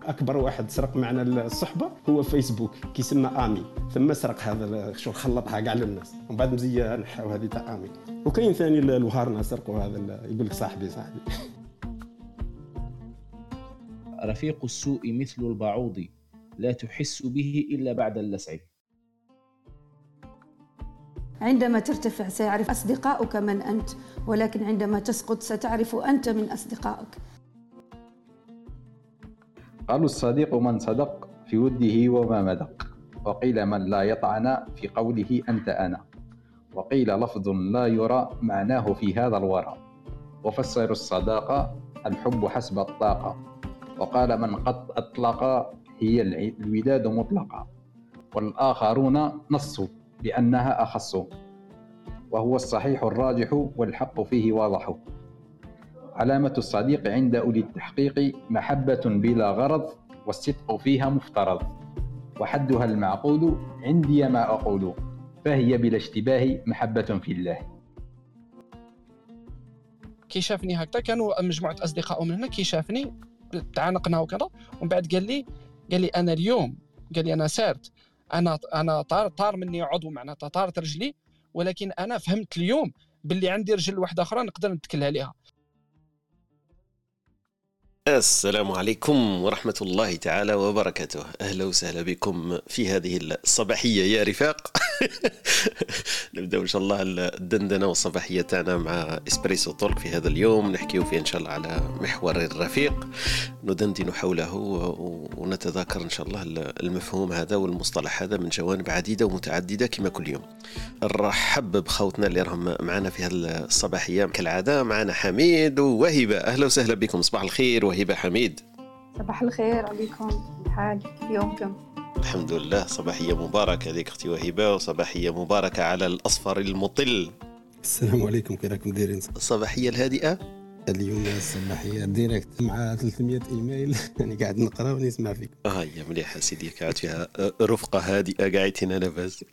أكبر واحد سرق معنا الصحبة هو فيسبوك كيسمى آمي، ثم سرق هذا شو خلطها كاع للناس، ومن بعد مزيان نحاو هذه تاع آمي. وكاين ثاني الوهارنا سرقوا هذا يقول لك صاحبي. رفيق السوء مثل البعوض لا تحس به إلا بعد اللسع. عندما ترتفع سيعرف أصدقائك من أنت، ولكن عندما تسقط ستعرف أنت من أصدقائك. قالوا الصديق من صدق في وده وما مدق، وقيل من لا يطعن في قوله أنت أنا، وقيل لفظ لا يرى معناه في هذا الورى، وفسروا الصداقة الحب حسب الطاقة، وقال من قد أطلق هي الوداد مطلقة، والآخرون نصوا بأنها أخص، وهو الصحيح الراجح والحق فيه واضح. علامة الصديق عند أولي التحقيق محبة بلا غرض، والصدق فيها مفترض، وحدها المعقول عندي ما أقول، فهي بلا اشتباه محبة في الله. كي شافني هكذا، كانوا مجموعة أصدقاء من هنا، كي شافني تعانقنا وكذا، ومن بعد قال لي أنا اليوم، قال لي أنا سارت، أنا طار مني عضو، معناتها طارت رجلي، ولكن أنا فهمت اليوم باللي عندي رجل واحدة أخرى نقدر نتكل عليها. السلام عليكم ورحمة الله تعالى وبركاته. أهلا وسهلا بكم في هذه الصباحية يا رفاق. نبدأ إن شاء الله الدندنة والصباحية تاعنا مع إسبريسو تولك في هذا اليوم، نحكيه فيه إن شاء الله على محور الرفيق، ندندن حوله ونتذاكر إن شاء الله المفهوم هذا والمصطلح هذا من جوانب عديدة ومتعددة كما كل يوم. نرحب بخوتنا اللي راهم معنا في هذه الصباحية كالعادة، معنا حميد ووهبة. أهلا وسهلا بكم، صباح الخير وهبة حميد. صباح الخير عليكم، الحال كيف يومكم؟ الحمد لله، صباحية مباركة عليك أختي وهبة، وصباحية مباركة على الأصفر المطل. السلام عليكم، كيف راكم دايرين؟ الصباحية الهادئة اليوم الصباحية ديريكت مع 300 إيميل يعني قاعد نقرأ ونسمع فيك. يا مليحة سيدي، قاعد فيها رفقة هادئة قاعدين أنا بس.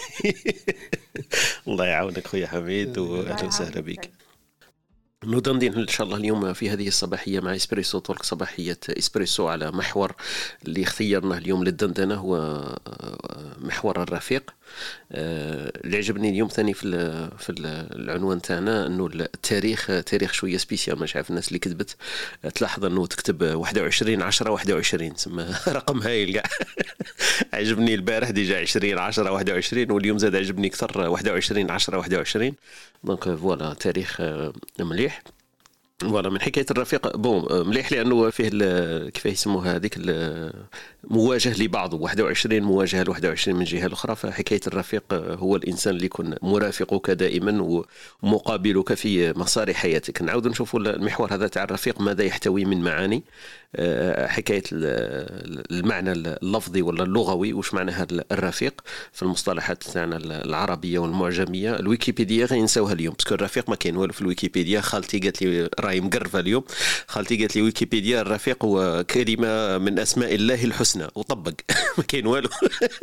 الله يعاونك خويا حميد، وأهلا وسهلا بك. ندندن إن شاء الله اليوم في هذه الصباحية مع إسبريسو تولك، صباحية إسبريسو، على محور اللي اختيرناه اليوم للدندنة، هو محور الرفيق. اللي عجبني اليوم ثاني في العنوان تاعنا انه التاريخ تاريخ شويه سبيسيال، مش عارف الناس اللي كتبت تلاحظ انه تكتب 21/10/21 تسمى رقم هايل كاع. عجبني البارح ديجا 20/10/21، واليوم زاد عجبني اكثر 21/10/21. دونك فوالا تاريخ مليح. فوالا من حكايه الرفيق مليح، لانه فيه كيف يسموها هذيك مواجهه لبعض، 21 مواجهه ل 21 من جهه الاخرى. فحكايه الرفيق هو الانسان اللي يكون مرافقك دائما ومقابلك في مسار حياتك. نعود نشوفوا المحور هذا تاع الرفيق ماذا يحتوي من معاني، حكايه المعنى اللفظي ولا اللغوي، وش معنى هذا الرفيق في المصطلحات تاعنا العربيه والمعجميه. الويكيبيديا غينساوها اليوم، باسكو الرفيق ما كاين والو في الويكيبيديا. خالتي قالت لي راهي مقرفه اليوم، خالتي قالت لي ويكيبيديا الرفيق هو كلمه من اسماء الله الحسنى، وطبق ما كاين والو.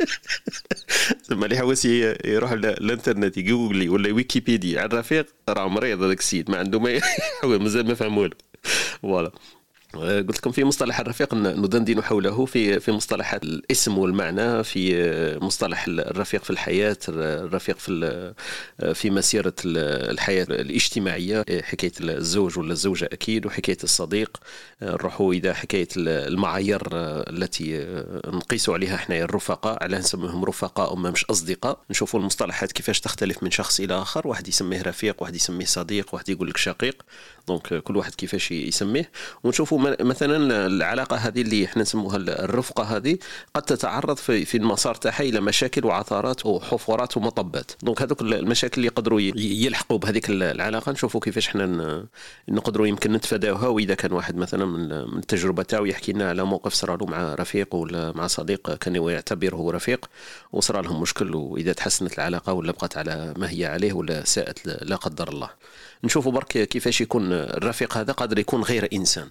ثم اللي حواس يروح الانترنت يقول ولا ويكيبيديا على الرفيق، راه مريض هذاك السيد، ما عنده ما مازال ما فهم والو. فوالا قلت لكم في مصطلح الرفيق ندندن حوله في مصطلحات الاسم والمعنى، في مصطلح الرفيق في الحياة، الرفيق في مسيرة الحياة الاجتماعية، حكاية الزوج ولا الزوجة أكيد، وحكاية الصديق. نروحوا إذا حكاية المعايير التي نقيسوا عليها احنا الرفقاء، على نسميهم رفقاء وما مش أصدقاء. نشوفوا المصطلحات كيفاش تختلف من شخص إلى آخر، واحد يسميه رفيق، واحد يسميه صديق، واحد يقول لك شقيق. دونك كل واحد كيفاش يسميه. ونشوفوا مثلا العلاقة هذه اللي احنا نسموها الرفقة هذه قد تتعرض في المسار تاعها إلى مشاكل وعثرات وحفرات ومطبات. دونك هذوك المشاكل اللي يقدروا يلحقوا بهذيك العلاقة نشوفوا كيفاش احنا نقدروا يمكن نتفاداوها. وإذا كان واحد مثلا من التجربة تاعو يحكي لنا على موقف صار له مع رفيق ولا مع صديق كان يعتبره رفيق وصار لهم مشكل، وإذا تحسنت العلاقة ولا بقت على ما هي عليه ولا ساءت لا قدر الله. نشوفوا برك كيفاش يكون الرفيق هذا قادر يكون غير إنسان.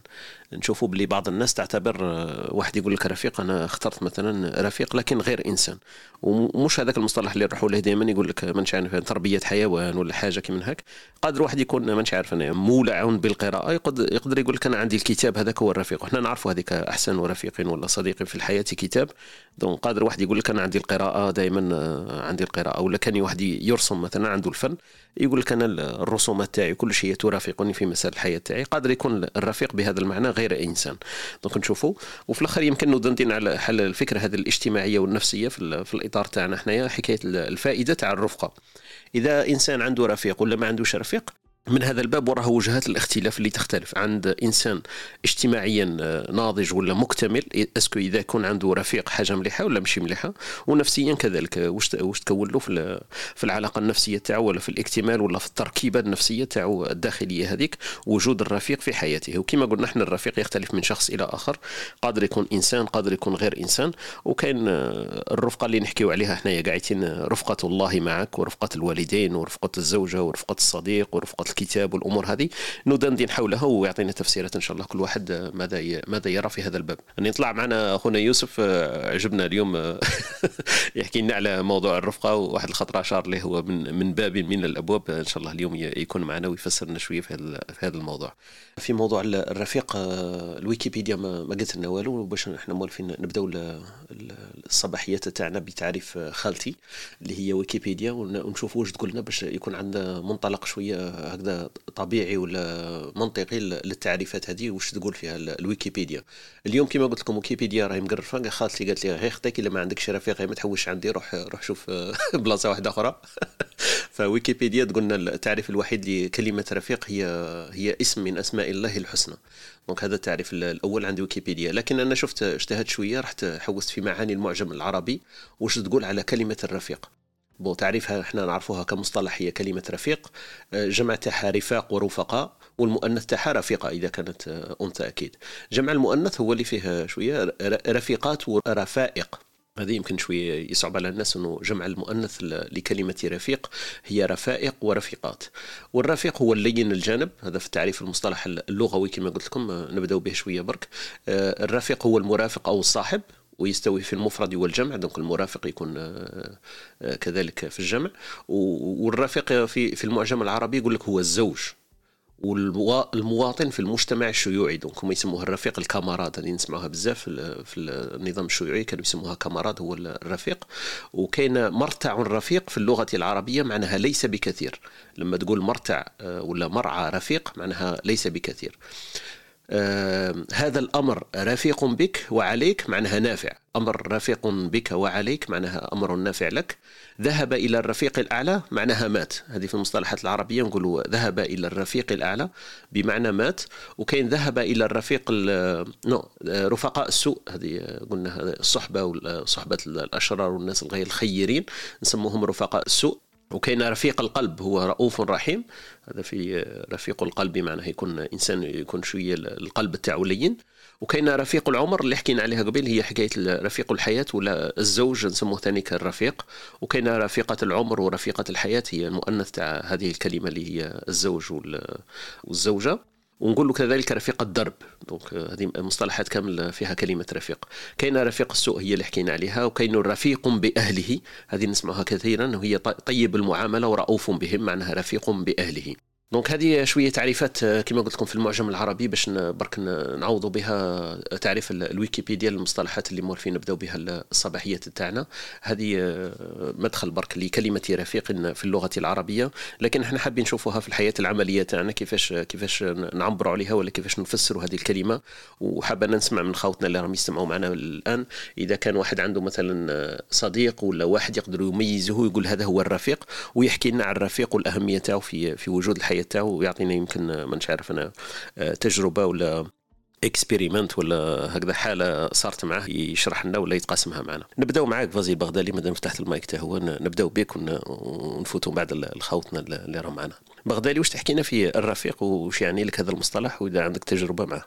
نشوفوا بلي بعض الناس تعتبر واحد يقول لك رفيق، انا اخترت مثلا رفيق لكن غير انسان، ومش هذاك المصطلح اللي نروحوا له دائما يقول لك ما نعرف تربيه حيوان ولا حاجه كيما هكا. قادر واحد يكون ما نعرف انا مولع بالقراءه، يقدر يقول لك انا عندي الكتاب هذاك هو الرفيق، وحنا نعرفوا هذيك احسن رفيق ولا صديق في الحياه كتاب. دونك قادر واحد يقول لك انا عندي القراءه، دائما عندي القراءه. ولا كان واحد يرسم مثلا عنده الفن، يقول لك انا الرسومات تاعي كل شيء ترافقني في مسار الحياه تاعي. قادر يكون الرفيق بهذا المعنى غير انسان. دونك نشوفوا، وفي الاخر يمكن ندندن على حل الفكره هذه الاجتماعيه والنفسيه في الاطار تاعنا حنايا، حكايه الفائده تاع الرفقه. اذا انسان عنده رفيق ولا ما عندوش رفيق، من هذا الباب وراه وجهات الاختلاف اللي تختلف. عند إنسان اجتماعيا ناضج ولا مكتمل، اسكو إذا يكون عنده رفيق حاجة مليحة ولا مش مليحة، ونفسيا كذلك واش تكون له في العلاقة النفسية تاعو، ولا في الاكتمال، ولا في التركيبة النفسية تاعو الداخلية هذيك، وجود الرفيق في حياته. وكما قلنا احنا الرفيق يختلف من شخص إلى آخر، قادر يكون إنسان، قادر يكون غير إنسان. وكاين الرفقة اللي نحكيو عليها احنا قاعدين، رفقة الله معك، ورفقة الوالدين، ورفقة الزوجة، ورفقة الصديق، ورفقة الكتاب، والامور هذه ندندن حولها ويعطينا تفسيرات ان شاء الله كل واحد ماذا يرى في هذا الباب. ان يطلع معنا اخونا يوسف، عجبنا اليوم يحكي لنا على موضوع الرفقه، وواحد الخطره اشار له هو من باب من الابواب. ان شاء الله اليوم يكون معنا ويفسر لنا شويه في هذا الموضوع. في موضوع الرفيق، الويكيبيديا ما قلت لنا والو، باش احنا مولفين نبداو الصباحيات تاعنا بتعريف خالتي اللي هي ويكيبيديا، ونشوف واش تقول لنا باش يكون عندنا منطلق شويه هكذا طبيعي ولا منطقي للتعريفات هذه، واش تقول فيها الويكيبيديا. اليوم كما قلت لكم ويكيبيديا راهي مقرفه. خالتي قالت لي غير خطيك الا ما عندكش رفيق ما تحوش عندي، روح شوف بلاصه واحده اخرى. فويكيبيديا تقولنا التعريف الوحيد لكلمه رفيق هي اسم من اسماء الله الحسنى. دونك هذا التعريف الاول عند ويكيبيديا. لكن انا اجتهدت شويه، رحت حوست في معاني المعجم العربي واش تقول على كلمه الرفيق. تعريفها احنا نعرفوها كمصطلح، هي كلمة رفيق، جمع تاعها رفاق ورفقاء، والمؤنث تاعها رفيقة إذا كانت أنثى أكيد. جمع المؤنث هو اللي فيه شوية رفيقات ورفائق. هذه يمكن شوية يصعب على الناس أنه جمع المؤنث لكلمة رفيق هي رفائق ورفيقات. والرفيق هو اللين الجانب، هذا في التعريف المصطلح اللغوي كما قلت لكم، نبدأ به شوية برك. الرفيق هو المرافق أو الصاحب، ويستوي في المفرد والجمع. دونك المرافق يكون كذلك في الجمع. والرفيق في المعجم العربي يقول لك هو الزوج والمواطن في المجتمع الشيوعي. دونك هم يسموها الرفيق الكاماراد، هذه نسمعوها بزاف في النظام الشيوعي، كانوا يسموها كاماراد هو الرفيق. وكاين مرتع الرفيق في اللغة العربية معناها ليس بكثير. لما تقول مرتع ولا مرعى رفيق معناها ليس بكثير. هذا الأمر رفيق بك وعليك معناها نافع. أمر رفيق بك وعليك معناها أمر نافع لك. ذهب إلى الرفيق الأعلى معناها مات. هذه في المصطلحات العربية نقولوا ذهب إلى الرفيق الأعلى بمعنى مات. وكاين ذهب إلى الرفيق رفقاء السوء، هذه قلنا الصحبة وصحبة الأشرار والناس الغير الخيرين نسموهم رفقاء السوء. وكاين رفيق القلب هو رؤوف رحيم، هذا في رفيق القلب معناه يكون إنسان يكون شوية القلب تاعو لين. وكاين رفيق العمر اللي حكينا عليها قبل، هي حكاية رفيق الحياة ولا الزوج نسموه ثاني كالرفيق. وكاين رفيقة العمر ورفيقة الحياة هي المؤنث تاع هذه الكلمة اللي هي الزوج والزوجة. ونقول له كذلك رفيق الدرب. دونك هذه مصطلحات كامل فيها كلمة رفيق. كاين رفيق السوء هي اللي حكينا عليها. وكاين رفيق بأهله، هذه نسمعها كثيرا، وهي طيب المعاملة ورؤوف بهم معناها رفيق بأهله. دونك هذه شويه تعريفات كما قلت لكم في المعجم العربي باش برك نعوضوا بها تعريف الويكيبيديا للمصطلحات اللي مورفين نبداو بها الصباحيات تاعنا. هذه مدخل برك لكلمه رفيق في اللغه العربيه، لكن احنا حابين نشوفوها في الحياه العمليه تاعنا كيفاش نعبروا عليها ولا كيفاش نفسروا هذه الكلمه. وحابه نسمع من خوتنا اللي راهم يستمعوا معنا الان، اذا كان واحد عنده مثلا صديق ولا واحد يقدر يميزه يقول هذا هو الرفيق، ويحكي لنا عن الرفيق والاهميه تاعو في وجود الحياه تاعو، ويعطينا يمكن ما نعرف انا تجربه ولا اكسبيريمنت ولا هكذا حاله صارت معه يشرح لنا ولا يتقاسمها معنا. نبداو معاك فازي البغدادي، مادام فتحت المايك تا هو نبداو بك ونفوتوا بعد الخوتنا اللي راهم معنا. بغدادي واش تحكينا في الرفيق وش يعني لك هذا المصطلح، واذا عندك تجربه معه؟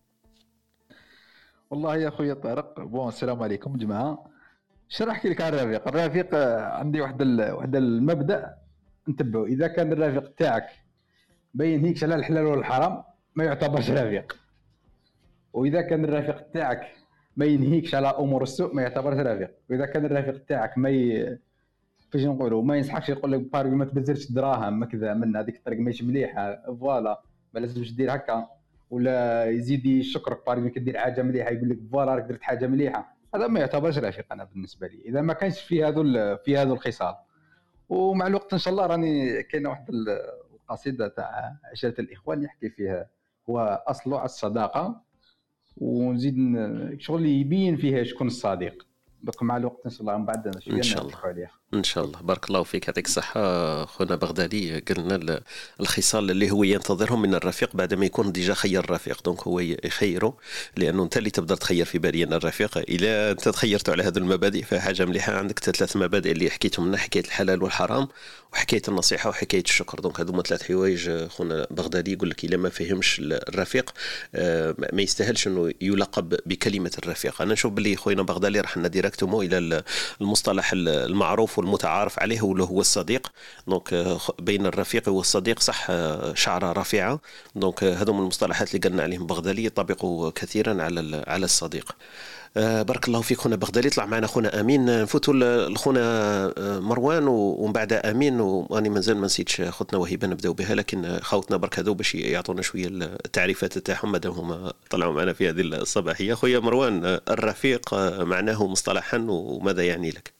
والله يا اخويا طارق، السلام عليكم جماعه. شنو نحكي لك عن الرفيق عندي واحد المبدا نتبعه. اذا كان الرفيق تاعك بين هيك على الحلال والحرام ما يعتبرش رفيق. واذا كان الرفيق تاعك ما ينهيكش على امور السوء ما يعتبرش رفيق. واذا كان الرفيق تاعك فاش نقولوا ما ينصحكش يقول لك بارك ما تبذلش دراهم ما كذا من هذيك الطريق ماشي مليحه فوالا ما لازمش دير هكا، ولا يزيد يشكرك بارك كدير حاجه مليحه يقول لك فوالا راك درت حاجه مليحه، هذا ما يعتبرش رفيق انا بالنسبه لي اذا ما كانش في هذو الخصال. ومع الوقت ان شاء الله راني كاينه واحد القصيده تاع عشره الاخوان يحكي فيها هو اصله على الصداقه، ونزيد شغل يبين فيها شكون الصديق. دوك مع الوقت ان شاء الله من بعد شويه ان شاء الله ان شاء الله. بارك الله فيك، يعطيك الصحه خونا بغدادي. قلنا الخصال اللي هو ينتظرهم من الرفيق بعد ما يكون ديجا خير الرفيق، دونك هو يخيره لانه انت اللي تبدا تخير في بالي الرفيق. الا انت تخيرت على هذه المبادئ فحاجه مليحه. عندك 3 مبادئ اللي حكيتهم لنا، حكايه الحلال والحرام وحكايه النصيحه وحكايه الشكر. دونك هذوما 3 حوايج خونا بغدادي يقول لك الا ما فهمش الرفيق ما يستاهلش انه يلقب بكلمه الرفيق. انا نشوف باللي خوينا بغدادي راح ديريكتومو الى المصطلح المعروف والمتعارف عليه واللي هو الصديق. دونك بين الرفيق والصديق صح شعره رفيعه. دونك هذو من المصطلحات اللي قلنا عليهم بغدادي يطبقوا كثيرا على الصديق. بارك الله فيك خونا بغدادي. طلع معنا خونا امين، نفوتوا لخونا مروان ومن بعد امين، واني مازال ما نسيتش خوتنا وهبه نبداو بها، لكن خوتنا برك هذو باش يعطونا شويه التعريفات تاعهم مادام هما طلعوا معنا في هذه الصباحيه. خويا مروان، الرفيق معناه مصطلحا وماذا يعني لك؟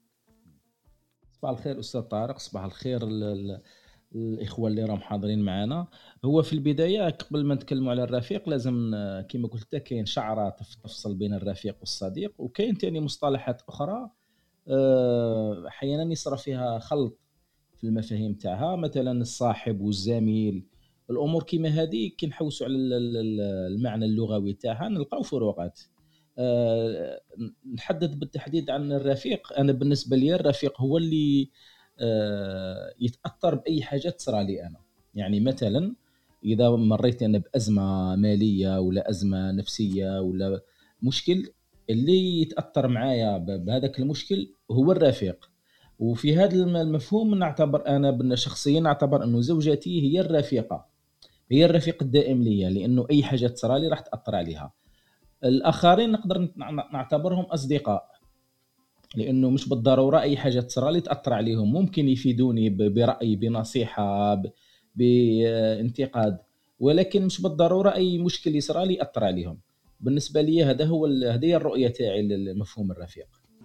صباح الخير استاذ طارق، صباح الخير الاخوه اللي راهم حاضرين معنا. هو في البدايه قبل ما نتكلموا على الرفيق لازم كما قلت كاين شعره تفصل بين الرفيق والصديق، وكاين ثاني مصطلحات اخرى احيانا يصرى فيها خلط في المفاهيم تاعها، مثلا الصاحب والزميل. الامور كما هذه كي نحوسوا على المعنى اللغوي تاعها نلقاو فروقات. نحدد بالتحديد عن الرفيق. انا بالنسبه لي الرفيق هو اللي يتاثر باي حاجه تصرى لي انا. يعني مثلا اذا مريت انا بازمه ماليه ولا ازمه نفسيه ولا مشكل، اللي يتاثر معايا بهذاك المشكل هو الرفيق. وفي هذا المفهوم نعتبر انا شخصيا نعتبر انه زوجتي هي الرفيقه، هي الرفيق الدائم لي، لانه اي حاجه تصرى لي راح تاثر عليها. الآخرين نقدر نعتبرهم أصدقاء، لأنه مش بالضرورة أي حاجة تصرى لي تأثر عليهم. ممكن يفيدوني برأي، بنصيحة، بانتقاد، ولكن مش بالضرورة أي مشكل يصرى لي يأثر عليهم. بالنسبة لي هذه الرؤية تاعي لمفهوم الرفيق.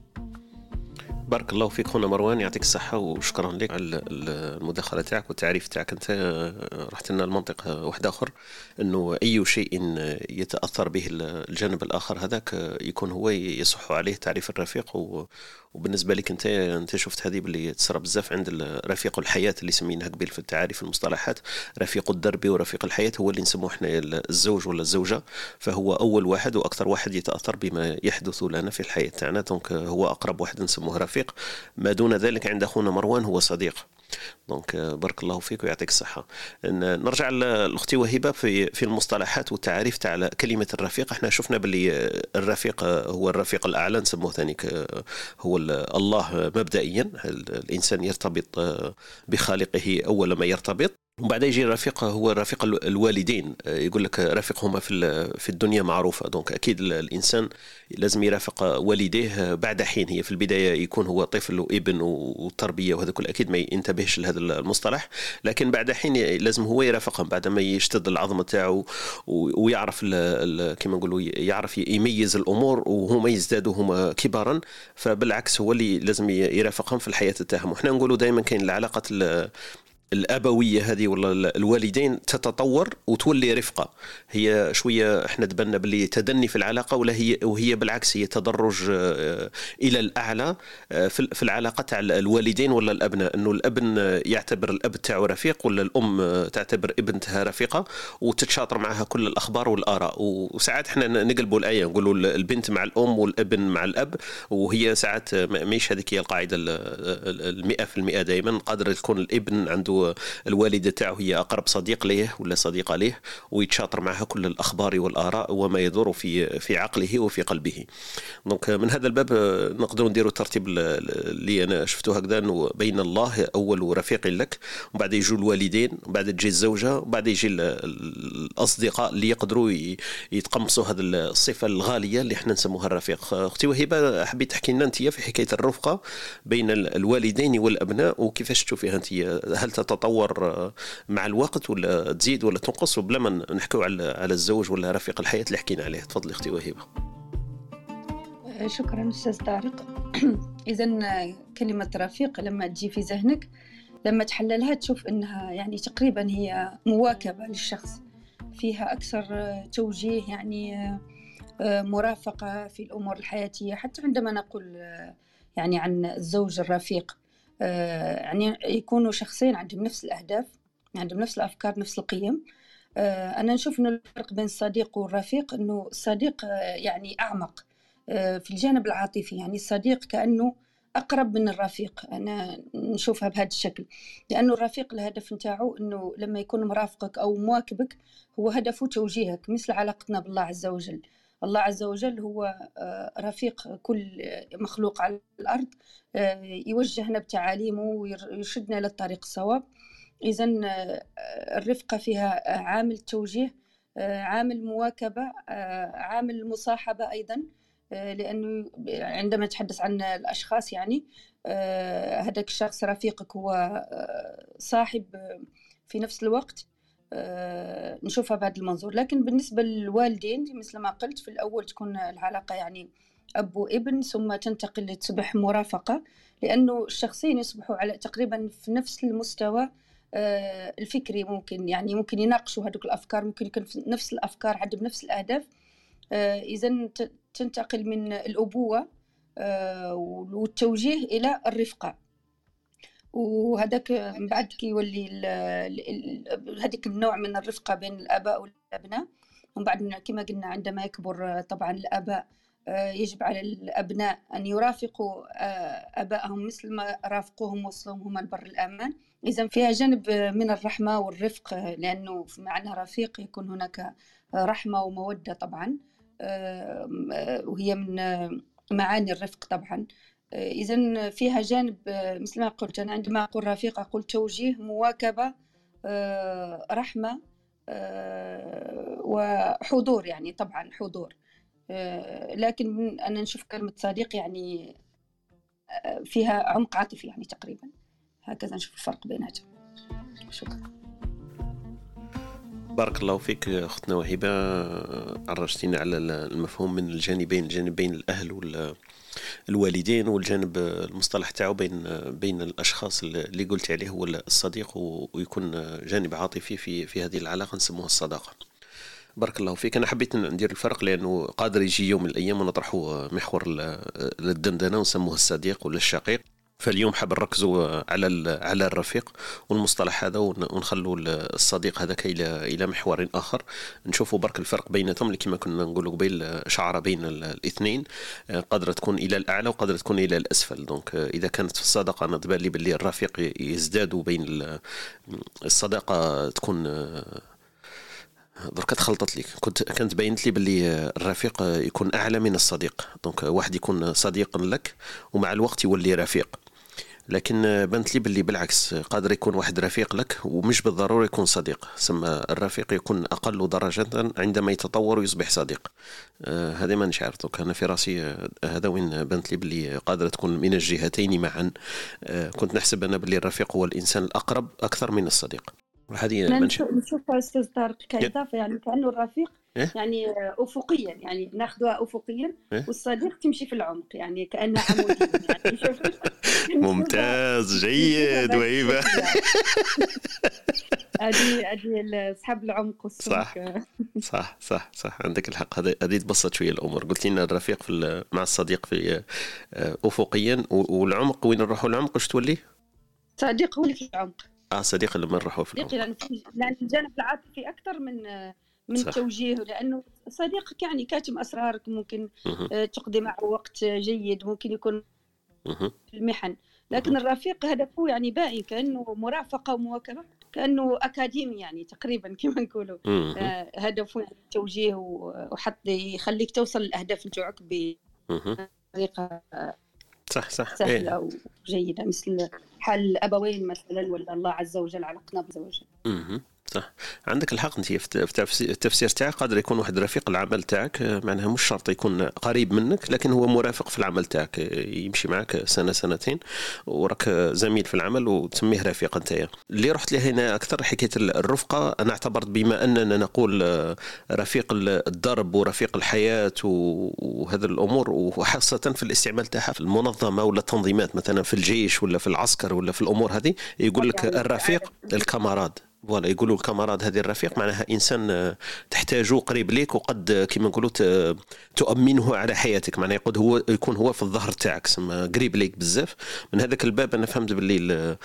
بارك الله فيك خونا مروان، يعطيك الصحة وشكرا لك على المداخلة تاعك والتعريف تاعك. أنت رحت لنا المنطق واحد آخر، أنه أي شيء يتأثر به الجانب الآخر هذاك يكون هو يصح عليه تعريف الرفيق. وبالنسبة لك أنت شفت هذه باللي تصرى بزاف عند رفيق الحياة اللي سميناه قبل في التعاريف المصطلحات. رفيق الدرب ورفيق الحياة هو اللي نسموه احنا الزوج ولا الزوجة، فهو أول واحد وأكثر واحد يتأثر بما يحدث لنا في الحياة تاعنا. دونك هو أقرب واحد نسموه رفيق. ما دون ذلك عند أخونا مروان هو صديق. دونك بارك الله فيك ويعطيك الصحة. نرجع لأختي وهبة في المصطلحات والتعاريف تاع كلمة الرفيق. احنا شفنا باللي الرفيق هو الرفيق الأعلى نسموه ثانيك هو الله مبدئيا. الإنسان يرتبط بخالقه أول ما يرتبط، وبعد يجي الرفيق هو رفيق الوالدين. يقول لك رفيقهما في الدنيا معروفة. دونك أكيد الإنسان لازم يرافق والديه بعد حين. هي في البداية يكون هو طفل وابن وتربية وهذا كل أكيد ما ينتبهش لهذا المصطلح، لكن بعد حين لازم هو يرافقهم بعد ما يشتد العظم تاعه ويعرف كما نقولوا يعرف يميز الأمور وهما يزدادوا هما كبارا. فبالعكس هو اللي لازم يرافقهم في الحياة تاعهم. وحنا نقولوا دائما كاين العلاقة الأبوية هذه ولا الوالدين تتطور وتولي رفقة. هي شوية احنا تبنى باللي تدني في العلاقة، وهي بالعكس هي تدرج إلى الأعلى في العلاقة تاع الوالدين ولا الأبناء. إنه الأبن يعتبر الأب تاعه رفيق، ولا الأم تعتبر ابنتها رفيقة وتتشاطر معها كل الأخبار والآراء. وساعات احنا نقلبوا الآية نقولوا البنت مع الأم والابن مع الأب، وهي ساعات مش هذيك هي القاعدة 100% دائما. قادر يكون الابن عنده عنده الوالده تاعو هي اقرب صديق ليه ولا صديقه ليه، ويتشاطر معها كل الاخبار والاراء وما يدور في عقله وفي قلبه. دونك من هذا الباب نقدروا نديروا ترتيب اللي انا شفته هكذا، انه بين الله اول رفيق لك، ومن بعد يجوا الوالدين، ومن بعد تجي الزوجه، ومن بعد يجي الاصدقاء اللي يقدروا يتقمصوا هذه الصفه الغاليه اللي احنا نسموها الرفيق. اختي وهبه، حبيت تحكي لنا انت في حكايه الرفقه بين الوالدين والابناء، وكيفاش تشوفيها انت؟ هل تتطور مع الوقت ولا تزيد ولا تنقص؟ وبلا ما نحكوا على الزوج ولا رفيق الحياه اللي حكينا عليه. تفضلي اختي وهبه. شكرا أستاذ طارق. إذا كلمة رفيق لما تجي في ذهنك، لما تحللها تشوف أنها يعني تقريبا هي مواكبة للشخص، فيها أكثر توجيه، يعني مرافقة في الأمور الحياتية. حتى عندما نقول يعني عن الزوج الرفيق، يعني يكونوا شخصين عندهم نفس الأهداف، عندهم نفس الأفكار، نفس القيم. أنا نشوف أنه الفرق بين الصديق والرفيق أنه الصديق يعني أعمق في الجانب العاطفي، يعني الصديق كأنه أقرب من الرفيق. أنا نشوفها بهذا الشكل، لأنه الرفيق الهدف نتاعو أنه لما يكون مرافقك أو مواكبك هو هدفه توجيهك، مثل علاقتنا بالله عز وجل. الله عز وجل هو رفيق كل مخلوق على الأرض، يوجهنا بتعاليمه ويرشدنا إلى الطريق الصواب. إذن الرفقة فيها عامل توجيه، عامل مواكبة، عامل مصاحبة أيضا، لأنه عندما نتحدث عن الأشخاص يعني هذاك الشخص رفيقك هو صاحب في نفس الوقت. نشوفها بهذا المنظور. لكن بالنسبة للوالدين مثل ما قلت في الأول تكون العلاقة يعني أب وابن، ثم تنتقل لتصبح مرافقة، لأنه الشخصين يصبحوا على تقريبا في نفس المستوى الفكري. ممكن يناقشوا هذوك الأفكار، ممكن يكون في نفس الأفكار، عندهم نفس الأهداف. إذن تنتقل من الأبوة والتوجيه إلى الرفقة، وهذاك من بعد كيولي هذيك النوع من الرفقة بين الآباء والأبناء. ومن بعد كما قلنا عندما يكبر طبعا الآباء يجب على الأبناء أن يرافقوا آبائهم مثل ما رافقوهم وصلهم هم البر الأمان. إذن فيها جانب من الرحمة والرفق، لأنه معنى رفيق يكون هناك رحمة ومودة طبعا، وهي من معاني الرفق طبعا. إذن فيها جانب مثل ما قلت أنا، عندما أقول رفيق أقول توجيه، مواكبة، رحمة، وحضور، يعني طبعا حضور. لكن أنا نشوف كلمة صديق يعني فيها عمق عاطفي، يعني تقريبا هكذا نشوف الفرق بيناتهم. شكرا. بارك الله فيك أختنا وهبة، عرجتينا على المفهوم من الجانبين الأهل والوالدين، والجانب المصطلح تاعو بين الأشخاص اللي قلت عليه هو الصديق، ويكون جانب عاطفي في هذه العلاقة نسموها الصداقة. بارك الله فيك. أنا حبيت ندير الفرق لأنه قادر يجي يوم من الأيام ونطرحوا محور للدندنة ونسموه الصديق ولا الشقيق. فاليوم حاب نركزوا على الرفيق والمصطلح هذا، ونخلوا الصديق هذاك الى محور اخر، نشوفوا برك الفرق بيناتهم اللي كما كنا نقولوا قبيل شعره بين الاثنين، قادره تكون الى الاعلى وقادره تكون الى الاسفل. دونك اذا كانت في الصداقه انا تبان لي باللي الرفيق يزداد، وبين الصداقه تكون درك تخلطت لك، كانت بينت لي باللي الرفيق يكون اعلى من الصديق. دونك واحد يكون صديق لك ومع الوقت يولي رفيق، لكن بنت لي باللي بالعكس قادر يكون واحد رفيق لك ومش بالضرورة يكون صديق. سما الرفيق يكون أقل درجة عندما يتطور ويصبح صديق. هذا ما نشعر. أنا في راسي هذا وين بنت لي باللي قادرة تكون من الجهتين معا. كنت نحسب أنا باللي الرفيق هو الإنسان الأقرب أكثر من الصديق. وهذه نشوفها أستاذ طارق كإضافة، يعني كأنه الرفيق يعني أفقيا، يعني ناخذها أفقيا، والصديق تمشي في العمق، يعني كأنها عمودية. يعني ممتاز، جيد وهيبة. هذه أصحاب العمق والسمك. صح عندك الحق. هذه تبسط شوية الأمور. قلت لنا الرفيق مع الصديق في أفقيا، والعمق وين نروحوا العمق واش تولي؟ صديق هو اللي في العمق. صديق لما نروحوا في العمق، لأن الجانب العاطفي أكثر من التوجيه، لأنه صديقك يعني كاتم أسرارك، ممكن تقضي معه وقت جيد، ممكن يكون في المحن. لكن الرفيق هدفه يعني باين كأنه مرافقة ومواكبة، كأنه أكاديمي يعني تقريبا كما نقولوا. هدفه يعني توجيه وحتى يخليك توصل للأهداف نتاعك بطريقة صح سهلة وجيدة، مثل حال الأبوين مثلا ولا الله عز وجل علقنا بزوجين. صح، عندك الحق. انت في التفسير تاعك قادر يكون واحد رفيق العمل تاعك، معناها مش شرط يكون قريب منك، لكن هو مرافق في العمل تاعك، يمشي معك سنه سنتين وراك زميل في العمل وتسميه رفيق انت. اللي رحت له هنا اكثر حكايه الرفقه. انا اعتبرت بما اننا نقول رفيق الدرب ورفيق الحياه وهذا الامور، وخاصه في الاستعمال تاعها في المنظمه ولا التنظيمات، مثلا في الجيش ولا في العسكر ولا في الامور هذه، يقول لك الرفيق الكاماراد. ولا يقولوا الكاماراد هذه الرفيق معناها إنسان تحتاجه قريب ليك، وقد كما نقولوا تؤمنه على حياتك، معناها يكون هو في الظهر تاعك، سما قريب ليك بزاف. من هذاك الباب أنا فهمت باللي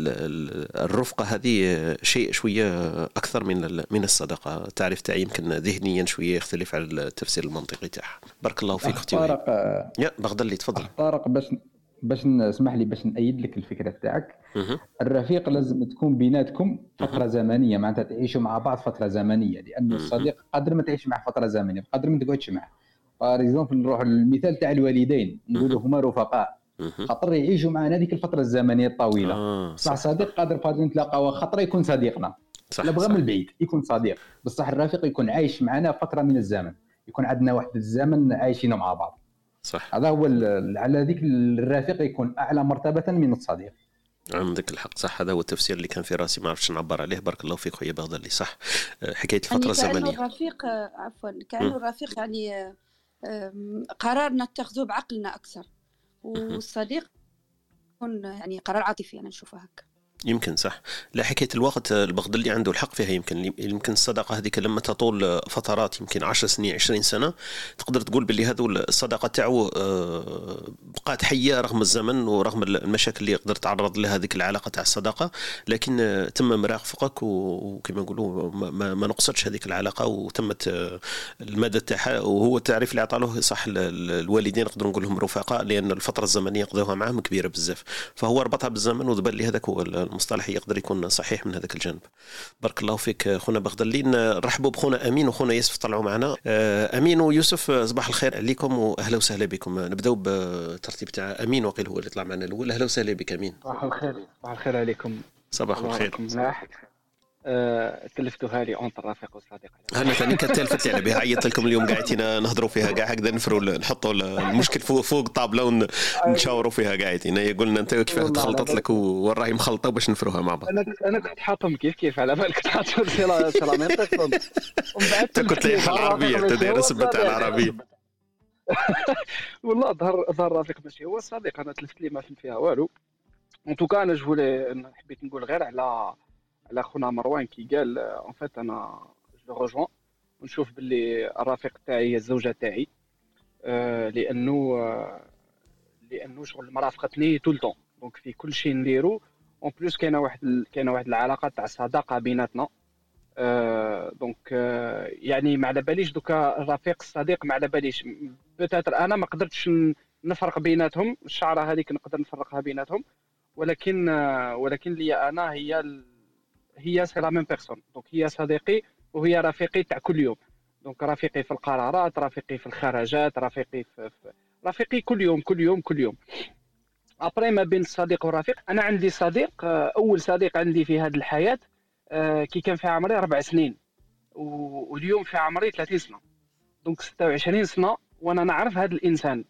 الرفقة هذه شيء شوية أكثر من الصداقة. تعرف تاعي يمكن ذهنيا شوية يختلف على التفسير المنطقي تاعها. بارك الله فيك أختي. يا بغداد تفضل. طارق، باش اسمح لي باش نأيد لك الفكرة تاعك. الرفيق لازم تكون بيناتكم فترة زمنية، معناتها تعيشوا مع بعض فترة زمنية، لأنه الصديق قدر ما تعيش معه فترة زمنية قدر ما تقعدش معه. فاريزونفل نروح المثال تاع الوالدين، نقولوا هما رفقاء، خاطر يعيشوا معنا هذيك الفترة الزمنية الطويلة. صح، صديق قادر فاضل نتلاقاو خاطر يكون صديقنا، لا بغى من البعيد يكون صديق، بصح الرفيق يكون عايش معنا فترة من الزمن، يكون عندنا واحد الزمن عايشين مع بعض. صح، هذا هو على ذيك الرفيق يكون أعلى مرتبة من الصديق. عندك الحق. صح، هذا هو التفسير اللي كان في راسي، ما عرفتش نعبر عليه. بارك الله فيك خويا بغداد. صح، حكايه الفتره الزمنيه. كأنه الرفيق كأنه الرفيق يعني قرار نتخذه بعقلنا اكثر، والصديق يكون يعني قرار عاطفي. انا نشوفه هكا. يمكن صح. لا، حكايه الوقت البغض اللي عنده الحق فيها. يمكن الصداقه هذيك لما تطول فترات، يمكن 10 سنين 20 سنه، تقدر تقول باللي هذو الصداقه تاعو بقات حيه رغم الزمن ورغم المشاكل اللي يقدر تعرض لها هذيك العلاقه تاع الصداقه، لكن تم مرافقك وكما نقولوا ما نقصتش هذيك العلاقه وتمت المدى تاعها. وهو التعريف اللي عطاله صح، الوالدين نقدر نقول لهم رفقاء، لان الفتره الزمنيه قضوها معهم كبيره بزاف، فهو ربطها بالزمن وذبل لي هذاك هو المصطلح يقدر يكون صحيح من هذاك الجانب. بارك الله فيك خونا بغدلين. نرحبوا بخونا امين وخونا يوسف طلعوا معنا. امين ويوسف صباح الخير عليكم واهلا وسهلا بكم. نبداو بالترتيب تاع امين، وقيل هو اللي طلع معنا الاول. اهلا وسهلا بك امين. صباح الخير. صباح الخير عليكم. صباح الخير. تلفتوها لي اونت الرفيق والصديق. انا ثاني كتلفت لي بها، عيطت لكم اليوم قاعدين نهضروا فيها كاع هكذا، نفروا نحطوا المشكل فوق الطابله ونشاوروا فيها قاعدين. يقولنا انت كيفاش تخلطت لك وراهي مخلطه باش نفروها مع بعض. انا كنت حاطهم كيف على بالك تحطوا سلامتك، ومن بعد كنت لايح العربيه تدير سبت على العربيه. والله ظهر الرفيق ماشي هو الصديق. انا تلفت لي ما فهمت فيها والو. انتو كان انا جولي حبيت نقول غير على خونا مروان كي قال ان فيت انا جو روجوان، ونشوف باللي الرفيق تاعي هي الزوجه تاعي، لانه شغل مرافقتني طول طون، دونك في كل شيء نديرو. اون بليس كاينه واحد العلاقه تاع صداقه بيناتنا. دونك يعني ما على باليش دوكا الرفيق الصديق، ما على باليش بتاتر انا ما قدرتش نفرق بيناتهم. الشعره هذيك نقدر نفرقها بيناتهم، ولكن لي انا هي سي لا ميم بيرسون. دونك هي صديقي وهي رفيقي تاع كل يوم. دونك رفيقي في القرارات، رفيقي في الخرجات، رفيقي كل يوم. ابري ما بين الصديق والرفيق، انا عندي صديق، اول صديق عندي في هذه الحياه كي كان في عمري 4 سنين، واليوم في عمري 30 سنه. دونك 26 سنه وانا نعرف هذا الانسان.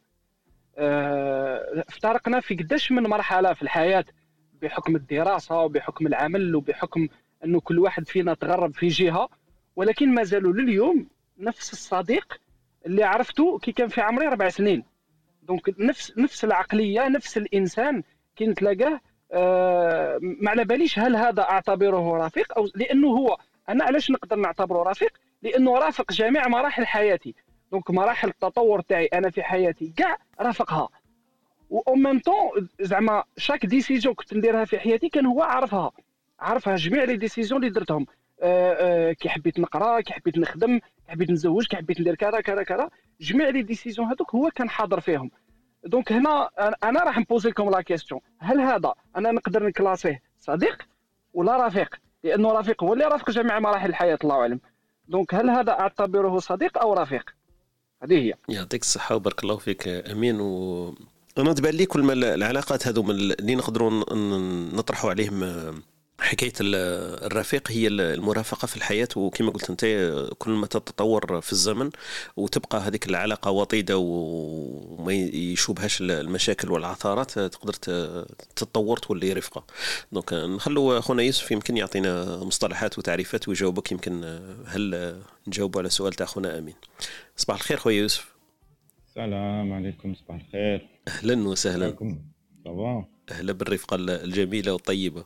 افترقنا في قداش من مرحله في الحياه، بحكم الدراسه وبحكم العمل وبحكم انه كل واحد فينا تغرب في جهه، ولكن ما زالوا لليوم نفس الصديق اللي عرفته كي كان في عمري 4 سنين. دونك نفس العقليه، نفس الانسان كي نتلاقاه. ما على باليش هل هذا اعتبره رفيق او لانه هو. انا علاش نقدر نعتبره رفيق؟ لانه رافق جميع مراحل حياتي. دونك مراحل التطور تاعي انا في حياتي كاع رافقها، و ميم طون زعما شاك ديسيجن كنت نديرها في حياتي كان هو عارفها جميع لي ديسيجن اللي درتهم. كي حبيت نقرا، كي حبيت نخدم، كي حبيت نتزوج، كي حبيت ندير كذا، جميع لي ديسيجن هذوك هو كان حاضر فيهم. دونك هنا انا راح نبوزي لكم لا كيستيون، هل هذا انا نقدر نكلاسيه صديق ولا رفيق؟ لانه رفيق هو اللي رافق جميع مراحل الحياه الله اعلم. دونك هل هذا اعتبره صديق او رفيق؟ هذه هي. يعطيك الصحة وبارك الله فيك أمين. أنا تبان لي كل ما العلاقات هذو من اللي نقدروا نطرحوا عليهم حكاية الرفيق هي المرافقة في الحياة، وكما قلت أنت كل ما تتطور في الزمن وتبقى هذيك العلاقة وطيدة وما يشوبهاش المشاكل والعثارات تقدر تتطور تولي رفقة. دونك نخلو أخونا يوسف يمكن يعطينا مصطلحات وتعريفات ويجاوبك، يمكن هل نجاوبوا على سؤال تاع أخونا أمين. صباح الخير خويا يوسف. السلام عليكم. صباح الخير. أهلا وسهلا. صباح. أهلا بالرفقة الجميلة والطيبة.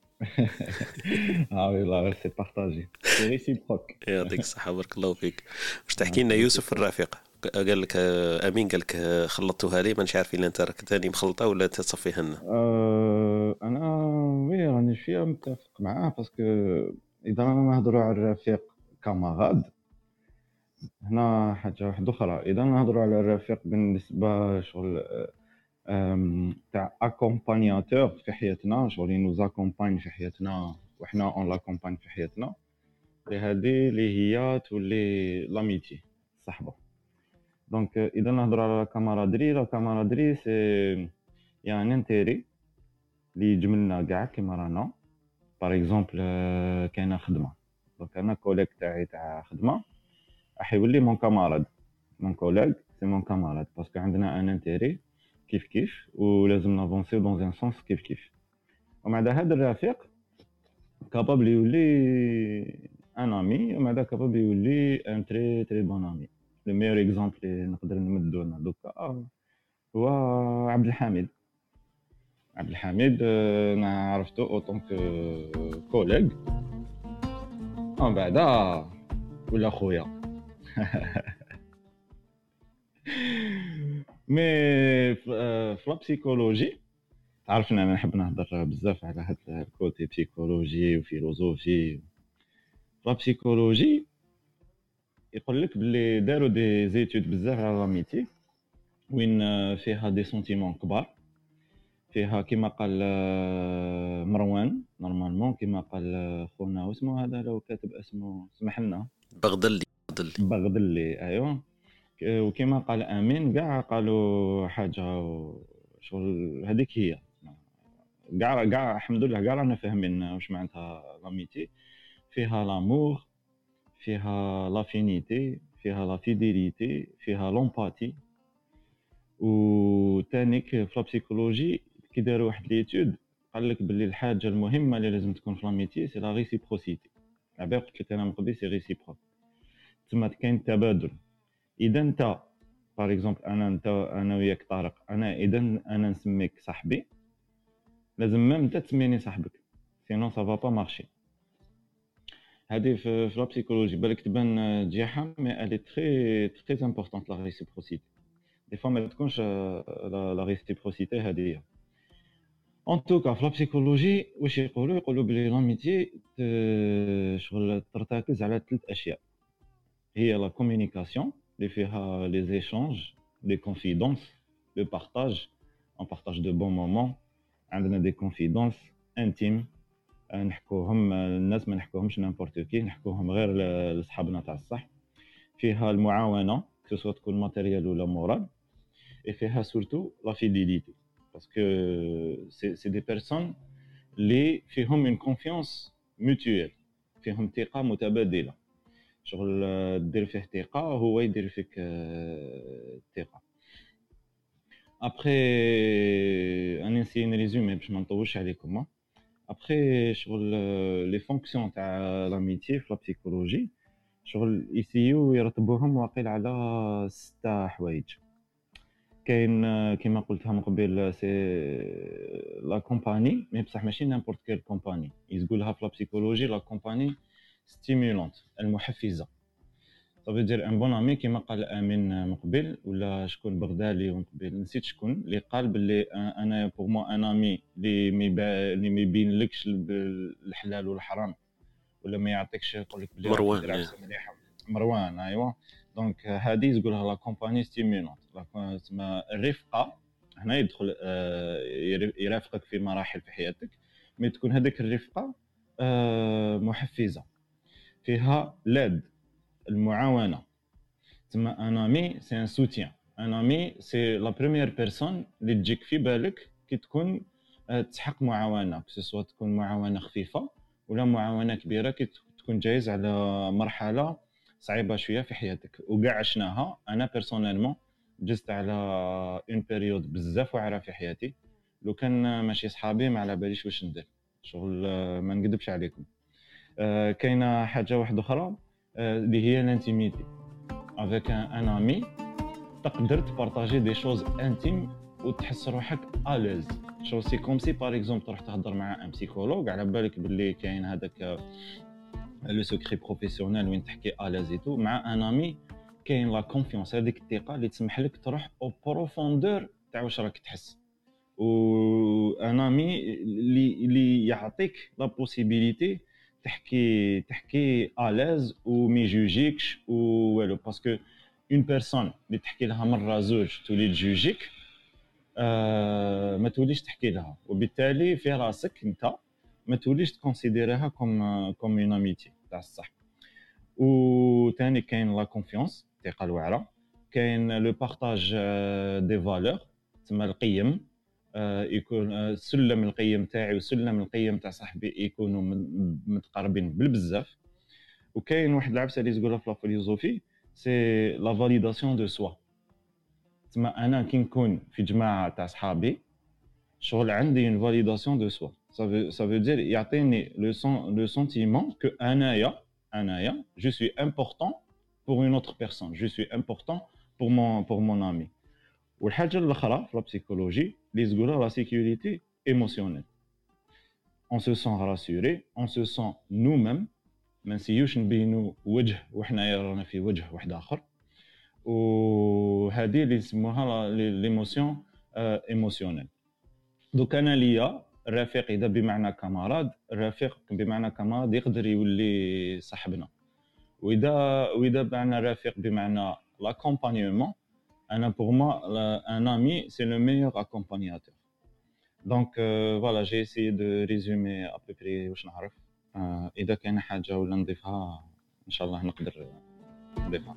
والله سي بارطاجي سي ريسيبروك. يعطيك الصحة بارك الله فيك. واش تحكي لنا يوسف في الرفيق؟ قال لك أمين قال لك خلطتوها لي، مانيش عارف إلا أنت راك ثاني مخلطة ولا تصفيها لنا. أنا وي راني شوية متفق معاه، باسكو إذا نهضروا على الرفيق كاماراد هنا حاجة واحدة أخرى. إذا نهضروا على الرفيق بالنسبة شغل تاع اكومبانياتور في حياتنا، شغل نوز اكومباني في حياتنا وحنا اون لاكومباني في حياتنا، هذه اللي هي تولي لاميتي الصحبه. دونك اذا نهضروا على لا كامارادري سي يعني انتيري اللي يجملنا كاع كيما رانا. باغ اكزومبل كاينه خدمه، دونك انا كوليك تاعي تاع خدمه راح يولي مون كاماراد، مون كوليك سي مون كاماراد، باسكو عندنا ان انتيري كيف كيف ولازم نافونسيو دون ان سونس كيف كيف. ومع هذا الرفيق كابابل يولي ان امي، ومع ذا كابابل يولي ان تري تري بون امي. لو ميور اكزومبل اللي نقدر نمدو لنا دوكا هو عبد الحميد. عبد الحميد انا عرفتو اوطونك كوليغ، ومن بعد ولا خويا. مي في لا بسيكولوجي عرفنا انا نحب نهضر بزاف على هاد الكوتي بسيكولوجي وفيلوزوفي. في لا بسيكولوجي يقول لك بلي داروا دي زيتود بزاف على لاميتي، وين فيها دي سونتيمون كبار، فيها كما قال مروان نورمالمون، كما قال خونا واسمه هذا لو كاتب اسمه سمح لنا بغدلي ايوا، وكما قال امين كاع قالوا حاجه شغل هذيك هي كاع الحمد لله كاع رانا فاهمين واش معناتها لاميتي. فيها لامور، فيها لافينيتي، فيها لا فيديليتي، فيها لومباتي. وتانيك في لا بسيكولوجي كي داروا واحد ليتود قال لك باللي الحاجه المهمه اللي لازم تكون في لاميتي سي لا ريسيبروسيتي. عبا قلت لك انا من قبل سي ريسيبروك، تما كاين تبادل. اذا انت باغ اكزومبل انا وياك طارق، اذا انا نسميك صاحبي لازم ميم انت تسميني صاحبك، سينو سا فا با مارشي. هذه في لا بسيكولوجي بالك تبان جيحه، مي الي تري تري امبورطونت لا ريسيبروسيتي. دي فوا ما تكونش لا ريسيبروسيتي هذه. ان توكا في لا بسيكولوجي واش يقولوا بلي لاميتي شغل ترتكز على 3 اشياء. هي لا كومونيكاسيون اللي فيها لي زيشانج، لي كونفيدونس، لو بارطاج، اون بارطاج دو بون مومون. عندنا دي كونفيدونس انتيم نحكوهم الناس، ما نحكوهمش نامبورت كي، نحكوهم غير لاصحابنا تاع الصح. فيها المعاونه كسوا تكون ماتيريال ولا مورال. اي فيها سورتو لا فيديليتي، باسكو سي دي بيرسون اللي فيهم اون كونفيونس ميوتويل، فيهم ثقه متبادله. شغل دير فيه ثقه هو يدير فيك ثقه. ابري اني نسي نريزومي باش ما نطولش عليكم. ابري شغل لي فونكسيون تاع لاميتي في لا بسيكولوجي شغل يسيو يرتبوهم واقيل على 6 حوايج. كاين كيما قلتها من قبل سي لا كومباني، مي بصح ماشي نيمبورت كيل كومباني، يقولها في لا بسيكولوجي لا كومباني ستيمولونت المحفزه. صافي دير ان بون امي كيما قال امين من قبل، ولا شكون بغدالي من قبل نسيت شكون اللي قال باللي انا بور مو ان امي اللي ما يبينلكش الحلال والحرام، ولا ما يعطيكش يقول لك بلي مروان مليحه. مروان ايوا، دونك هذه تقولها لا كومباني ستيمولونت. تسمى الرفقه هنا يدخل يرافقك في مراحل في حياتك، مي تكون هذيك الرفقه محفزه فيها لاد المعاونه. تسمى ان امي سي ان سوتيان، ان امي سي لا بروميير بيرسون اللي تجيك في بالك كي تكون تسحق معاونه، سواء تكون معاونه خفيفه ولا معاونه كبيره كي تكون جايز على مرحله صعيبه شويه في حياتك. وكاع عشناها، انا بيرسونيلمون جزت على اون بيريود بزاف واعره في حياتي، لو كان ماشي صحابي ما على باليش واش ندير شغل، ما نكذبش عليكم. كاينه حاجه واحده اخرى اللي هي الانتيميتي افيك ان امي، تقدر تبارطاجي دي شوز انتيم وتحس روحك اليز. شو سي كوم سي باغ اكزومبل تروح تهضر مع ان بسيكولوج على بالك باللي كاين هذاك لو سيكري بروفيسيونيل وين تحكي اليزيتو. مع ان امي كاين لا كونفيونس، هذيك الثقه اللي تسمح لك تروح او بروفوندور تاع واش راك تحس. و ان امي اللي يعطيك لا بوسيبيليتي تحكي اليز وما يجوجيكش والو، باسكو اون بيرسون اللي تحكي لها مره زوج تولي تجوجيك ما توليش تحكي لها، وبالتالي في راسك انت ما توليش تكونسيديريها كوم اون اميتي تاع الصح. وثاني كاين لا كونفيونس، الثقه الواعره، كاين لو بارطاج دي فالور، تسمى القيم، يكون سلم القيم تاعي وسلم القيم تاع صاحبي يكونوا متقاربين بالبزاف. وكاين واحد العبسه اللي تقولها في لا فيلوزوفي سي لا فاليداسيون دو سوا، تسمى انا كي نكون في جماعه تاع صحابي شغل عندي une validation de soi. Ça veut dire يعطيني le sentiment que انايا je suis important pour une autre personne, je suis important pour mon ami. والحاجه الاخرى في البسيكولوجي اللي تقولها لا sécurité émotionnelle. On se sent rassuré, on se sent nous-mêmes، ما نسيوش نبينوا وجه وحنا رانا في وجه واحد اخر. وهذه اللي يسموها ليموسيون ايموشنال. دوك انا ليا الرفيق اذا بمعنى كاماراد، الرفيق بمعنى كاماراد يقدر يولي صاحبنا. واذا بمعنى الرفيق بمعنى لاكومبانيومون، انا بور موا ان امي سي لو ميور اكومبانياتور. دونك فوالا جي اسيي دو ريزومي ابري واش نعرف. اذا كاين حاجه ولا نضيفها ان شاء الله نقدر نضيفها.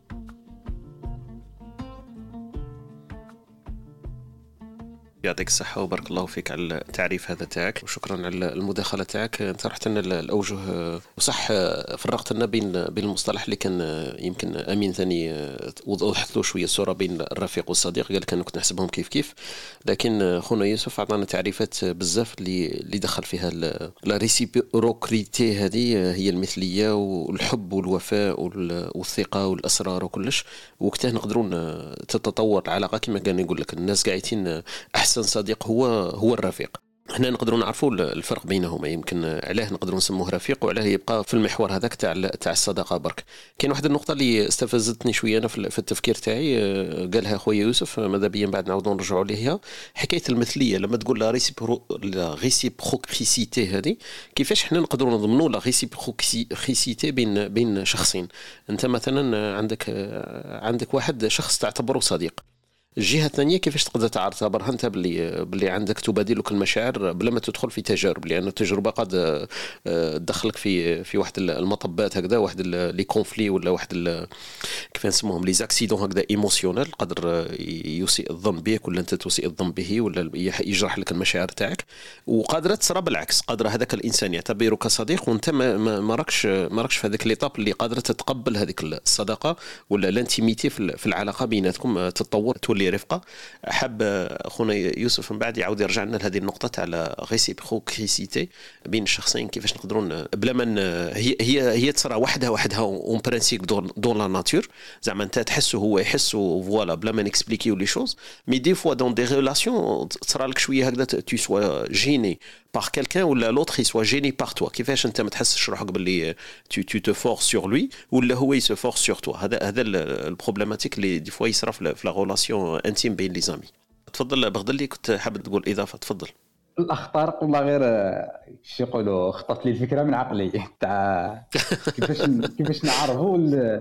يعطيك الصحة وبارك الله فيك على التعريف هذا تاعك، وشكرا على المداخلة تاعك. انت رحت لنا الأوجه، وصح فرقت لنا بين المصطلح اللي كان يمكن أمين ثاني وضحت له شوية الصورة بين الرفيق والصديق، قال كان كنت نحسبهم كيف، لكن خونا يوسف عطانا تعريفات بزاف اللي دخل فيها لا ريسيبروكريتي، هذه هي المثلية والحب والوفاء والثقة والأسرار وكلش. وقتها نقدرون تتطور العلاقة كما كان يقول لك الناس قاعدين أحسن صديق هو الرفيق. هنا نقدروا نعرفوا الفرق بينهما، يمكن علاه نقدروا نسموه رفيق وعلاه يبقى في المحور هذاك تاع الصداقه برك. كاين واحد النقطه اللي استفزتني شويه انا في التفكير تاعي، قالها خويا يوسف، ماذا بيا بعد نعاودوا نرجعوا ليها، حكايه المثليه. لما تقول لا ريسيبروكسيتي هذه، كيفاش احنا نقدروا نضمنوا لا ريسيبروكسيتي بين شخصين؟ انت مثلا عندك واحد شخص تعتبره صديق، الجهه الثانيه كيفاش تقدر تعتبرها انت باللي عندك تبادلك المشاعر بلا ما تدخل في تجارب، لان التجربه قد تدخلك في واحد المطبات هكذا، واحد لي كونفلي ولا واحد كيف نسموهم لي زاكسيدون هكذا ايموشنال، قدر يسيء الظن بك ولا انت تسيء الظن به ولا يجرح لك المشاعر تاعك. وقادره تصرى بالعكس، قادر هذاك الانسان يعتبرك صديق وانت ما راكش في هذاك ليطاب اللي قادره تتقبل هذيك الصداقه ولا الانتيميتي في العلاقه بيناتكم تتطور تولي رفقه. حاب اخونا يوسف من بعد يعاود يرجع لنا لهذه النقطه تاع لا ريسيبروكسيتي بين الشخصين، كيفاش نقدرون بلا ما هي تصرى وحدها اون برانسيب دون لا ناتور، زعما انت تحس وهو يحس فوالا بلا ما نكسبليكيو لي شوز. مي دي فوا دون دي ريلاسيون تصرى لك شويه هكذا تو سوا جيني par quelqu'un ولا l'autre il soit gêné par toi. كيفاش انت ما تحسش روحك باللي tu te forces sur lui ولا هو se force sur toi؟ هذا البروبليماتيك اللي دي فوا يصرا في لا ريلاسيون انتيم بين لي زامي. تفضل بغدلي، كنت حابب تقول اضافه، تفضل. الاخ طارق والله غير شي يقولوا خطط لي الفكره من عقلي تاع كيفاش نعرفوا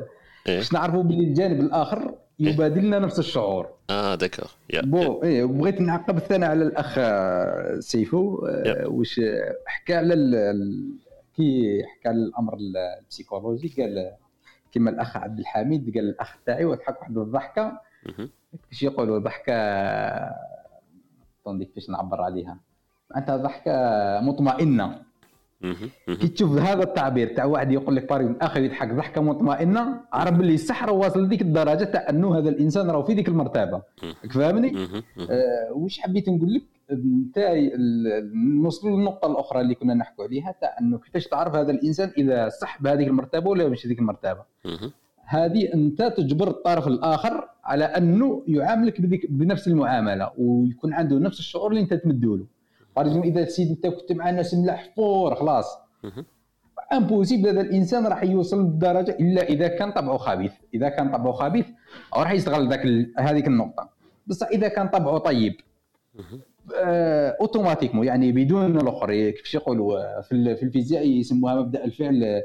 باش نعرفوا باللي الجانب الاخر يبادلنا نفس الشعور. داكور. بون بغيت نعقب الثاني على الاخ سيفو. واش حكى على كي حكى الامر البسيكولوجي، قال كما الاخ عبد الحميد قال الاخ تاعي وضحك واحد الضحكه كيفاش يقولوا ضحكه طوندي كيفاش نعبر عليها، معناتها ضحكه مطمئنه. كي تشوف هذا التعبير تاع واحد يقول لك بارين اخي يضحك ضحكه مطمئنه، عرف باللي السحر واصل لديك الدرجه تاع انه هذا الانسان راه في ديك المرتبه. فهمني؟ واش حبيت نقول لك نتاي نوصلوا للنقطه الاخرى اللي كنا نحكوا عليها تاع انه كيفاش تعرف هذا الانسان اذا صح بهذه المرتبه ولا مش هذيك المرتبه. هذه انت تجبر الطرف الاخر على انه يعاملك بنفس المعامله ويكون عنده نفس الشعور اللي انت تمدوا له. باريزون اذا سيدي انت كنت مع ناس ملاح فور خلاص امبوسيبل هذا الانسان راح يوصل للدرجه الا اذا كان طبعه خبيث. اذا كان طبعه خبيث راح يستغل هذيك النقطه. بس اذا كان طبعه طيب اوتوماتيكمون يعني بدون الاخر، كيفاش يقولوا في الفيزياء يسموها مبدا الفعل.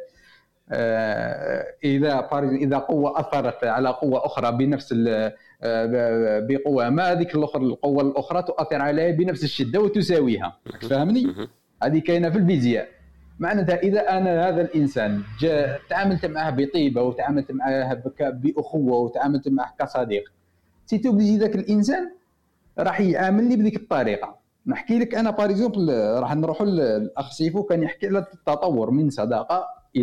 اذا قوه اثرت على قوه اخرى بنفس بقوه ما، هذيك القوه الاخرى تؤثر عليها بنفس الشده وتساويها. فاهمني؟ هذه كاينه في الفيزياء. معناتها اذا انا هذا الانسان تعاملت معه بطيبه وتعاملت معه باخوه وتعاملت معه كصديق، سيتوبليجي ذاك الانسان راح يعاملني بذيك الطريقه. نحكي لك انا باريزومبل راح نروحوا للاخ سيفو كان يحكي على التطور من صداقه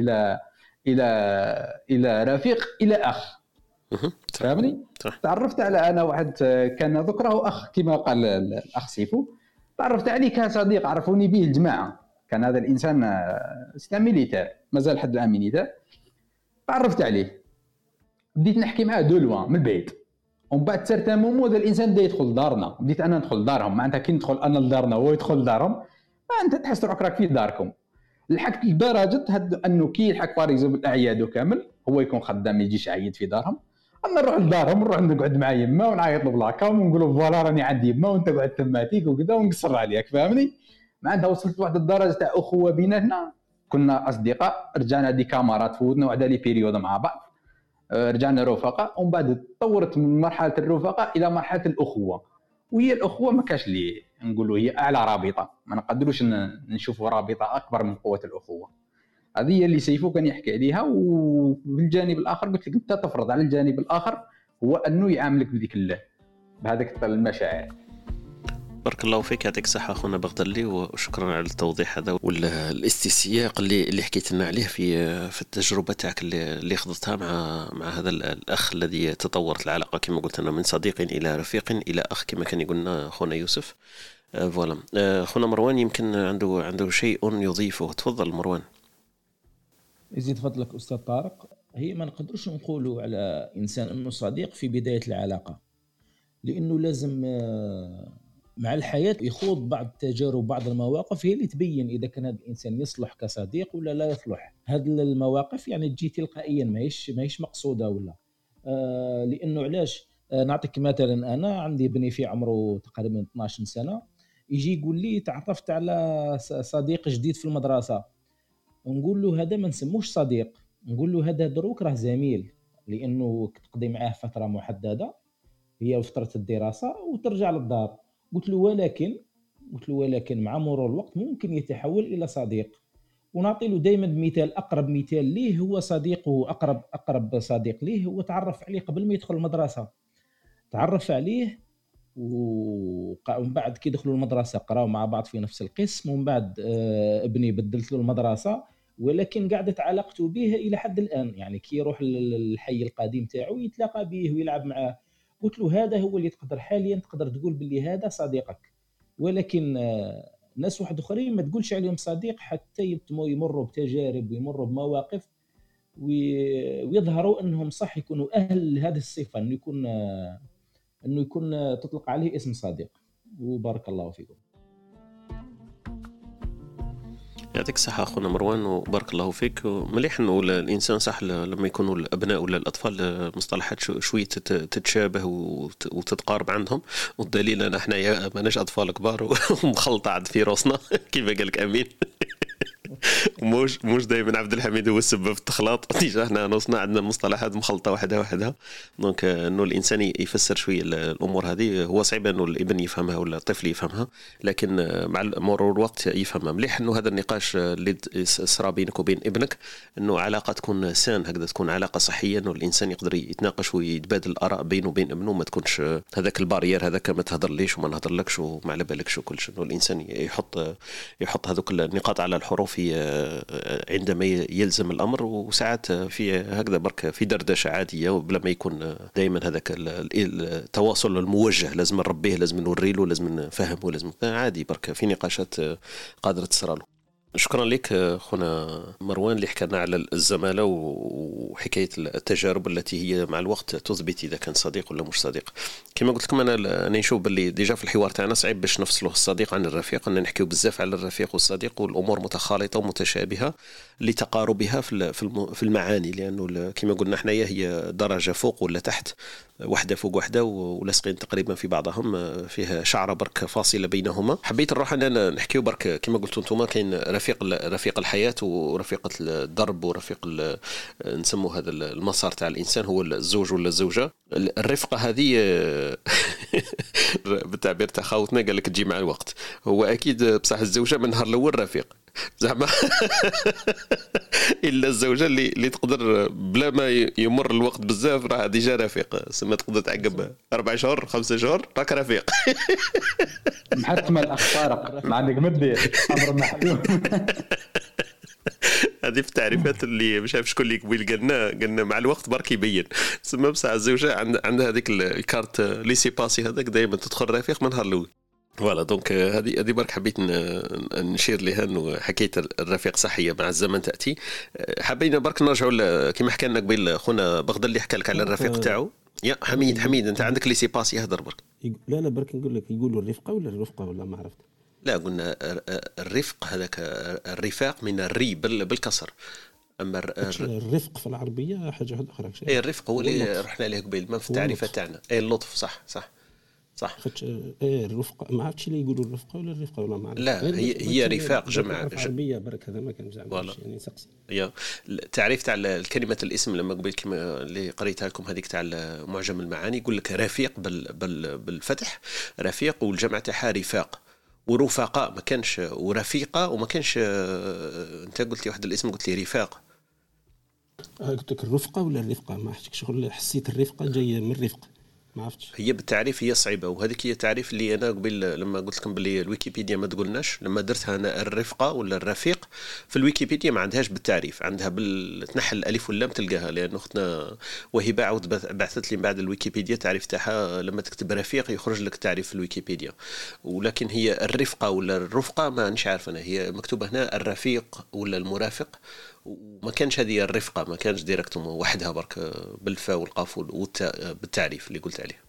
الى رفيق الى اخ. فاهمني؟ تعرفت على انا واحد كان ذكره اخ كما قال الاخ سيفو، تعرفت عليه كصديق عرفوني به الجماعه. كان هذا الانسان سيتا ميليتير مازال حد الان ميليتير. تعرفت عليه بديت نحكي معاه دولوا من بعيد، ومن بعد سيرتان مومو هذا الانسان بدا يدخل دارنا، بديت انا ندخل دارهم. معناتها كي ندخل انا لدارنا وهو يدخل دارهم انت تحس روحك راك في داركم. لحقت لدرجه انه كي يلحق باريزوم الاعياد وكامل هو يكون خدام ما يجيش عيد في دارهم، انا نروح لدارهم نروح نقعد مع يما ونعيط له بلاكام ونقول له فوالا راني عندي يما وانت قاعد تماتيك وكذا ونقصر عليك. فاهمني؟ معناتها وصلت لواحد الدرجه تاع اخوه بيناتنا، كنا اصدقاء، رجعنا دي كامارات فوتنا وعدا لي بيريود مع بعض، رجعنا رفقاء، ومن بعد تطورت من مرحله الرفقاء الى مرحله الاخوه. وهي الاخوه ما كاش لي نقولوا هي اعلى رابطه، ما نقدروش نشوفوا رابطه اكبر من قوه الاخوه. هذه هي اللي سيفو كان يحكي عليها. وبالجانب الاخر قلت لك انت تفرض على الجانب الاخر هو انه يعاملك بهذيك المشاعر. بارك الله فيك، يعطيك الصحة أخونا بغدلي، وشكرا على التوضيح هذا والاستسياق اللي حكيت لنا عليه في التجربة تاعك اللي خضتها مع هذا الأخ الذي تطورت العلاقة كما قلت أنا من صديق إلى رفيق إلى أخ كما كان يقولنا أخونا يوسف. فوالا أخونا مروان يمكن عنده شيء يضيفه. تفضل مروان. يزيد فضلك أستاذ طارق. هي ما نقدرش نقولوا على إنسان أنه صديق في بداية العلاقة، لأنه لازم مع الحياة يخوض بعض التجارب بعض المواقف هي اللي تبين إذا كان هذا الإنسان يصلح كصديق ولا لا يصلح. هذه المواقف يعني تجي تلقائيا ماهيش مقصودة ولا لأنه علاش. نعطيك مثلا أنا عندي ابني في عمره تقريبا 12 سنة، يجي يقول لي تعرفت على صديق جديد في المدرسة، نقول له هذا ما نسموش صديق، نقول له هذا دروك راه زميل، لأنه تقضي معاه فترة محددة هي فترة الدراسة وترجع للدار. قلت له ولكن مع مرور الوقت ممكن يتحول إلى صديق. ونعطي له دائما مثال، أقرب مثال ليه هو صديقه، أقرب صديق ليه هو تعرف عليه قبل ما يدخل المدرسة، تعرف عليه ومن بعد كي دخلوا المدرسة قراوا مع بعض في نفس القسم، ومن بعد ابني بدلت له المدرسة، ولكن قعدت علاقته به إلى حد الآن. يعني كي يروح للحي القديم تاعو يتلاقى به ويلعب معه. قلت له هذا هو اللي تقدر حاليا تقدر تقول باللي هذا صديقك. ولكن ناس واحد اخرين ما تقولش عليهم صديق حتى يمروا بتجارب ويمروا بمواقف ويظهروا انهم صح يكونوا اهل لهذه الصفه، انه يكون تطلق عليه اسم صديق. وبارك الله فيكم. يعطيك الصحة أخونا مروان وبارك الله فيك. مليح أنه الإنسان صح لما يكونوا الأبناء ولا الأطفال مصطلحات شوية تتشابه وتتقارب عندهم، والدليل أن احنا ما ناش أطفال كبار ومخلطة عند في راسنا كيف قالك أمين. مش دائما عبد الحميد هو السبب في التخلاط تجاهنا. نصنع عندنا المصطلحات مخلطه وحدها. دونك انه الانسان يفسر شويه الامور هذه هو صعيب انه الابن يفهمها ولا الطفل يفهمها، لكن مع مرور الوقت يفهمها مليح. انه هذا النقاش اللي صرا بينك وبين ابنك انه علاقه تكون سان هكذا، تكون علاقه صحيه، انه الانسان يقدر يتناقش ويتبادل الاراء بينه وبين ابنه، ما تكونش هذاك البارير هذاك ما تهضرليش وما نهضرلكش وما على بالكش وكل شيء. انه الانسان يحط هذوك النقاط على الحروف عندما يلزم الامر، وساعات في هكذا برك في دردشه عاديه وبلا ما يكون دائما هذاك التواصل الموجه، لازم نربيه، لازم نوري له، لازم نفهمه، لازم عادي برك في نقاشات قادره تصرى له. شكرا لك خونا مروان اللي حكينا على الزمالة وحكاية التجارب التي هي مع الوقت تثبت إذا كان صديق ولا مش صديق. كما قلت لكم أنا نشوف باللي ديجا في الحوار تاعنا صعيب باش نفصله الصديق عن الرفيق، أن نحكيو بزاف على الرفيق والصديق والأمور متخالطة ومتشابهة لتقاربها في المعاني، لأنه كما قلنا حنايا هي درجة فوق ولا تحت، واحدة فوق واحدة ولصقين تقريبا في بعضهم، فيها شعرة برك فاصلة بينهما. حبيت نروح أنا نحكيو برك كما قلتوا أنتم، كاين رفيق الحياة ورفيقة الدرب ورفيق نسمو هذا المسار تاع الإنسان هو الزوج ولا الزوجة. الرفقة هذه بالتعبير تاع خاوتنا قال لك تجي مع الوقت، هو أكيد بصح الزوجة من نهار الأول رفيق زعما الا الزوجه اللي تقدر بلا ما يمر الوقت بزاف راه ديجا رفيق، سما تقدر تعقب 4 شهور 5 شهور راك رفيق. محتمل الاخطار ما عندك مدير امر محدود. هذه في التعريفات اللي مش عارف شكون اللي قبيل قالنا مع الوقت برك يبين. سما بصح الزوجه عندها هذيك الكارت ليسي باسي هذاك دائما تدخل رفيق من نهار الاول. فوالا دونك هذه برك حبيت نشير لها انه حكايه الرفيق صحيه مع الزمن تاتي. حبينا برك نرجعوا كما حكى لنا قبيل خونا بغداد اللي حكى لك على الرفيق تاعو. يا حميد انت عندك لي سي باسي هضر برك. لا برك نقول لك يقولوا الرفقه ولا الرفقه ولا ما عرفت. لا قلنا الرفق هذاك الرفاق من الري بالكسر، اما الرفق في العربيه حاجه اخرى. اي الرفق هو اللي رحنا له قبيل ما في التعريفات تاعنا. اي اللطف صح الرفقه ما عرفتش اللي يقولوا الرفقه ولا الرفقه ولا ما عرفت. لا هي رفاق جمع عربيه برك هذا ما كان زعما يعني سقسي. يا التعريف تاع الكلمه الاسم لما قبل كما اللي قريتها لكم هذيك تاع معجم المعاني يقول لك رفيق بالفتح رفيق، والجمع تاعها رفاق، ورفقاء ما كانش، ورفيقه وما كانش. انت قلت لي واحد الاسم قلت لي رفاق. قلت لك الرفقه ولا الرفقه ما عرفتش، شغل حسيت الرفقه جايه من الرفق ما عرفتش. هي بالتعريف هي صعيبه، وهذيك هي التعريف اللي انا قبل لما قلت لكم باللي الويكيبيديا ما تقولناش، لما درتها انا الرفقه ولا الرفيق في الويكيبيديا ما عندهاش بالتعريف، عندها تنحل الالف واللام تلقاها، لان اختنا وهبه عاود بعثت لي بعد الويكيبيديا تعريف تاعها، لما تكتب رفيق يخرج لك تعريف في الويكيبيديا، ولكن هي الرفقه ولا الرفقه ما نش عارف انا، هي مكتوبه هنا الرفيق ولا المرافق، وما كانش هذه الرفقه، ما كانش ديريكتوم وحدها برك بالفاء والقاف والتاء بالتعريف اللي قلت عليه.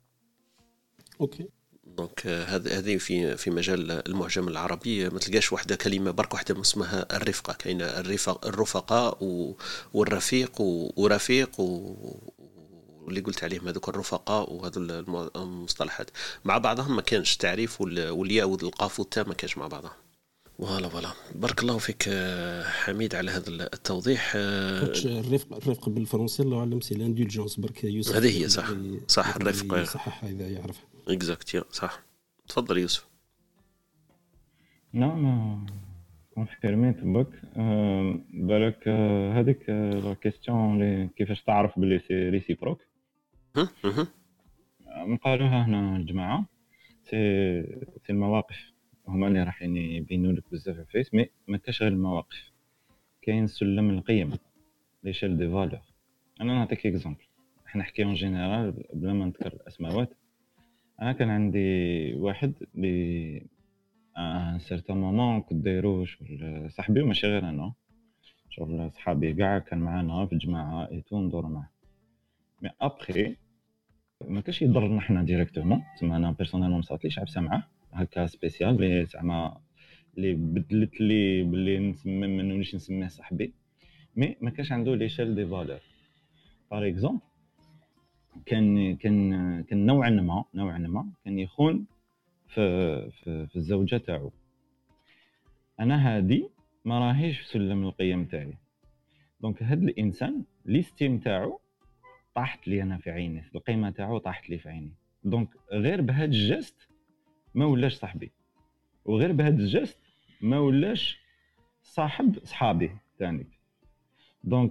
اوكي دونك هذه في مجال المعجم العربي ما تلقاش واحده كلمه برك واحده اسمها الرفقه، كاينه الرفقاء والرفيق ورفيق واللي قلت عليهم هذوك الرفقاء، وهذو المصطلحات مع بعضهم ما كانش تعريف، والياء والقاف والتاء ما كانش مع بعضهم. فوالا بارك الله فيك حميد على هذا التوضيح. الرفق بالفرنسي الله اعلم سي لاندولجونس برك يوسف. هذه هي صح الرفق صح اذا يعرفها اكزاكت صح. تفضل يوسف. نعم كونفيرميت بك بالك هذيك لا كيستيون كيفاش تعرف بلي سي ريسيبروك نقالوها هنا الجماعه سي المواقف هما اللي راح يبينوا لك بزاف في الفيس، مي ما كاش غير المواقف، كاين سلم القيم ليشيل دي فالور. انا نعطيك اكزامبل، احنا نحكي اون جينيرال بلا ما نذكر الاسماءات. انا كان عندي واحد اللي ان سيرتان مومون كنت دايرو شغل صاحبي وماشي غير انا، شغل صحابي كاع كان معنا في الجماعه ايتو ندور معاه، مي ابخي ما كاش يضرنا حنا ديريكتومون، تما انا بيرسونيلمون مصاتليش عبسه معاه هكا سبيسيال اللي زعما اللي بدلت لي باللي نسمي ما نوليش نسميه صاحبي، مي ما كاش عنده ليشيل دي فالور. باغ اكزومبل كان نوعا ما كان يخون في الزوجه تاعو. انا هادي ما راهيش في سلم القيم تاعي. دونك هاد الانسان ليستيم تاعو طاحت لي انا في عيني، القيمه تاعو طاحت لي في عيني. دونك غير بهاد الجست ما ولاش صاحبي، وغير بهاد الجست ما ولاش صاحب صحابي تاني. دونك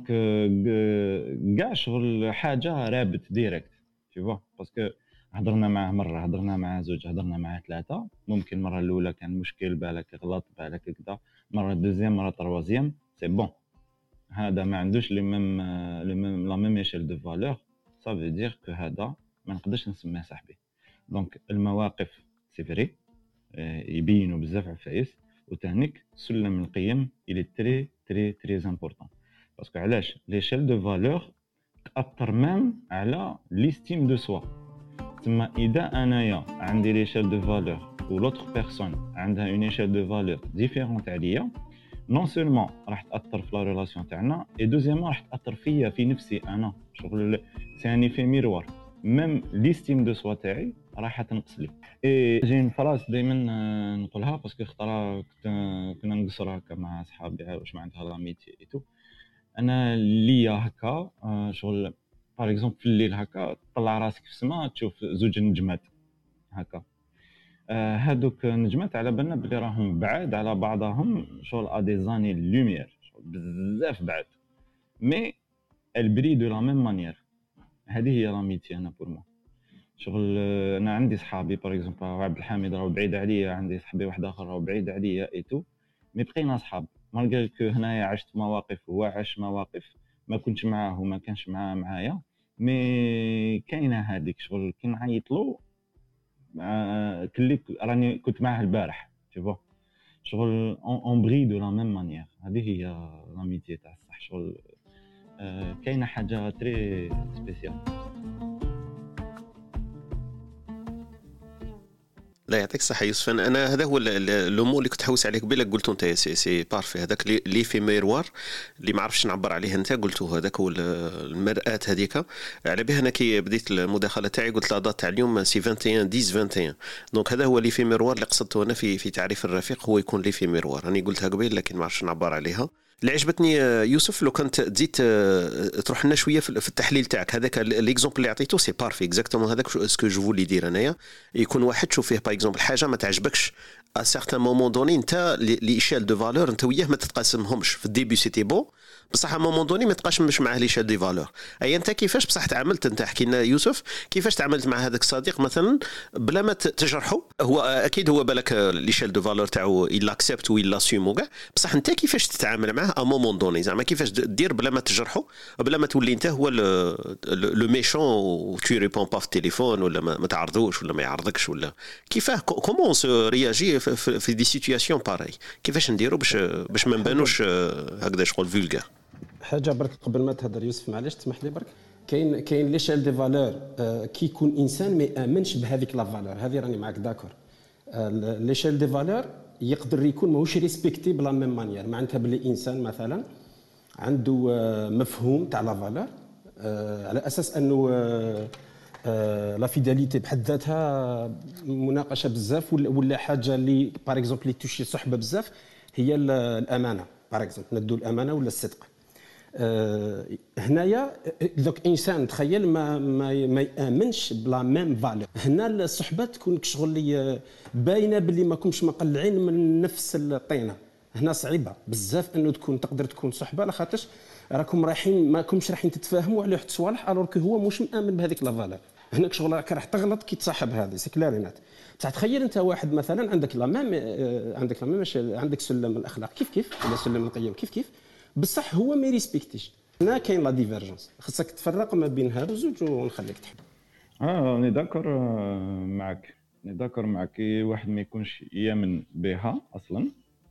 كاع شغل حاجه رابط ديريكت tu vois باسكو هضرنا معاه مره، هضرنا معاه زوج، هضرنا معاه ثلاثه، ممكن المره الاولى كان مشكل، بالك غلط، بالك كذا، مره دوزيام، مره تروازيام، سي بون. هذا ما عندوش لي ميم لا ميم ايشيل دو فالور، ça veut dire que هذا ما نقدرش نسميه صاحبي. دونك المواقف سي فري يبينوا بزاف عفايس، وتانيك سلم القيم الى تري تري تري امبورطون. باسكو علاش ليشيل دو فالور تاثر مام على ليستيم دو سوا. تما اذا انايا عندي ليشيل دو فالور و لوتر بيرسون عندها اون ايشيل دو فالور ديفيرونت عليا، نون سولمون راح تاثر في لا ريلاسيون تاعنا، اي دوزيامون راح تاثر فيا في نفسي انا. شغل ثاني في ميروار، ميم ليستيم دو سوا تاعي راح تنقص لي. اي جين فراس دائما نقولها باسكو خطره كنا نقصر هكا مع صحابي واش معناتها لاميتي اي تو. انا ليا هكا شغل باغ اكزومبل في الليل هكا طلع راسك في السماء تشوف زوج نجمات هكا، هادوك نجمات على بالنا بلي راهم بعاد على بعضهم شغل ا دي زاني لوميير، بزاف بعاد، مي البري دو لا ميم مانيير. هذه هي لاميتي انا بور مو. شغل انا عندي صحابي باغ اكزومبل عبد الحميد راه بعيد عليا، عندي صاحبي واحد اخر راه بعيد عليا اي تو، مي بقينا صحاب مالغري كو هنايا عشت مواقف هو عاش مواقف ما كنتش معاه وما كانش معايا، مي كاينه هذيك شغل كي نعيط له كلي راني كنت معاه البارح tu vois شغل اون بري دو لا ميم مانيير. هذه هي لاميتي تاع الصح. شغل كاينه حاجه تري سبيسيال. لا يعطيك الصحة يوسف. أنا هذا هو لومو اللي كنت حوس عليك بلا قلتو أنت سي بارفي. هذاك اللي في ميروار اللي ما عرفتش نعبر عليه أنت قلتو، هذاك هو المرآة هذيك. على بها أنا كي بديت المداخلة تاعي قلت لا دات تاع اليوم سي 21 10 21. دونك هذا هو اللي في ميروار اللي قصدته أنا في تعريف الرفيق، هو يكون اللي في ميروار. أنا قلتها قبل لكن ما عرفتش نعبر عليها. اللي عجبتني يوسف لو كنت تزيد تروح لنا شويه في التحليل تاعك. هذاك ليكزومبل اللي عطيته سي بارفي اكزاكتومون. هذاك سكو جو فولي دير انايا، يكون واحد تشوف فيه باغ اكزومبل حاجه ما تعجبكش ا سيغتان مومون دوني، انت ليشيل دو فالور انت وياه ما تتقاسمهمش. في الديبي سيتي بون، بصح ا مومون دوني ما تقاسمش معاه ليشيل دي فالور. اي انت كيفاش بصح تعاملت؟ انت حكي لنا يوسف كيفاش تعاملت مع هذاك الصديق مثلا بلا ما تجرحه. هو اكيد هو بالك ليشيل دو فالور تاعو الا اكسبت و الا اسيوم وكاع، بصح انت كيفاش تتعامل معاه ا مومون دوني؟ زعما كيفاش دير بلا ما تجرحه، بلا ما تولي انت هو لو ميشون و tu réponds pas في التليفون ولا ما تعرضوش ولا ما يعرضكش ولا كيفاه كومون سو رياجي في دي سيتوياسيون باراي؟ كيفاش نديروا باش ما نبانوش هكذا شغل فولغار؟ حاجه برك قبل ما تهضر يوسف معليش تسمح لي برك. كاين ليشيل دي فالور كي يكون انسان ما يامنش بهذيك لا فالور هذه، راني معك داكور. ليشيل دي فالور يقدر يكون ماهوش ريسبكتي بلا ميم مانيير. معناتها بلي انسان مثلا عنده مفهوم تاع لا فالور على اساس انه لا فيداليتي بحد ذاتها مناقشه بزاف، ولا حاجه اللي باغ اكزومبل اللي توشي صحبه بزاف هي الامانه. باغ اكزومبل ندو الامانه ولا الصدق. هنايا دوك انسان تخيل ما يامنش بلا ميم فالور، هنا الصحبه تكون شغل اللي باينه باللي ما كومش مقلعين من نفس الطينه. هنا صعيبه بزاف انه تقدر تكون صحبه لخاطرش راكم رايحين ما كومش رايحين تتفاهموا على واحد الصوالح الوغ هو مش مامن بهذيك لا فالور. هناك شغل راك تغلط كي تصاحب هذه سي كلارينات. بصح تخيل انت واحد مثلا عندك لا ميم عندك سلم الاخلاق كيف ولا سلم القيم كيف بصح هو ما يريسبكتيش. هنا كاين لا ديفيرجونس، خصك تفرق ما بين هادو زوج ونخليك تحب. راني داكور معك، كي واحد ما يكونش يامن بها اصلا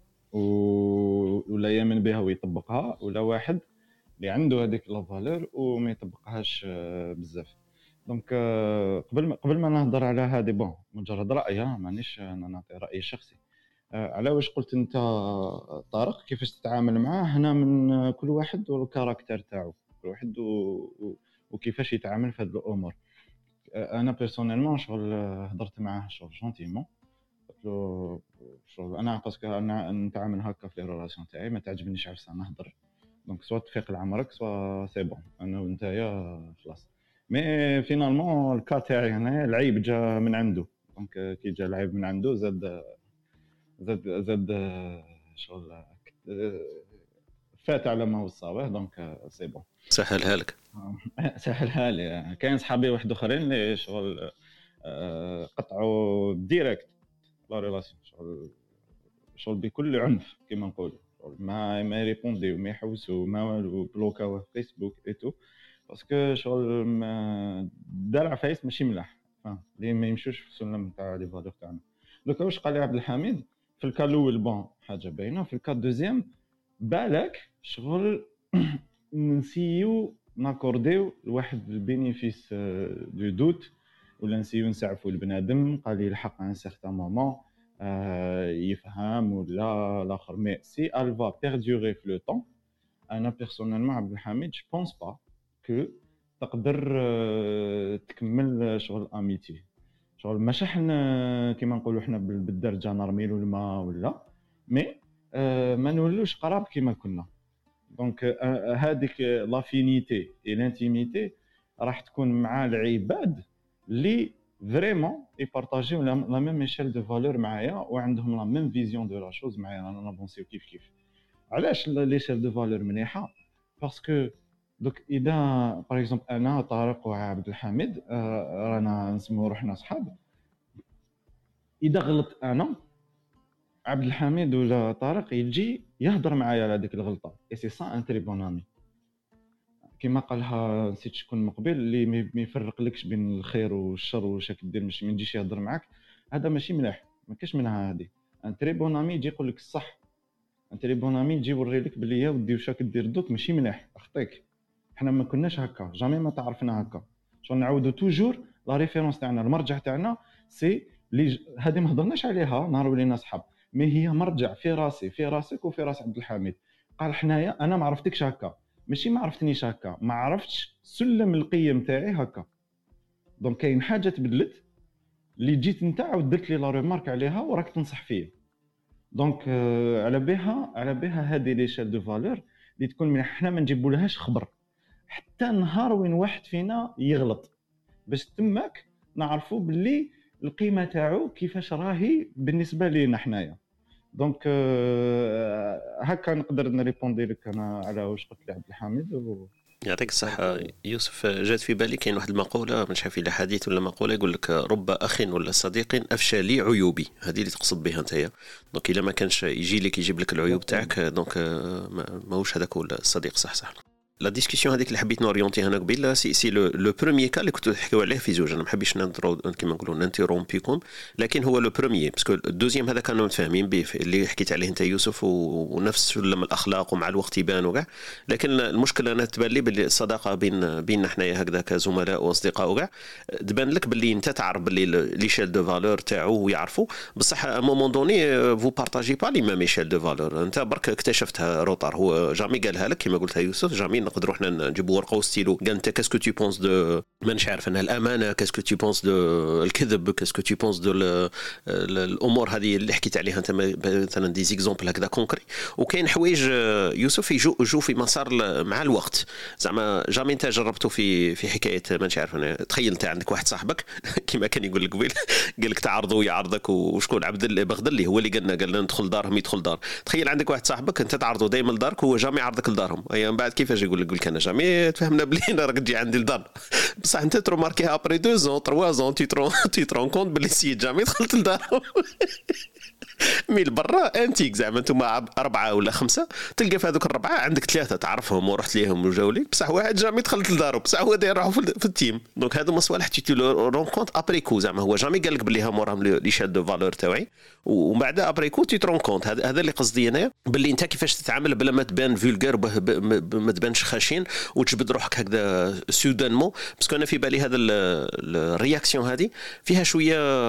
ولا يامن بها ويطبقها، ولا واحد اللي عنده هذيك لا فالور وما يطبقهاش بزاف. دونك قبل ما نهضر على هذه بون مجرد راي، مانيش انا نعطي رايي الشخصي على واش قلت انت طارق كيفاش تتعامل معاه. هنا من كل واحد والكاركتر تاعو، كل واحد وكيفاش يتعامل في هذه الامور. انا بيرسونيلمون شغل هضرت معاه شغل جونتيمون قلت له شغل انا باسكو انا نتعامل هكا في لي ريلاسيون تاعي ما تعجبنيش عفسه نهضر دونك سوا تفيق لعمرك سوا سي بون انا وانتيا خلاص. مي فينالمون الكا تاعي هنا العيب جا من عنده دونك كي جا العيب من عنده زاد شغل فات على ما وصاوه دونك سي بون سهلها لك. سهلها لي. كاين صحابي واحد اخرين اللي شغل قطعوا ديريكت لا ريلاسيون شغل بكل عنف كما نقولوا ما يريبونديو ما يحوسوا ما والو بلوكاو فيسبوك اي تو باسكو شغل دار عفايس ماشي ملاح اللي ما يمشوش في السلم تاع لي فالور تاعنا. دوك واش قال لي عبد الحميد في الكا الاول بون حاجه باينه في الكا دوزيام بالك شغل نسيو ناكورديو لواحد البينيفيس دو دوت ولا نسيو نسعفوا البنادم قال لي الحق ان سيغتان مومون يفهم ولا الاخر مي سي elle va perdurer في لو طون انا بيرسونيلمون عبد الحميد جو بونس با كو تقدر تكمل شغل اميتي شغل ماشي حنا كيما نقولوا حنا بالدرجه نرميلو الماء ولا مي ما نولوش قراب كيما كنا. دونك هذيك لافينيتي اي لانتيميتي راح تكون مع العباد اللي فريمون يبارطاجيو لا ميم ايشيل دو فالور معايا وعندهم لا ميم فيزيون دو لا شوز معايا انا نافونسيو كيف. علاش ليشيل دو فالور مليحه باسكو دوك اذا باغ اكزومبل انا طارق وعبد الحميد رانا نسمو روحنا صحاب اذا غلط انا عبد الحميد ولا طارق يجي يهضر معايا على هذيك الغلطه اي سي سا ان تري بون امي كما قالها نسيت شكون مقبل اللي ما يفرقلكش بين الخير والشر واش راك دير ماشي ما يجيش يهضر معاك هذا ماشي مليح ما كاش منها هذه. ان تري بون امي يجي يقول لك الصح ان تري بون امي يجي يوري لك بلي يا ودي واش راك دير دوك ماشي مليح اخطيك حنا ما كناش هكا جامي ما تعرفنا هكا شغل نعاودو توجور لا ريفيرونس تاعنا المرجع تاعنا سي لي هذه ما هضرناش عليها نهار ولينا صحاب مي هي مرجع في راسي في راسك وفي راس عبد الحميد. قال حنايا انا ما عرفتكش هكا ماشي ما عرفتنيش هكا ما عرفتش سلم القيم تاعي هكا دونك كاين حاجه تبدلت اللي جيت انت عاود درت لي لا ريمارك عليها وراك تنصح فيه دونك على بها هذه لي شيل دو فالور اللي تكون من حنا ما نجيبولهاش خبر حتى نهار وين واحد فينا يغلط باش تماك نعرفوا باللي القيمه تاعو كيفاش راهي بالنسبه لينا حنايا. دونك هكا نقدر نريبوندي لك انا على واش قلت لي عبد الحميد يعطيك الصحة يوسف. جات في بالي كاين واحد المقولة مش عارف إلا حديث ولا مقولة يقول لك رب أخ ولا صديق أفشى لي عيوبي هذه اللي تقصد بها نتايا. دونك إلا ما كانش يجي لك يجيب لك العيوب تاعك دونك ماهوش هذاك هو الصديق صح. لا ديسكسيون هذيك اللي حبيت نوريونتي هنا قبيل سي لو بروميير كا اللي كنتو تحكيو عليه في زوج. انا ما حبيتش كيما نقولوا نانتيرومبيكم لكن هو لو بروميير باسكو الدوزيام هذا كانوا متفاهمين به اللي حكيت عليه انت يوسف ونفس سلم الاخلاق ومع الوقت يبان وكاع. لكن المشكله انا تبان لي باللي الصداقه بيننا حنايا هكذا كزملاء واصدقاء وكاع تبان لك باللي انت تعرف باللي ليشيل دو فالور تاعو ويعرفوا بصح ا مومون دوني فو بارطاجي با لي ميم ايشيل دو فالور. انت برك اكتشفتها روطار هو جامي قالها لك كيما قلتها يوسف جامي نقدروا احنا نجيبوا ورقه وستيلو قال انت كاسكو تي بونس دو مانيش عارف انا الامانه كاسكو تي بونس دو الكذب كاسكو تي بونس دو الامور هذه اللي حكيت عليها انت مثلا دي زيكزامبل هكذا كونكري. وكاين حوايج يوسف يجوا في مسار مع الوقت زعما جامي انت جربته في حكايه مانيش عارف انا تخيل انت عندك واحد صاحبك كيما كان يقول لك قبيل قال لك تعرضوا يعرضك وشكون عبد الله بغدلي هو اللي قال لنا ندخل دارهم يدخل دار. تخيل عندك واحد صاحبك انت تعرضوا دائما لدارك هو جامي يعرضك لدارهم اي من بعد كيفاش يقول لك انا جامي تفهمنا بلي انا راك تجي عندي لدار بصح انت تروماركيها ابري 2 زون 3 زون تي ترون كونت بلي سي جامي دخلت لدارهم ميل برا انتيك زعما نتوما 4 ولا 5 تلقى في هذوك 4 عندك 3 تعرفهم ورحت ليهم وجاو لك بصح واحد جامي دخلت لدارو بصح هو داير في التيم. دونك هذو مصالح تي رون كونت ابري كو زعما هو جامي قال لك بلي هم وراهم لي شاد دو فالور تاعي ومن بعد ابري كو تي رون كونت هذا اللي قصدي انا باللي انت كيفاش تتعامل بلا ما تبان فولغار ما تبانش خاشين وتجبد روحك هكذا سودانمون باسكو انا في بالي هذا الرياكسيون هذه فيها شويه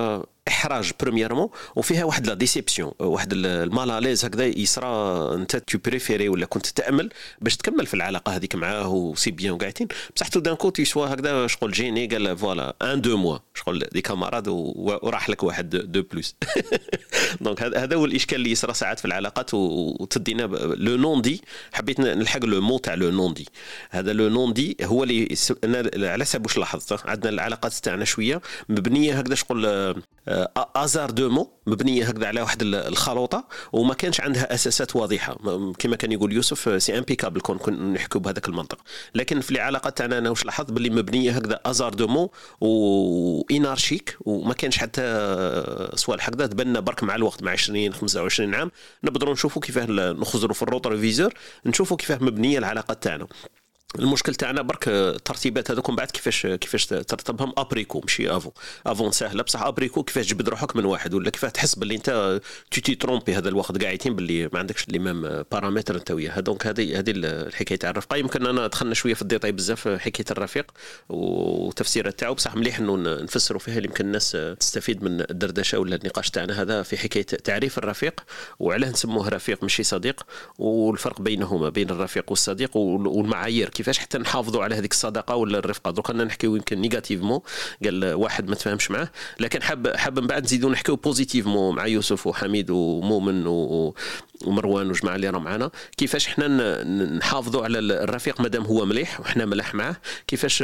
احراج بريميرمون، وفيها واحد لا ديسيبسيون، واحد المالاليز هكذا يصرى. انت تو بريفيري ولا كنت تامل باش تكمل في العلاقه هذيك معاه وسي بيان وقاعدين، بصح تو دان كو سوا هكذا شغل جيني قال فوالا 1-2 موا شغل دي كاماراد وراح لك واحد 2 بلس. دونك هذا هو الاشكال اللي يصرى ساعات في العلاقات وتدينا لو نون دي. حبيت نلحق لو مو تاع لو نون دي. هذا لو نون دي هو اللي انا على حسب واش لاحظت عندنا العلاقات تاعنا شويه مبنيه هكذا شغل ازار دو مو، مبنيه هكذا على واحد الخلوطه وما كانش عندها اساسات واضحه كما كان يقول يوسف. سي امبيكابل كون نحكوا بهذاك المنطق. لكن في العلاقات تاعنا انا واش لاحظت باللي مبنيه هكذا ازار دو مو وانارشيك، وما كانش حتى صوالح هكذا تبنى برك مع الوقت. مع 20 25 عام نقدروا نشوفوا كيفاه نخزروا في الروترفيزور نشوفوا كيفاه مبنيه العلاقات تاعنا. المشكل تاعنا برك ترتيبات هذوك من بعد كيفاش ترتبهم ابريكو ماشي افون سهله، بصح ابريكو كيفاش تجبد روحك من واحد ولا كيفاه تحس باللي انت تي ترومبي هذا الوقت قاعدين باللي ما عندكش لي ميم بارامتر انت وياه. دونك هذه الحكايه تاع الرفقه. يمكن انا دخلنا شويه في الديتاي بزاف حكايه الرفيق وتفسيرات تاعو، بصح مليح انه نفسروا فيها يمكن الناس تستفيد من الدردشه ولا النقاش تاعنا هذا في حكايه تعريف الرفيق وعلاه نسموه رفيق ماشي صديق، والفرق بينهما بين الرفيق والصديق والمعايير كيفاش حتى نحافظوا على هذيك الصداقه ولا الرفقه. دوك انا نحكيو يمكن نيجاتيفمون قال واحد ما تفهمش معاه، لكن حاب من بعد نزيدوا نحكيو بوزيتيفمون مع يوسف وحميد ومؤمن ومروان وجماعه اللي راهم معنا، كيفاش احنا نحافظوا على الرفيق مادام هو مليح وحنا ملح معاه، كيفاش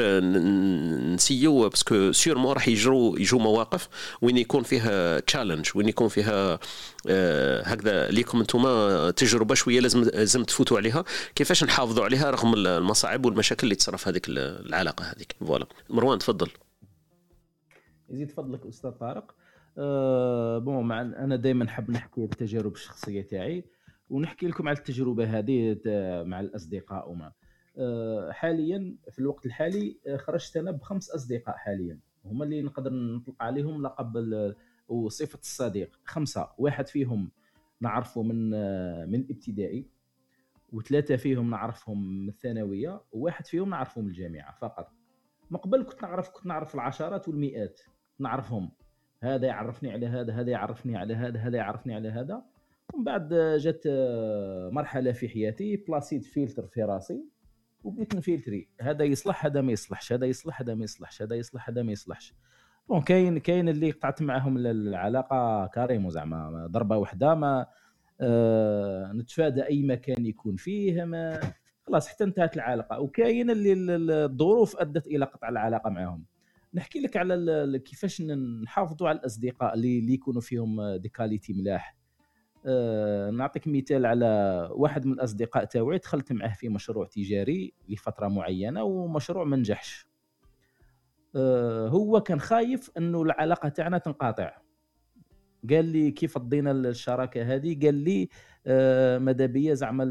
نسيو باسكو سيرمون راح يجوا مواقف وين يكون فيها تشالنج، وين يكون فيها هكذا ليكم انتم تجربه شويه لازم تفوتوا عليها، كيفاش نحافظوا عليها رغم المصاعب والمشاكل اللي تصرف هذيك العلاقه هذيك. فوالا مروان تفضل. يزيد فضلك استاذ طارق. بون انا دائما نحب نحكي التجارب الشخصيه تاعي ونحكي لكم على التجربه هذه مع الاصدقاء وما حاليا في الوقت الحالي خرجت انا ب5 اصدقاء حاليا، هما اللي نقدر نطلق عليهم لقب وصفه الصديق. 5 واحد فيهم نعرفه من ابتدائي، و3 فيهم نعرفهم من الثانويه، وواحد فيهم نعرفه من الجامعه فقط. من قبل كنت نعرف العشرات والمئات، نعرفهم هذا يعرفني على هذا، هذا يعرفني على هذا، هذا يعرفني على هذا. ومن بعد جت مرحله في حياتي بلاسيت فلتر في راسي وبديت نفلتري، هذا يصلح هذا ما يصلحش، هذا يصلح هذا ما يصلحش، هذا يصلح هذا ما يصلحش. بون كاين اللي قطعت معهم العلاقه كاريمو زعما ضربه واحده، ما نتفادى اي مكان يكون فيه، ما خلاص حتى انتهت العلاقه. وكاين اللي الظروف ادت الى قطع العلاقه معهم. نحكي لك على كيفاش نحافظوا على الاصدقاء اللي يكونوا فيهم ديكاليتي ملاح. نعطيك مثال على واحد من الاصدقاء تاوعي دخلت معه في مشروع تجاري لفتره معينه ومشروع ما نجحش. هو كان خايف انه العلاقه تاعنا تنقطع، قال لي كيف ضينا الشراكه هذه، قال لي ماذا بيا زعما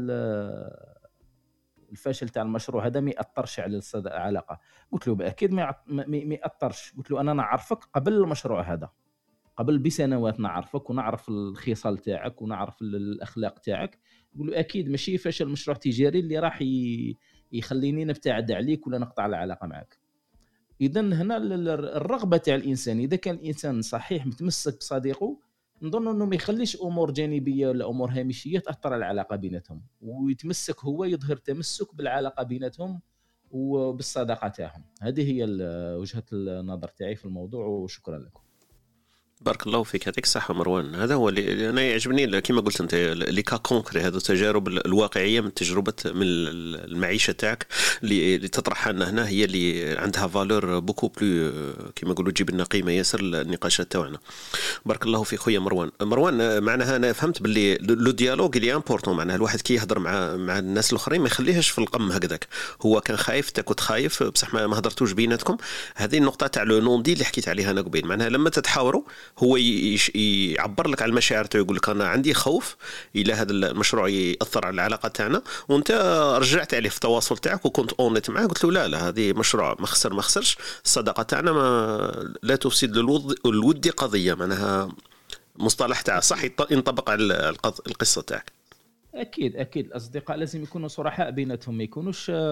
الفشل تاع المشروع هذا ما ياثرش على العلاقه. قلت له باكيد ما ياثرش. قلت له انا نعرفك قبل المشروع هذا، قبل بسنوات نعرفك ونعرف الخصال تاعك ونعرف الاخلاق تاعك. يقول له اكيد ماشي فشل مشروع تجاري اللي راح يخليني نبتعد عليك ولا نقطع العلاقه معك. اذا هنا الرغبه تاع الانسان، اذا كان الانسان صحيح متمسك بصديقه، نظن انه ما يخليش امور جانبيه ولا امور هامشيه تاثر على العلاقه بيناتهم، ويتمسك هو يظهر تمسك بالعلاقه بيناتهم وبالصداقه تاعهم. هذه هي وجهه النظر تاعي في الموضوع، وشكرا لكم. بارك الله فيك، يعطيك الصحة مروان. هذا هو اللي أنا يعجبني كما قلت أنت، اللي كونكري، هذا التجارب الواقعية من تجربة من المعيشة تاعك اللي تطرحها هنا، هي اللي عندها فالور بوكو بلو كما يقولوا تجيب لنا قيمة ياسر النقاشات تاعنا. بارك الله فيك خويا مروان. معناها أنا فهمت باللي لو ديالوغ اللي امبورطون، معناها الواحد كي يهضر مع الناس الآخرين ما يخليهش في القم هكذاك. هو كان خايف، انت كنت خايف بصح ما هضرتوش بيناتكم. هذه النقطة تاع لو نون دي اللي حكيت عليها أنا قبيل، معناها لما تتحاوروا هو يعبر لك على المشاعر تاعو، يقول لك انا عندي خوف الى هذا المشروع ياثر على العلاقه تاعنا، وانت رجعت عليه في التواصل تاعك وكنت اونيت معاه، قلت له لا هذه مشروع ما خسرش الصداقه تاعنا، لا تفسد الود قضيه. معناها مصطلح تاع صح ينطبق على القصه تاعك. اكيد الاصدقاء لازم يكونوا صرحاء بيناتهم، ما يكونوش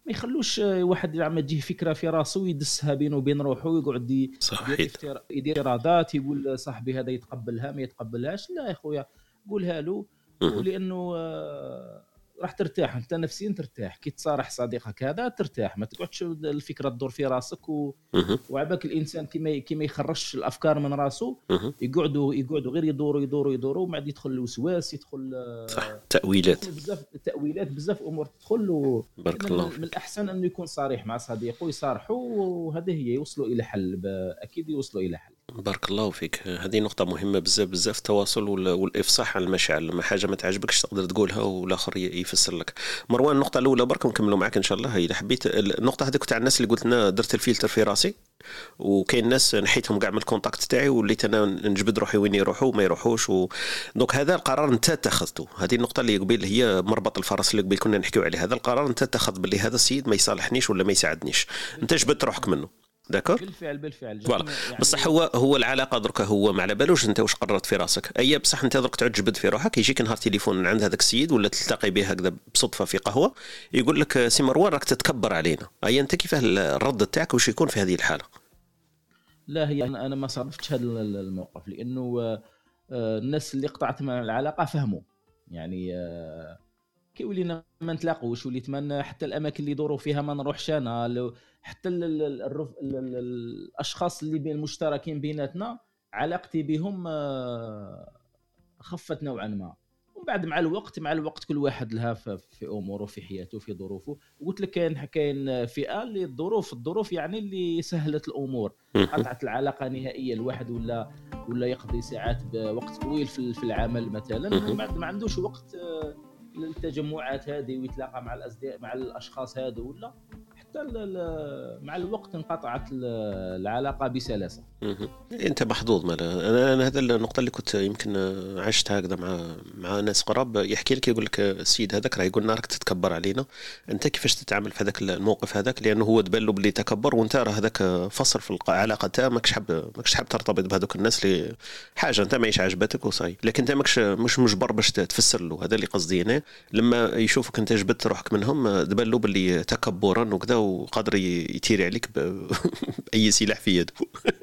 ما يخلوش واحد زعما تجيه فكره في راسه يدسها بينه وبين روحه ويقعد يدير ارادات، يقول صاحبي هذا يتقبلها ما يتقبلهاش. لا يا خويا قولها له، لانه راح ترتاح انت نفسيا، ترتاح كي تصارح صديقك هذا ترتاح، ما تقعدش الفكره تدور في راسك وعباك الانسان كيما يخرجش الافكار من راسه، يقعدوا غير يدوروا وما عاد يدخل الوسواس، يدخل صح تاويلات بزاف امور تدخل. بارك الله من الاحسن انه يكون صريح مع صديقه ويصارحه، وهذه هي يوصلوا الى حل، اكيد يوصلوا الى حل. بارك الله فيك. هذه نقطة مهمة بزاف التواصل والإفصاح عن المشاعر. لما حاجة ما تعجبكش تقدر تقولها والآخر يفسر لك. مروان النقطة الأولى برك نكملوا معك إن شاء الله. إذا حبيت النقطة هذيك تاع الناس اللي قلت لنا درت الفلتر في راسي، وكاين ناس نحيتهم كاع من الكونتاكت تاعي وليت أنا نجبد روحي وين يروحوا وما يروحوش دونك هذا القرار أنت اتخذته. هذه النقطة اللي قبيل هي مربط الفرس اللي قبيل كنا نحكيو عليه. هذا القرار أنت اتخذ باللي هذا السيد ما يصالحنيش ولا ما يساعدنيش، أنت جبدت روحك منه. داكور بالفعل يعني بصح هو العلاقه درك هو ما على بالوش انت واش قررت في راسك. اي بصح انت درك تعود تجبد في روحك، يجيك نهار تليفون من عند هذاك السيد ولا تلتقي به هكذا بصدفه في قهوه يقول لك سي مروان راك تتكبر علينا. اي انت كيفاه الرد تاعك واش يكون في هذه الحاله؟ لا هي انا ما صرفتش هذا الموقف، لانه الناس اللي قطعت مع العلاقه فهموا يعني كي ولينا ما نتلاقوش، وليت من حتى الاماكن اللي يدوروا فيها ما نروحش انا، حتى الاشخاص اللي بين المشتركين بيناتنا علاقتي بهم خفت نوعا ما. ومن بعد مع الوقت كل واحد لها في اموره في حياته في ظروفه. وقلت لك كاين فئه اللي الظروف يعني اللي سهلت الامور، قطعت العلاقه نهائيا. الواحد ولا يقضي ساعات بوقت طويل في العمل مثلا، وبعد ما عندوش وقت للتجمعات هذه ويتلاقى مع الاصدقاء مع الاشخاص هذو، ولا حتى مع الوقت انقطعت العلاقه بسلاسه. انت محظوظ مالا. انا هذا النقطه اللي كنت يمكن عشتها هكذا مع ناس قراب، يحكي لك يقول لك السيد هذاك راه يقول لنا راك تتكبر علينا، انت كيفاش تتعامل في هذاك الموقف هذاك؟ لانه هو تبان له باللي تكبر، وانت راه هذاك فصل في العلاقه تاعك، ماكش حاب ترتبط بهذوك الناس اللي حاجه انت ماهيش عجبتك وصاي، لكن انت مش مجبر باش تفسر له. هذا اللي قصدي انا، لما يشوفك انت جبدت روحك منهم تبان له باللي تكبرا وكذا، وقادر يتيري عليك باي سلاح في يده.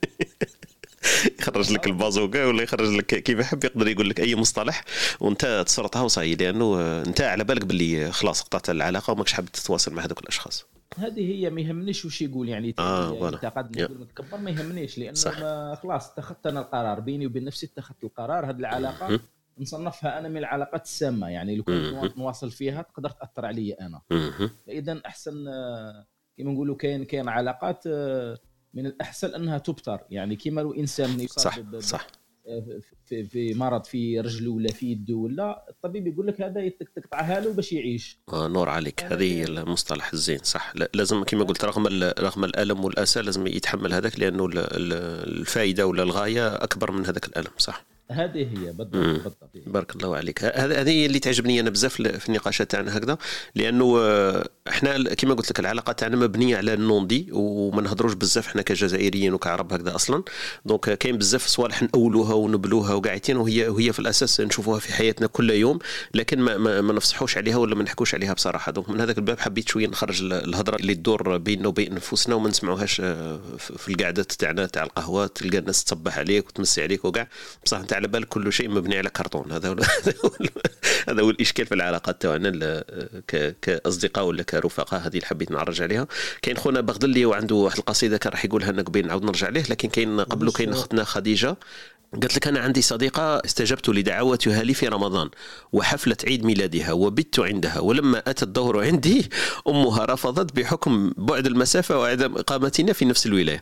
يخرج لك البازوكا ولا يخرج لك كيف يحب، يقدر يقول لك اي مصطلح وانت تصرتها وصاي، لانه انت على بالك باللي خلاص قطعت العلاقه وماكش حاب تتواصل مع هذوك الاشخاص. هذه هي ما يهمنيش واش يقول يعني اعتقد نقول متكبر ما يهمنيش، لانه خلاص اتخذت انا القرار بيني وبين نفسي، اتخذت القرار. هذه العلاقه نصنفها انا من العلاقات السامه، يعني لو كنت نواصل فيها تقدر تاثر علي انا. فاذا احسن كما نقولوا كاين علاقات من الاحسن انها تبتر، يعني كيما لو انسان يصاب صح في مرض في رجله ولا في يده، ولا الطبيب يقول لك هذا تقطعها له باش يعيش. نور عليك، هذه المصطلح الزين صح. لازم كما قلت رغم الالم والاسى لازم يتحمل هذاك، لانه الفائده ولا الغايه اكبر من هذاك الالم. صح، هذه هي بالضبط. بارك الله عليك. هذه اللي تعجبني انا بزاف في النقاشات تاعنا هكذا، لانه احنا كما قلت لك العلاقات تاعنا مبنيه على النوندي، وما نهضروش بزاف احنا كجزائريين وكعرب هكذا اصلا. دونك كاين بزاف صوالح نأولوها ونبلوها وقاعدين، وهي في الاساس نشوفوها في حياتنا كل يوم، لكن ما نفصحوش عليها ولا ما نحكوش عليها بصراحه. دونك من هذاك الباب حبيت شويه نخرج الهضره اللي تدور بيننا وبين نفوسنا وما نسمعوهاش في القعدات تاعنا تاع القهوه، تلقى الناس تصبح عليك وتمسي عليك وكاع، بصح انت على بالك كل شيء مبني على كرتون. هذا هو الاشكال في العلاقات تاعنا كاصدقاء ولا كرفقاء. هذه اللي حبيت نعرج عليها. كاين خونا بغدلي وعنده واحد القصيده كان راح يقولها لنا قبل نعاود نرجع ليه، لكن كاين قبله كاين اختنا خديجه قالت لك أنا عندي صديقة استجبت لدعوتها لي في رمضان وحفلة عيد ميلادها وبت عندها، ولما أتى الدور عندي أمها رفضت بحكم بعد المسافة وعدم إقامتنا في نفس الولاية.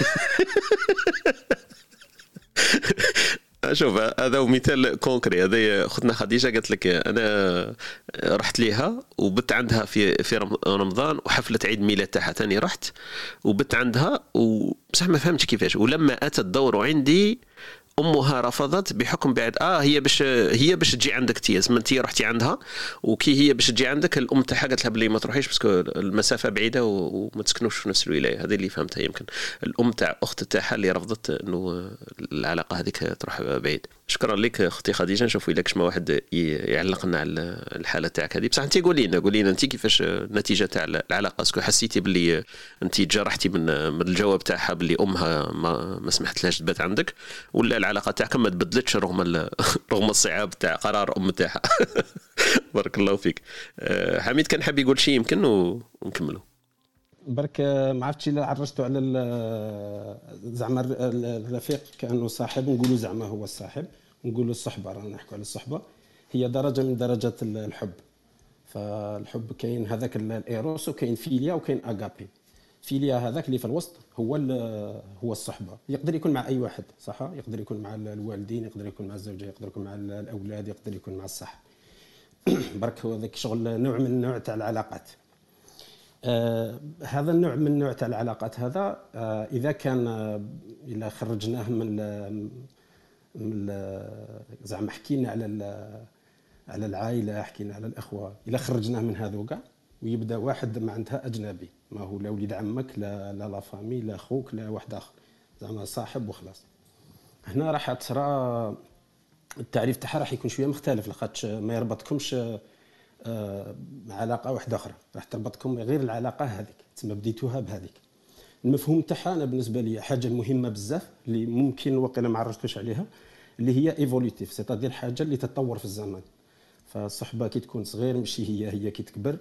شوف هذا هو مثال كونكري. هذه اختنا خديجه قالت لك انا رحت ليها وبت عندها في رمضان وحفله عيد ميلاد تاعها ثاني رحت وبت عندها، وبصح ما فهمتش كيفاش. ولما اتى الدور عندي امها رفضت بحكم بعد هي باش تجي عندك تياس، ما انت رحتي عندها وكي هي باش تجي عندك الام تاعها قالت لها بلي ما تروحيش باسكو المسافه بعيده وما تسكنوش في نفس الولايه. هذه اللي فهمتها. يمكن الام تاع اخت تاعها اللي رفضت انه العلاقه هذيك تروح بعيد. شكرا لك اختي خديجه. نشوفوا الا كش ما واحد يعلق لنا على الحاله تاعك هذه. بصح انت قولي لنا انت كيفاش النتيجه تاع العلاقه؟ اسكو حسيتي باللي انت تجرحتي من الجواب تاعها باللي امها ما سمحتلهاش تبات عندك، ولا العلاقه تاعكم ما تبدلتش رغم الصعاب تاع قرار ام تاعها؟ بارك الله فيك. حميد كان حاب يقول شيء يمكن ونكملوا. برك ما عرفتش الا عرجتوا على زعما الرفيق كانه صاحب، نقولوا زعما هو الصاحب، نقولوا الصحبه، رانا نحكوا على الصحبه، هي درجه من درجات الحب. فالحب كاين هذاك الايروس، وكاين فيليا، وكاين اغابي. فيليا هذاك اللي في الوسط هو الصحبه، يقدر يكون مع اي واحد صح، يقدر يكون مع الوالدين، يقدر يكون مع الزوجه، يقدر يكون مع الاولاد، يقدر يكون مع الصح. برك هو ذاك شغل نوع من نوع تاع العلاقات. هذا النوع من نوع تاع العلاقات هذا اذا كان الا خرجناه من زعما حكينا على العائله، حكينا على الاخوه، الا خرجناه من هذو كاع ويبدا واحد ما عندها اجنبي، ما هو لا وليد عمك لا فامي لا خوك لا واحد اخر، زعما صاحب وخلاص، هنا راح تصرى التعريف تاعها راح يكون شويه مختلف، لاخاطش ما يربطكمش علاقه واحده اخرى، راح تربطكم غير العلاقه هذيك، تسمى بديتوها بهذيك. المفهوم تاعها انا بالنسبه لي حاجه مهمه بزاف، اللي ممكن وقيلا ما عرفتوش عليها، اللي هي ايفوليتيف، سيتادير حاجه اللي تتطور في الزمن. فالصحبه كي تكون صغير ماشي هي كي تكبر.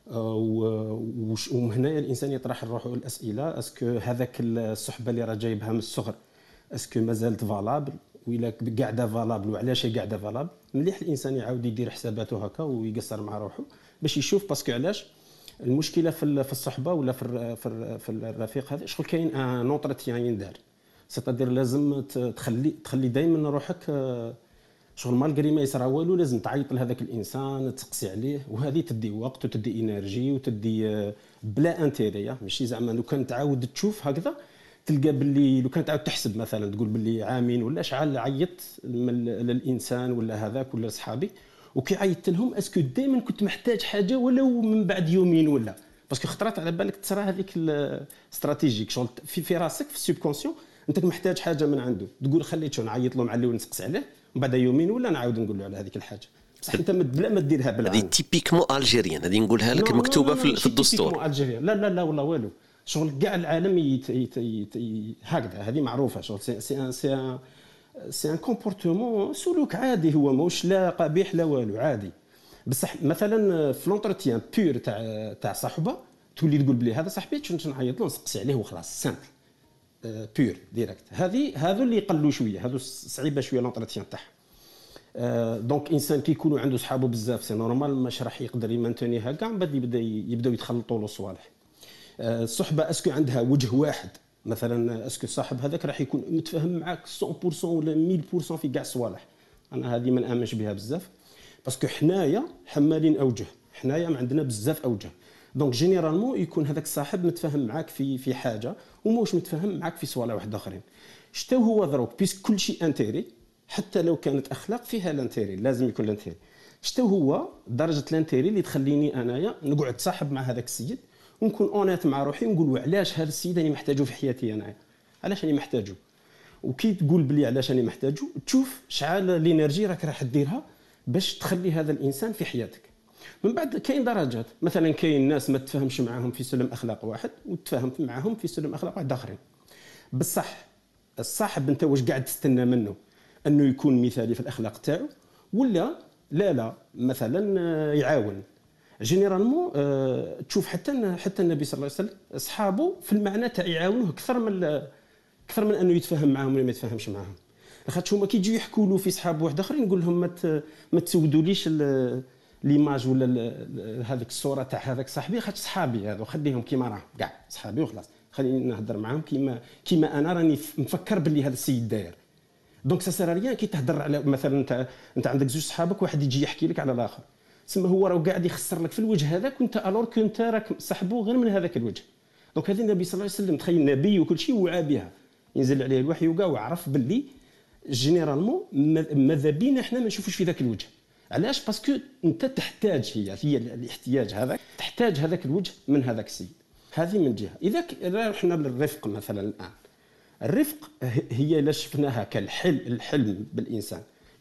وهنا الانسان يطرح روحه الاسئله، اسكو هذاك الصحبه اللي راه جايبها من الصغر اسكو مازالت فالابل، وإلا قاعده فالابل، وعلاش هي قاعده فالابل. مليح الانسان يعاود يدير حساباته هكا ويقصر مع روحه باش يشوف، باسكو علاش المشكله في الصحبه ولا في الرفيق هذا، شغل كاين ان اونتروتيان يندار، سيتادير لازم تخلي دائما روحك شغل مالغري ما يصرى والو، لازم تعيط لهذاك الانسان، تسقسي عليه، وهذه تدي وقت وتدي انرجي وتدي بلا انتيريا، ماشي زعما لو كان تعاود تشوف هكذا تلقى باللي لو كانت تعاود تحسب مثلا تقول باللي عامين ولا شحال عيطت للانسان ولا هذاك ولا صحابي، وكي عيطت لهم اسكو دائما كنت محتاج حاجه ولو من بعد يومين ولا، باسكو خطرات على بالك تصرى هذيك الاستراتيجيك شغل في راسك في السوبكونسيون، انت محتاج حاجه من عنده، تقول خليته نعيط له معلي ونسقس عليه، من بعد يومين ولا نعاود نقول له على هذيك الحاجه، بصح انت بلا ما ديرها بالعين. هذه تيبيكمون الجيريان، هذه نقولها لك مكتوبه في الدستور. لا والله والو، شغل كاع العالم هكذا، هذه معروفه، شغل سي ان كومبورتمون، سلوك عادي، هو ماهوش لا قبيح لا والو، عادي. بصح مثلا في لونتروتيان بور تاع صاحبه تولي تقول بلي هذا صاحبي كنت نعيط له نسقسي عليه وخلاص، سامبل بور ديريكت. هذو اللي يقلوا شويه، هذو صعيبه شويه لونتروتيان تاعها. دونك انسان كي يكونوا عنده صحابه بزاف سي نورمال ماش راح يقدر يمانتوني هكا، من بعد يبداو يتخلطوا له صوالح. الصحبه اسكو عندها وجه واحد مثلا، اسكو الصاحب هذاك راح يكون متفاهم معاك 100% ولا 1000% في كاع الصوالح، انا هذه ما نامنش بها بزاف، باسكو حنايا حمالين اوجه، حنايا ما عندنا بزاف اوجه، دونك جينيرالمون يكون هذاك الصاحب متفاهم معاك في حاجه وماهوش متفاهم معاك في صوالح واحد اخرين. شتو هو دروك بيس كل شيء انتيري، حتى لو كانت اخلاق فيها لانتيري، لازم يكون لانتيري. شتو هو درجه لانتيري اللي تخليني انايا نقعد صاحب مع هذاك السيد ونكون اونيت مع روحي ونقول علاش هذا السيد انا محتاجه في حياتي انايا، علاش انا محتاجه، وكي تقول بلي علاش انا محتاجه تشوف شحال الانرجي راح ديرها باش تخلي هذا الانسان في حياتك. من بعد كاين درجات، مثلا كاين ناس ما تفهمش معاهم في سلم اخلاق واحد وتفهم معاهم في سلم اخلاق واحد اخرين، بصح الصاحب انت واش قاعد تستنى منه انه يكون مثالي في الاخلاق تاعو ولا لا مثلا يعاون. جينيرالمون تشوف حتى النبي صلى الله عليه وسلم اصحابه في المعنى تاع يعاونوه اكثر من انه يتفاهم معاهم ولا ما يتفاهمش معاهم، لاخاطش هما كيجيو يحكوا له في صحاب واحد اخرين نقول لهم ما تسودوليش ليماج ولا هذيك الصوره تاع هذاك صاحبي، خاطر صحابي هذو خليهم كيما راهم كاع صحابي وخلاص، خليني نهضر معاهم كيما انا راني مفكر باللي هذا السيد داير. دونك سا سيراريان كي تهضر على مثلا انت عندك زوج صحابك، واحد يجي يحكي لك على الاخر، تسمى هو راه قاعد يخسر لك في الوجه هذاك، وانت الور كنت راك صاحبه غير من هذاك الوجه. دونك هذا النبي صلى الله عليه وسلم تخيل نبي وكل شيء وعى بها، ينزل عليه الوحي وكاع وعرف باللي جينيرالمون ماذا بينا احنا ما نشوفوش في ذاك الوجه. علاش؟ باسكو انت تحتاج، هي الاحتياج هذاك، تحتاج هذاك الوجه من هذاك السيد. هذه من جهه. اذا رحنا للرفق مثلا الان، الرفق هي لا شفناها كالحلم بالانسان،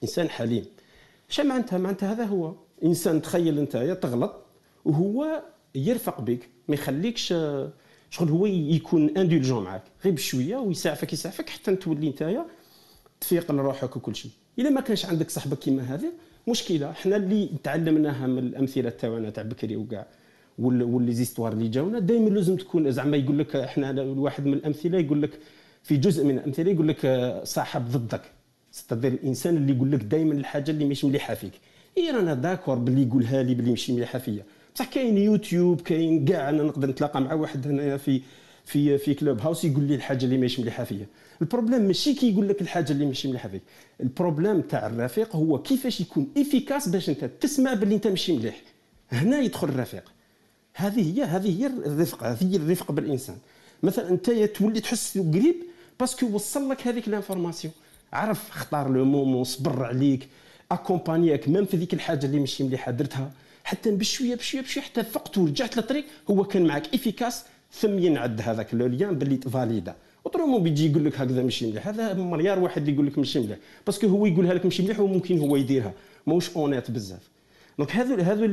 انسان حليم. شو معناتها هذا هو انسان. تخيل انت تغلط وهو يرفق بك، ما يخليكش شغل هو يكون اندولجون معك غير بشويه ويسعفك حتى تولي نتايا تفيق لروحك وكل شيء. الا ما كانش عندك صاحبك كيما هذا مشكله. احنا اللي تعلمناها من الامثله تاعنا تاع بكري وكاع واللي زيستوار اللي جاونا دائما لازم تكون زعما يقول لك احنا واحد من الامثله يقول لك في جزء من الامثله يقول لك صاحب ضدك، استدير الانسان اللي يقول لك دائما الحاجه اللي مش مليحه فيك. رانا داكور باللي يقولها لي باللي مش مليحه فيا، بصح كاين يوتيوب كاين كاع انا نقدر نتلاقى مع واحد هنايا في كلوب هاوس يقول لي الحاجه اللي مش مليحه فيا. البروبليم ماشي كي يقول لك الحاجه اللي مش مليحه فيك، البروبليم تاع الرفيق هو كيفاش يكون افيكاس باش انت تسمع باللي انت ماشي مليح. هنا يدخل الرفيق. هذه هي الرفقه، هذه الرفق بالانسان. مثلا انت تولي تحس قريب باسكو وصل لك هذيك الانفورماسيون، عرف اختار لو مومون، صبر عليك، اكومبانياك ميم في ذيك الحاجه اللي ماشي مليحه درتها، حتى بشويه حتى فقت ورجعت للطريق هو كان معك افيكاس، ثم ينعد هذاك لو ليان باللي فاليدا. وطرمو بيجي يقول لك هكذا ماشي مليح، هذا مليار واحد يقول لك ماشي مليح باسكو هو يقولها لك ماشي مليح وممكن هو يديرها ماهوش اونيت بزاف. دونك هذو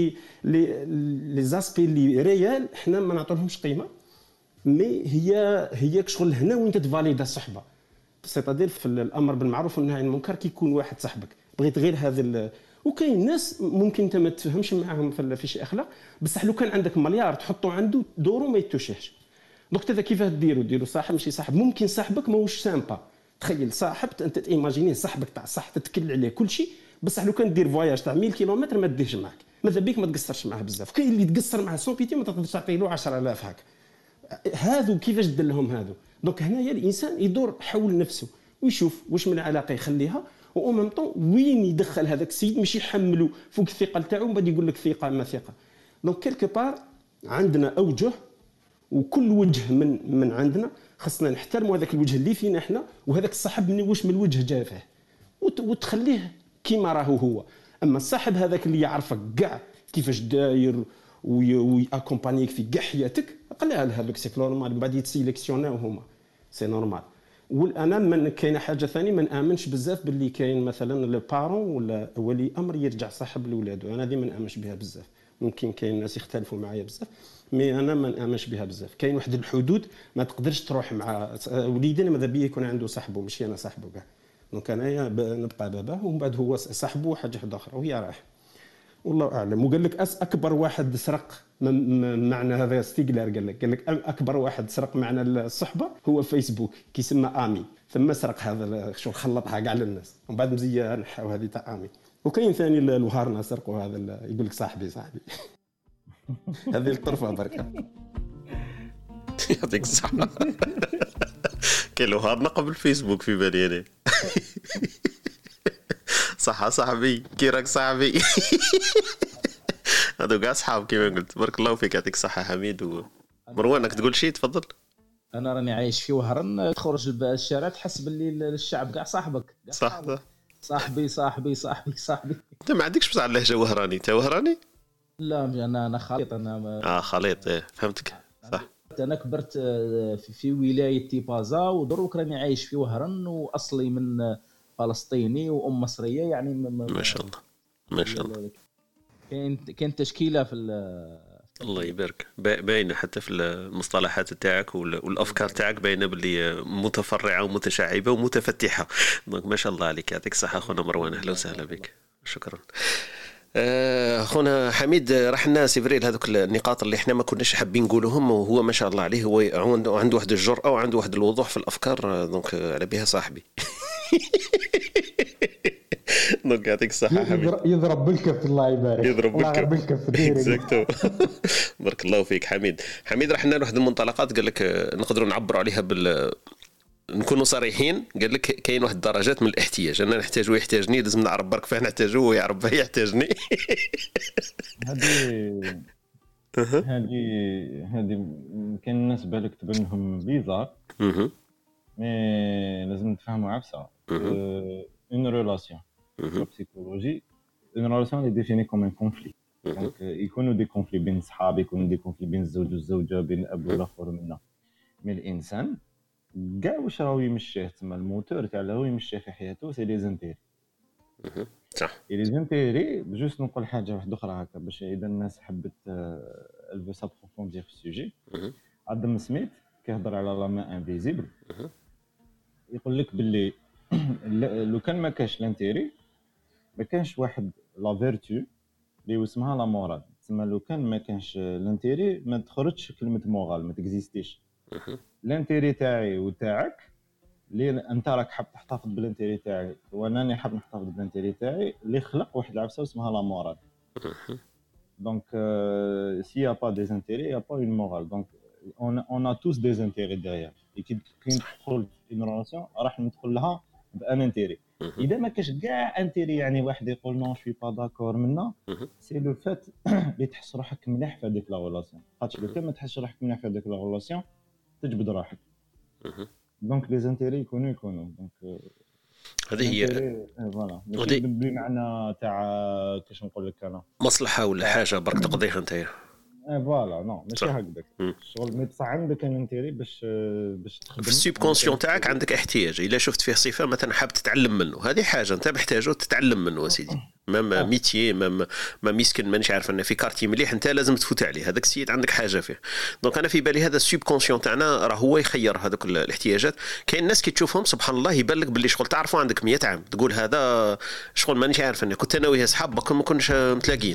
لي زاسبي اللي ريال احنا ما نعطولهمش قيمه، مي هي شغل هنا وين تتفاليدا الصحبه. سيتادير في الامر بالمعروف والنهي عن المنكر كي يكون واحد صاحبك بغيت غير هذا وكاين ناس ممكن انت ما تفهمش معاهم في شي اخلاق، بصح لو كان عندك مليار تحطه عنده دورو ما يتوشيش. دونك هذا كيفاه ديروا صاحب ماشي صاحب. ممكن صاحبك ماهوش سامبا، تخيل صاحب انت تيماجيني صاحبك تاع صح تتكل عليه كل شيء، بصح لو كان دير فواياج تاع 1000 كيلومتر ما ديرش معك، ماذا بيك ما تقصرش معاه بزاف. كاين اللي تقصر معاه سون بيتي ما تقدرش تعطي له 10000 هكا. هذو كيفاش دير لهم هذو. دونك هنايا الانسان يدور حول نفسه ويشوف واش من علاقه يخليها، و ميم طون وين يدخل هذاك السيد، ماشي يحملوا فوق الثقه نتاعو ومن بعد يقول لك ثقه ما ثقه. دونك كيلكو بار عندنا اوجه، وكل وجه من عندنا خصنا نحترموا هذاك الوجه اللي فينا احنا، وهذاك الصاحب من واش من الوجه جا فيه وتخليه كيما راهو هو. اما الصاحب هذاك اللي يعرفك كاع كيفاش داير ويأكومبانيك في كاع حياتك، قلال هذوك سي نورمال، من بعد يتسيليكسيوناو هما سي نورمال. وانا من كاينه حاجه ثانيه ما نامنش بزاف باللي كاين مثلا لو بارون ولا ولي امر يرجع صاحب لولادو، انا هذه ما نامنش بها بزاف. ممكن كاين ناس يختلفوا معايا بزاف، مي انا ما نامنش بها بزاف. كاين واحد الحدود ما تقدرش تروح مع وليدي، ماذا بيا يكون عنده صاحبه ماشي انا صاحبه كاع. دونك انايا نبقى باباه ومن بعد هو صاحبه حاجه اخرى وهي راح والله اعلم. وقال لك اكبر واحد سرق معنى هذا ستيغلر، قال لك اكبر واحد سرق معنى الصحبه هو فيسبوك كيسمى امي، ثم سرق هذا شو خلطها كاع للناس ومن بعد مزيه نحاو هذه تاع امي. وكاين ثاني الوهارنا سرقوا هذا يقول لك صاحبي هذه الطرفه بركه. يعطيك الصحه. كاين الوهارنا قبل فيسبوك في بالي انا. صح صاحبي كي راك صاحبي. هذو كاع صحاب كيما قلت. بارك الله فيك، يعطيك الصحه حميد. ومروان راك تقول شيء تفضل. انا راني عايش في وهران، تخرج الشارع تحس باللي الشعب كاع صاحبك. صح صاحبي صاحبي صاحبي صاحبي. انت ما عندكش بصح لهجه وهراني؟ انت وهراني؟ لا انا خليط. انا خليط. فهمتك صح. انا كبرت في ولايه تيبازا ودروك راني عايش في وهران، واصلي من فلسطيني وام مصريه يعني ما شاء الله ما شاء الله. كاين تشكيله في الله يبارك. باينه حتى في المصطلحات تاعك والافكار تاعك باينه باللي متفرعه ومتشعبه ومتفتحه. دونك ما شاء الله عليك. يعطيك الصحه اخونا مروان، اهلا وسهلا بك. شكرا. اخونا حميد راح لنا سيفريل هذوك النقاط اللي احنا ما كناش حابين نقولهم، وهو ما شاء الله عليه هو عنده واحد الجرأه وعنده واحد الوضوح في الافكار. دونك على بها صاحبي. دونك يعطيك الصحه حميد. يضرب بالكف الله يبارك. يضرب بالكف اكزاكتو. بارك الله فيك حميد. راح لنا واحد المنطلقات قال لك نقدروا نعبروا عليها نكونوا صريحين. قال لك كاين واحد الدرجات من الاحتياج، انا نحتاج ويحتاجني، لازم نعرف برك فين نحتاجه ويعرف فين يحتاجني. هذه كاين الناس بالك تبان لهم بيزار، مي لازم تفهموا عفسه. une relation en psychologie, une relation est définie comme un conflit. Donc يكونوا des conflits بين صحاب، يكونوا des conflits بين الزوج والزوجه، بين الاب والاخر منا. مي الانسان كاع واش راهو يمشيه تما الموتور تاع راهو يمشيه في حياته سي لي زانتيري. صح. لي زانتيري جوست نقول حاجه واحده اخرى هكا باش اذا الناس حبت الفو سابروفوندير في السوجي. ادم سميث كيهضر على لا مان انفيزيبل، يقول لك باللي لو كان ما كانش لانتيري ما كانش واحد لا فيرتو اللي اسمها لا مورال. تسمى لو كان ما كانش لانتيري ما تخرجش كلمه مورال، ما تكزيستيش. لانتيري تاعي وتاعك اللي انت راك حاب تحتفظ بالانتيري تاعي وانا حاب نحتفظ بالانتيري تاعي، اللي خلق واحد العفسه اسمها لا مورال. دونك سي يا با دي انتيري يا با اون مورال. دونك on a tous des intérêts derrière et كي ندخل في une relation راح ندخل لها بان انتيري. اذا ما كاش كاع انتيري يعني واحد يقول نو شوي با داكور منا، سي لو فات اللي تحس روحك مليح في هذيك لا ريلاسيون. خاطر لو كان ما تحسش روحك مليح في هذيك لا ريلاسيون تجبد روحك. دونك لي زانتيري يكونوا دونك هذه هي فوالا ماشي بمعنى تاع كيش نقول لك انا مصلحه ولا حاجه برك تقضيها انت. فوالا نو ماشي هكذاك. الشغل ما يبصح عندك ان انتيري باش تخدم في السيب كونسيون تاعك، عندك احتياج الا شفت فيه صفه مثلا حاب تتعلم منه، هذه حاجه انت محتاجه تتعلم منه سيدي. مام ميتيي ما مسكن مانيش عارف ان في كارتي مليح انت لازم تفوت عليه، هذاك السيد عندك حاجه فيه. دونك انا في بالي هذا السيب كونسيون تاعنا راه هو يخير هذوك الاحتياجات. كاين ناس كي تشوفهم سبحان الله يبان لك باللي شغل تعرفوا عندك 100 عام تقول هذا شغل مانيش عارف ان كنت انا وياه اصحاب ما كناش متلاقين.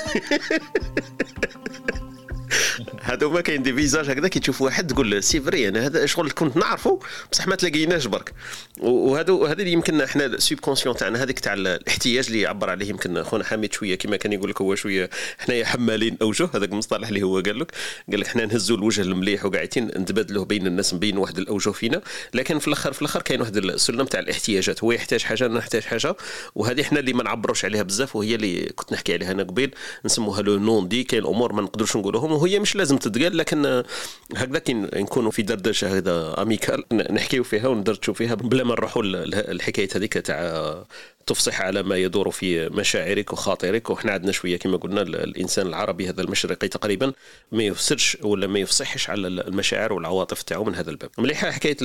هادو ما كاين دي فيزاج هكذا كي تشوف واحد تقول سي فري انا هذا شغل كنت نعرفه بصح ما تلاقيناش برك. وهذا اللي يمكن احنا السيب كونسيون تاعنا هذيك تاع الاحتياج اللي يعبر عليه يمكن خونا حميد شويه كما كان يقول لك هو شويه حنايا حمالين اوجه، هذاك المصطلح اللي هو قال لك حنا نهزوا الوجه المليح وقاعدين نتبادلوه بين الناس نبين واحد الاوجه فينا، لكن في الاخر كاين واحد السلم تاع الاحتياجات. هو يحتاج حاجه انا نحتاج حاجه، وهذه احنا اللي ما نعبروش عليها بزاف، وهي اللي كنت نحكي عليها انا قبيل نسموها لو نون دي. كاين امور ما نقدروش نقولوهم وهي مش لازم تتقال، لكن هكذا كي نكونوا في دردشه هذا اميكال نحكيو فيها وندردشوا فيها بلا ما نروحوا الحكايه هذيك تاع تفصح على ما يدور في مشاعرك وخاطرك. وحنا عندنا شويه كما قلنا الانسان العربي هذا المشرقي تقريبا ما يفسرش ولا ما يفصحش على المشاعر والعواطف تاعو من هذا الباب. مليحه حكايه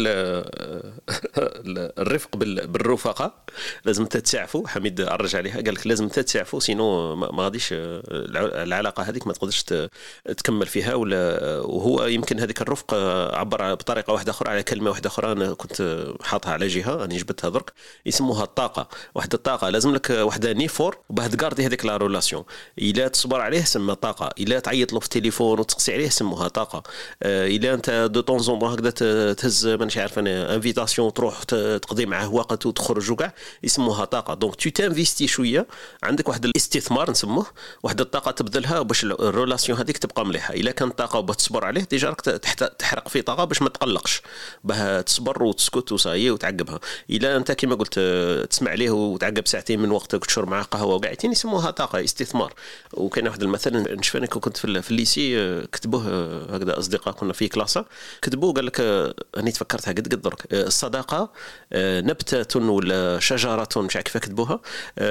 الرفق بالرفقه، لازم تتسعفوا. حميد عرج عليها قال لك لازم تتسعفوا سينو ما غاديش العلاقه هذيك ما تقدرش تكمل فيها. وهو يمكن هذيك الرفق عبر بطريقه واحده اخرى على كلمه واحده اخرى انا كنت حاطها على جهه انا جبتها درك، يسموها الطاقه. واحد الطاقه لازم لك وحده نيفور وباه تغاردي هذيك لا ريلاسيون. الا تصبر عليه سمى طاقه، الا تعيط له في التليفون وتسقسي عليه سموها طاقه. الا انت دو طون زون هكذا تهز مانيش عارف انا انفيتاسيون تروح تقضي معاه وقت وتخرج وكاع يسموها طاقه. دونك تو تانفيستي شويه، عندك واحد الاستثمار نسموه، واحد الطاقه تبذلها باش الريلاسيون هذيك تبقى مليحه. الا كانت طاقه وباه تصبر عليه ديجا راك تحرق في طاقه باش ما تقلقش، باه تصبر وتسكت وصايي وتعقبها. الا انت كما قلت تسمع عليه وتعقب ساعتين من وقتك وتشرب معاه قهوه وقاعدين يسموها طاقه استثمار. وكان واحد المثل نشفاني كنت في الليسي كتبوه هكذا اصدقاء كنا في كلاسه كتبوه قال لك اني تفكرتها قد درك الصداقه نبته ولا شجره مش عارف كيف كتبوها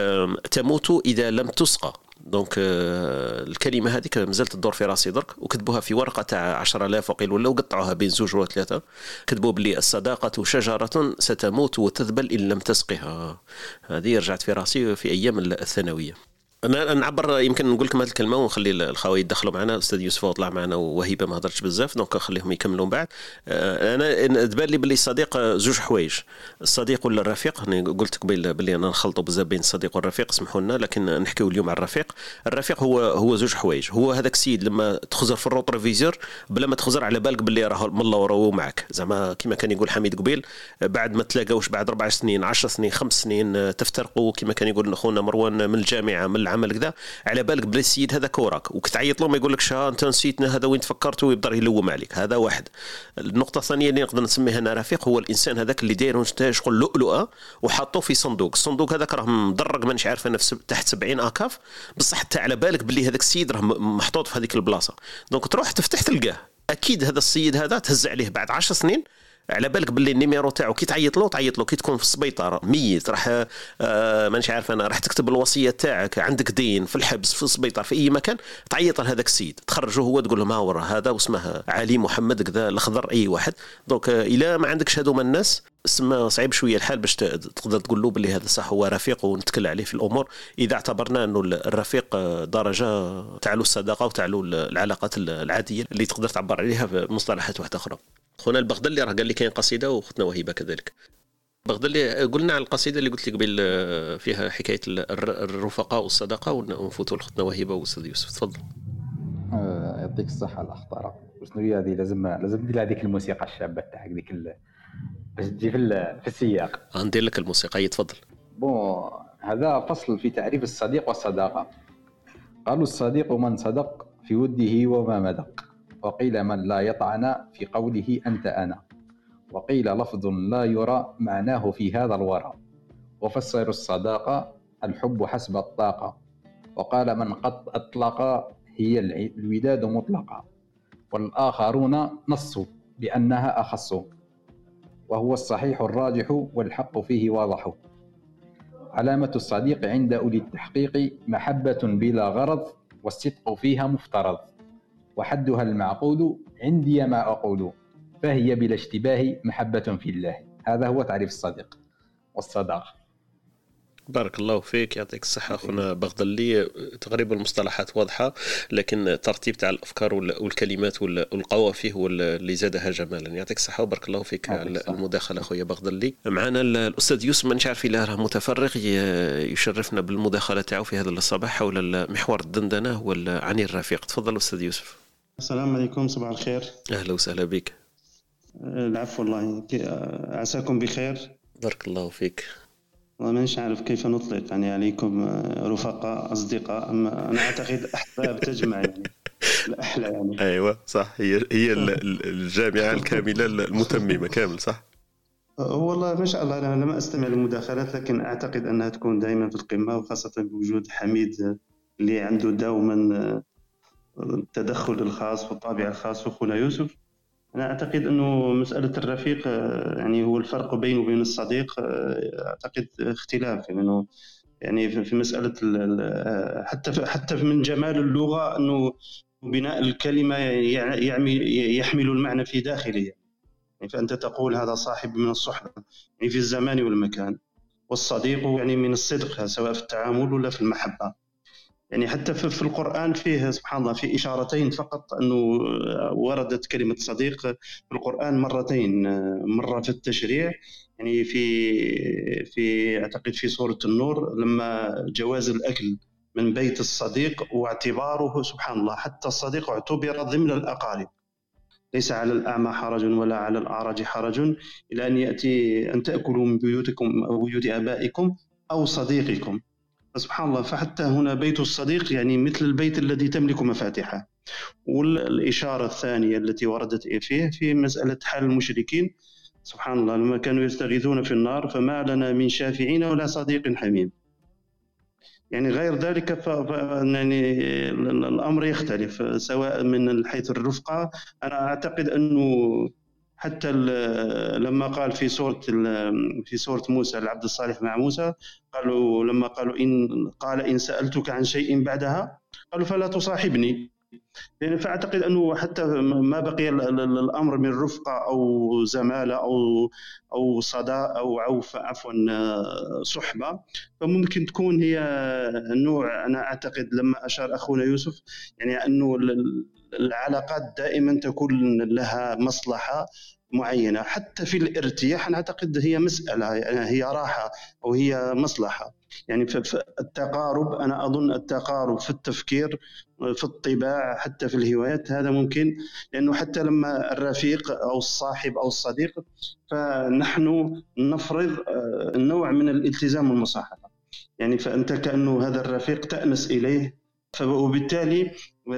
تموت اذا لم تسقى. دونك الكلمه هذيك مازالت تدور في راسي درك، وكتبوها في ورقه تاع 10,000 وقيل ولا وقطعوها بين زوج وثلاثه. كتبوا بلي الصداقه شجره ستموت وتذبل ان لم تسقها. هذه رجعت في راسي في ايام الثانويه. انا نعبر يمكن نقول لكم هذه الكلمه ونخلي الخوي يدخلوا معنا. الاستاذ يوسف طلع معنا ووهيبه ما هضرتش بزاف دونك نخليهم يكملوا من بعد. انا تبان لي باللي الصديق زوج حوايج، الصديق ولا الرفيق. انا قلت قبل باللي انا نخلطوا بزاف بين الصديق والرفيق اسمحوا لنا، لكن نحكيو اليوم على الرفيق. الرفيق هو زوج حوايج. هو هذاك السيد لما تخزر في الروترفيزور بلا ما تخزر على بالك باللي راه من الله وراه معك، زعما كما كان يقول حميد قبيل بعد ما تلاقاوش بعد 4 سنين 10 سنين 5 سنين تفترقوا كما كان يقول اخونا مروان من الجامعه من العمل كذا، على بالك بلا السيد هذا كوراك وكتعيط له ما يقولكش انت نسيتنا هذا وين تفكرت ويبدا يلوم عليك. هذا واحد. النقطه الثانيه اللي نقدر نسميها انا رفيق هو الانسان هذاك اللي داير شغل لؤلؤه وحطوه في صندوق. الصندوق هذاك راه مدرج مانيش عارف انا تحت 70 اكاف، بصح حتى على بالك باللي هذاك السيد راه محطوط في هذيك البلاصه. دونك تروح تفتح تلقاه اكيد هذا السيد هذا تهز عليه بعد 10 سنين على بالك باللي النيميرو تاعو كي تعيط له كي تكون في السبيطار ميت راح مانيش عارف انا راح تكتب الوصيه تاعك عندك دين في الحبس في السبيطار في اي مكان تعيط لهذاك السيد تخرجه هو تقول لهم ها ورا هذا واسمه علي محمد كذا الاخضر اي واحد دونك الا ما عندكش هذوما الناس اسمه صعيب شويه الحال باش تقدر تقول له باللي هذا صح هو رفيق ونتكل عليه في الامور اذا اعتبرنا انه الرفيق درجه تعلو الصداقه وتعلو العلاقات العاديه اللي تقدر تعبر عليها بمصطلحات واحده اخرى. خونا البغدلي راه قال لي كاين قصيده وختنا وهيبه كذلك. بغدلي قلنا على القصيده اللي قلت لك قبل فيها حكايه الرفقاء والصداقه ونفوتوا لختنا وهيبه واستاذ يوسف تفضل. يعطيك الصحه الاخ طارق. شنو هي هذه لازم ندير هذيك الموسيقى الشابه تاعك ديك باش تجي في السياق. ندير لك الموسيقى تفضل. بون هذا فصل في تعريف الصديق والصداقه. قالوا الصديق من صدق في وده وما مدق، وقيل من لا يطعن في قوله أنت أنا، وقيل لفظ لا يرى معناه في هذا الورى، وفسروا الصداقة الحب حسب الطاقة، وقال من قد أطلق هي الوداد مطلقة، والآخرون نصوا بأنها أخص، وهو الصحيح الراجح والحق فيه واضح. علامة الصديق عند أولي التحقيق محبة بلا غرض، والصدق فيها مفترض، وحدها المعقول عندي ما أقول، فهي بلا اشتباه محبة في الله. هذا هو تعريف الصديق والصداقة. بارك الله فيك يعطيك الصحة أخونا بغدلي. تقريبا المصطلحات واضحة لكن الترتيب تاع الأفكار والكلمات والقوافي هو اللي زادها جمالا. يعطيك الصحة وبارك الله فيك على المداخلة أخويا بغدلي. معنا الأستاذ يوسف ما نعرف إلا راه متفرغ يشرفنا بالمداخلة تاعه في هذا الصباح حول محور الدندنة عن الرفيق. تفضل أستاذ يوسف. السلام عليكم صباح الخير. أهلا وسهلا بك. العفو والله عساكم بخير. بارك الله فيك. مانيش عارف كيف نطلق يعني عليكم رفقاء أصدقاء، أما أنا أعتقد أحباب تجمع يعني الأحلى يعني. أيوة صح هي الجامعة الكاملة المتممة كامل صح. والله ما شاء الله أنا لم أستمع للمداخلات لكن أعتقد أنها تكون دائما في القمة، وخاصة بوجود حميد اللي عنده دوما التدخل الخاص والطابع الخاص وأخونا يوسف. أنا أعتقد أنه مسألة الرفيق يعني هو الفرق بينه وبين الصديق أعتقد اختلاف، لأنه يعني في مسألة حتى من جمال اللغة أنه بناء الكلمة يحمل المعنى في داخله يعني، فأنت تقول هذا صاحب من الصحبة يعني في الزمان والمكان، والصديق يعني من الصدق سواء في التعامل ولا في المحبة يعني. حتى في القرآن فيه سبحان الله في إشارتين فقط أنه وردت كلمة صديق في القرآن مرتين، مرة في التشريع يعني في أعتقد في سورة النور لما جواز الأكل من بيت الصديق واعتباره سبحان الله حتى الصديق اعتبر ضمن الأقارب، ليس على الأعمى حرج ولا على الأعرج حرج إلى أن يأتي أن تأكلوا من بيوتكم أو بيوت آبائكم أو صديقكم. سبحان الله فحتى هنا بيت الصديق يعني مثل البيت الذي تملك مفاتحه. والإشارة الثانية التي وردت فيه في مسألة حال المشركين سبحان الله لما كانوا يستغيثون في النار فما لنا من شافعين ولا صديق حميم يعني. غير ذلك يعني الأمر يختلف سواء من حيث الرفقة. أنا أعتقد أنه حتى لما قال في سورة موسى العبد الصالح مع موسى لما قالوا إن سألتك عن شيء بعدها قالوا فلا تصاحبني يعني. فأعتقد أنه حتى ما بقي الأمر من رفقة أو زمالة أو صداقة أو عفوا صحبة فممكن تكون هي نوع. أنا أعتقد لما أشار أخونا يوسف يعني أنه العلاقات دائما تكون لها مصلحة معينة، حتى في الارتياح أنا أعتقد هي مسألة يعني هي راحة أو هي مصلحة يعني. في التقارب أنا أظن التقارب في التفكير في الطباع حتى في الهوايات هذا ممكن، لأنه حتى لما الرفيق أو الصاحب أو الصديق فنحن نفرض نوع من الالتزام والمصاحبة يعني. فأنت كأنه هذا الرفيق تأنس إليه وبالتالي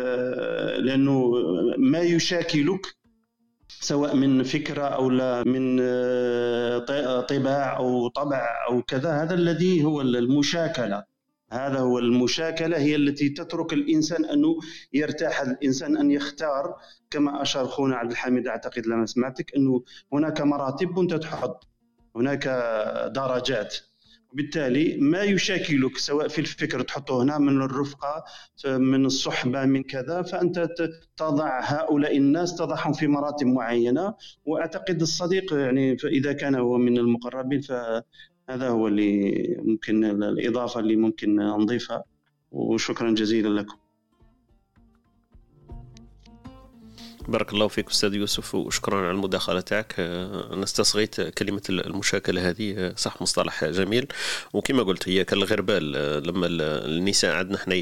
لأنه ما يشاكلك سواء من فكرة أو لا من طباع أو طبع أو كذا، هذا الذي هو المشاكلة هذا هو المشاكلة، هي التي تترك الإنسان أنه يرتاح، الإنسان أن يختار. كما أشار أخونا عبد الحميد، أعتقد لما سمعتك أنه هناك مراتب وأنت تحط هناك درجات، وبالتالي ما يشاكلك سواء في الفكر تحطه هنا من الرفقة، من الصحبة، من كذا، فأنت تضع هؤلاء الناس تضعهم في مراتب معينة. وأعتقد الصديق يعني إذا كان هو من المقربين فهذا هو اللي ممكن الإضافة اللي ممكن نضيفها. وشكرا جزيلا لكم. بارك الله فيك أستاذ يوسف، وشكرا على المداخلة تاعك. أنا استصغيت كلمة المشاكلة هذه، صح مصطلح جميل، وكما قلت هي كالغربال لما النساء عندنا احنا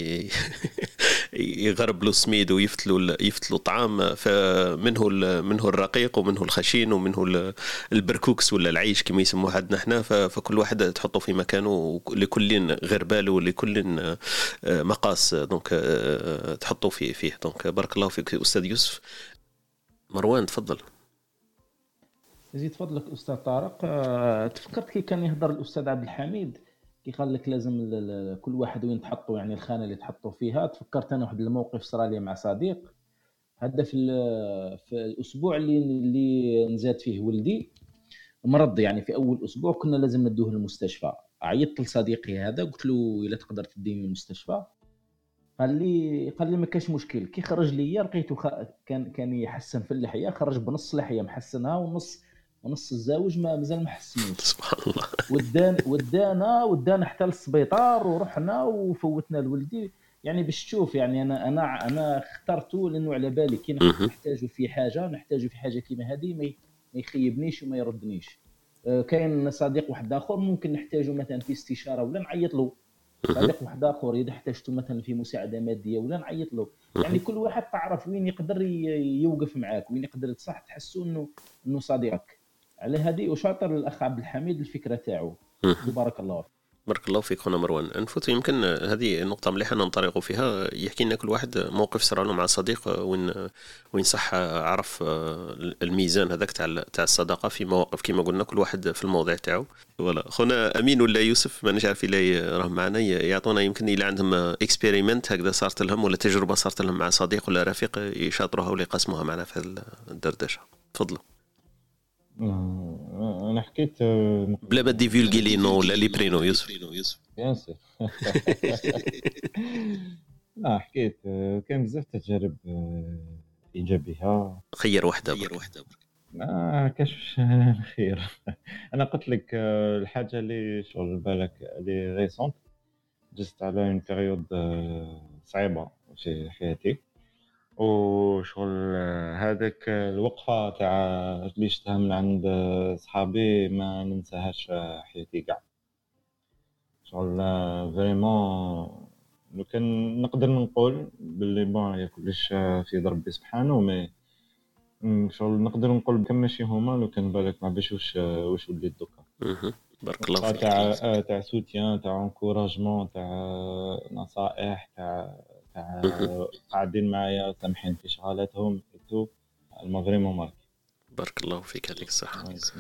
يغربلوا السميد ويفتلوا طعام، فمنه الرقيق ومنه الخشين ومنه البركوكس ولا العيش كما يسموه عندنا احنا، فكل واحد تحطه في مكانه، لكل غربال ولكل مقاس، دونك تحطوا فيه. دونك بارك الله فيك أستاذ يوسف. مروان تفضل. زيد فضلك أستاذ طارق. تفكرت كي كان يهضر الأستاذ عبد الحميد كي قال لك لازم كل واحد وين تحطه، يعني الخانة اللي تحطه فيها. تفكرت أنا واحد الموقف صار لي مع صديق هذا في الأسبوع اللي نزاد فيه ولدي مرض، يعني في أول أسبوع كنا لازم ندوه المستشفى. عيطت لصديقي هذا قلت له إلا تقدر تديني المستشفى. قال لي ما كاش مشكل. كي خرج لي لقيته كان يحسن في اللحيه، خرج بنص لحيه محسنها ونص الزاوج مازال ما حسنوش. سبحان الله. ودانا حتى للسبيطار ورحنا وفوتنا لولدي. يعني باش تشوف، يعني انا اخترته لانه على بالي كي نحتاجه في حاجه كيما هذه ما يخيبنيش وما يردنيش. كاين صديق واحد اخر ممكن نحتاجه مثلا في استشاره ولا نعيط له، صديق واحد اخر اذا احتاجته مثلا في مساعده ماديه ولا نعيط له. يعني كل واحد تعرف وين يقدر يوقف معاك، وين يقدر تصح تحسوا انه صديقك. على هذه وشاطر الاخ عبد الحميد الفكره تاعو. بارك الله فيك. بارك الله فيك خونا مروان. نفوت يمكن هذه نقطة مليحة ننطلقوا فيها. يحكي لنا كل واحد موقف صار له مع صديق وين صح عرف الميزان هذاك تاع الصداقة في مواقف كما قلنا كل واحد في الموضوع تاعو. ولا خونا أمين ولا يوسف ما نعرف إلا راهم معنا يعطونا يمكن إلا عندهم اكسبيريمنت هكذا صارت لهم ولا تجربة صارت لهم مع صديق ولا رفيق يشاطروها ولا يقسموها معنا في الدردشة. تفضلوا. انا حكيت بلا ما ديفيلغي لي نو ولا لي برينو يوسف. بيان سور. لا حكيت كان بزاف تجارب ايجابيه. خير واحده ما كاش خير. انا قلت لك الحاجه اللي شغل بالك اللي ريسونت جست على اون بيريود صعيبه في حياتي، وشغل هذاك الوقفه تاع اللي شفتها من عند صحابي ما ننساهاش حياتي كاع. شغل فريمون لو كان نقدر نقول باللي بون كلش في يد ربي سبحانه، مي شغل نقدر نقول كم ماشي هما لو كان بالك ما باش واش وليت دوكا. بارك الله فيك. تاع سوتيان، تاع انكوراجمون، تاع نصائح، تاع قاعدين معايا سامحين في شغالاتهم تو فريمون مارك. بارك الله فيك عليك الصحة.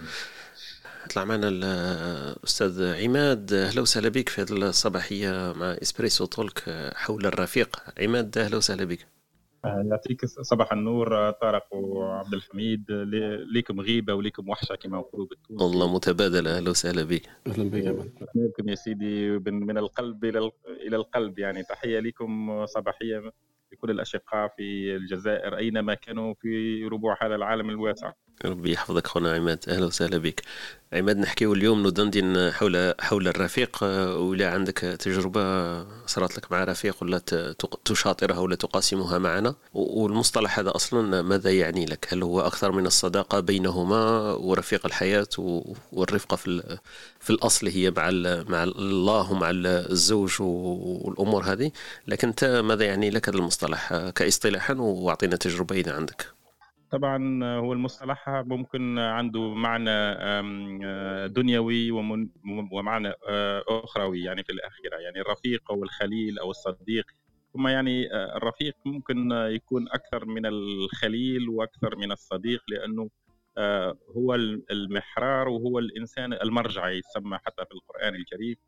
طلع معنا الأستاذ عماد. أهلا وسهلا بك في هذه الصباحية مع إسبريسو تولك حول الرفيق. عماد أهلا وسهلا بك. يعطيك صباح النور طارق وعبد الحميد. ليكم غيبة وليكم وحشة كما نقولوا بالتونسي. والله متبادلة. أهلا وسهلا بك. أهلا بك. نحييكم يا سيدي من القلب إلى القلب. يعني تحية لكم صباحية لكل الأشقاء في الجزائر أينما كانوا في ربوع هذا العالم الواسع. ربي يحفظك خونا عماد. أهلا وسهلا بك. عماد نحكيو اليوم ندندن حول الرفيق. ولا عندك تجربة صارت لك مع رفيق ولا تشاطرها ولا تقاسمها معنا، والمصطلح هذا أصلا ماذا يعني لك؟ هل هو أكثر من الصداقة بينهما ورفيق الحياة والرفقة في الأصل هي مع الله ومع الزوج والأمور هذه، لكن أنت ماذا يعني لك هذا المصطلح كاصطلاحا؟ واعطينا تجربة إذا عندك. طبعا هو المصطلح ممكن عنده معنى دنيوي ومعنى أخروي يعني في الأخيرة. يعني الرفيق أو الخليل أو الصديق ثم يعني الرفيق ممكن يكون أكثر من الخليل وأكثر من الصديق، لأنه هو المحرار وهو الإنسان المرجع يسمى حتى في القرآن الكريم.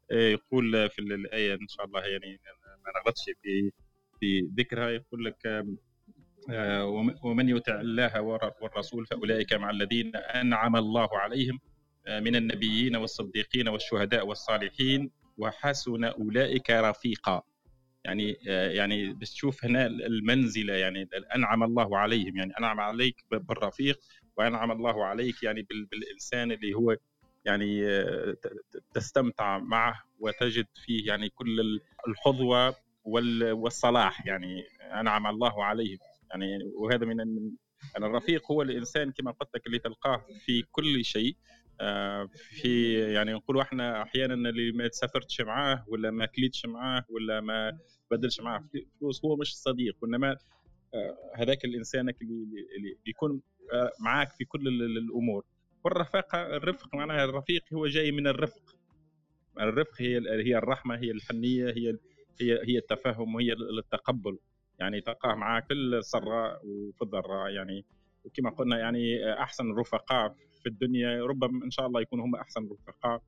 يقول في الآية إن شاء الله يعني ما نغلطش في ذكرها، يقول لك ومن يطع الله والرسول فأولئك مع الذين أنعم الله عليهم من النبيين والصديقين والشهداء والصالحين وحسن أولئك رفيقا. يعني بس تشوف هنا المنزلة، يعني أنعم الله عليهم، يعني أنعم عليك بالرفيق، وأنعم الله عليك يعني بالإنسان اللي هو يعني تستمتع معه وتجد فيه يعني كل الحظوة والصلاح، يعني أنعم الله عليهم. يعني وهذا من الرفيق هو الإنسان كما قلت لك اللي تلقاه في كل شيء. في يعني نقولوا احنا احيانا اللي ما تسافرتش معاه ولا ما كليتش معاه ولا ما بدلش معاه فلوس هو مش صديق، وانما هذاك الانسان اللي بيكون معاك في كل الامور. والرفاقه الرفق معناها الرفيق هو جاي من الرفق. الرفق هي الرحمه، هي الحنيه، هي التفاهم، وهي التقبل. يعني تلقاه معاك في السراء وفي الضراء. يعني وكما قلنا يعني احسن الرفقاء في الدنيا ربما ان شاء الله يكونوا هم احسن الرفقاء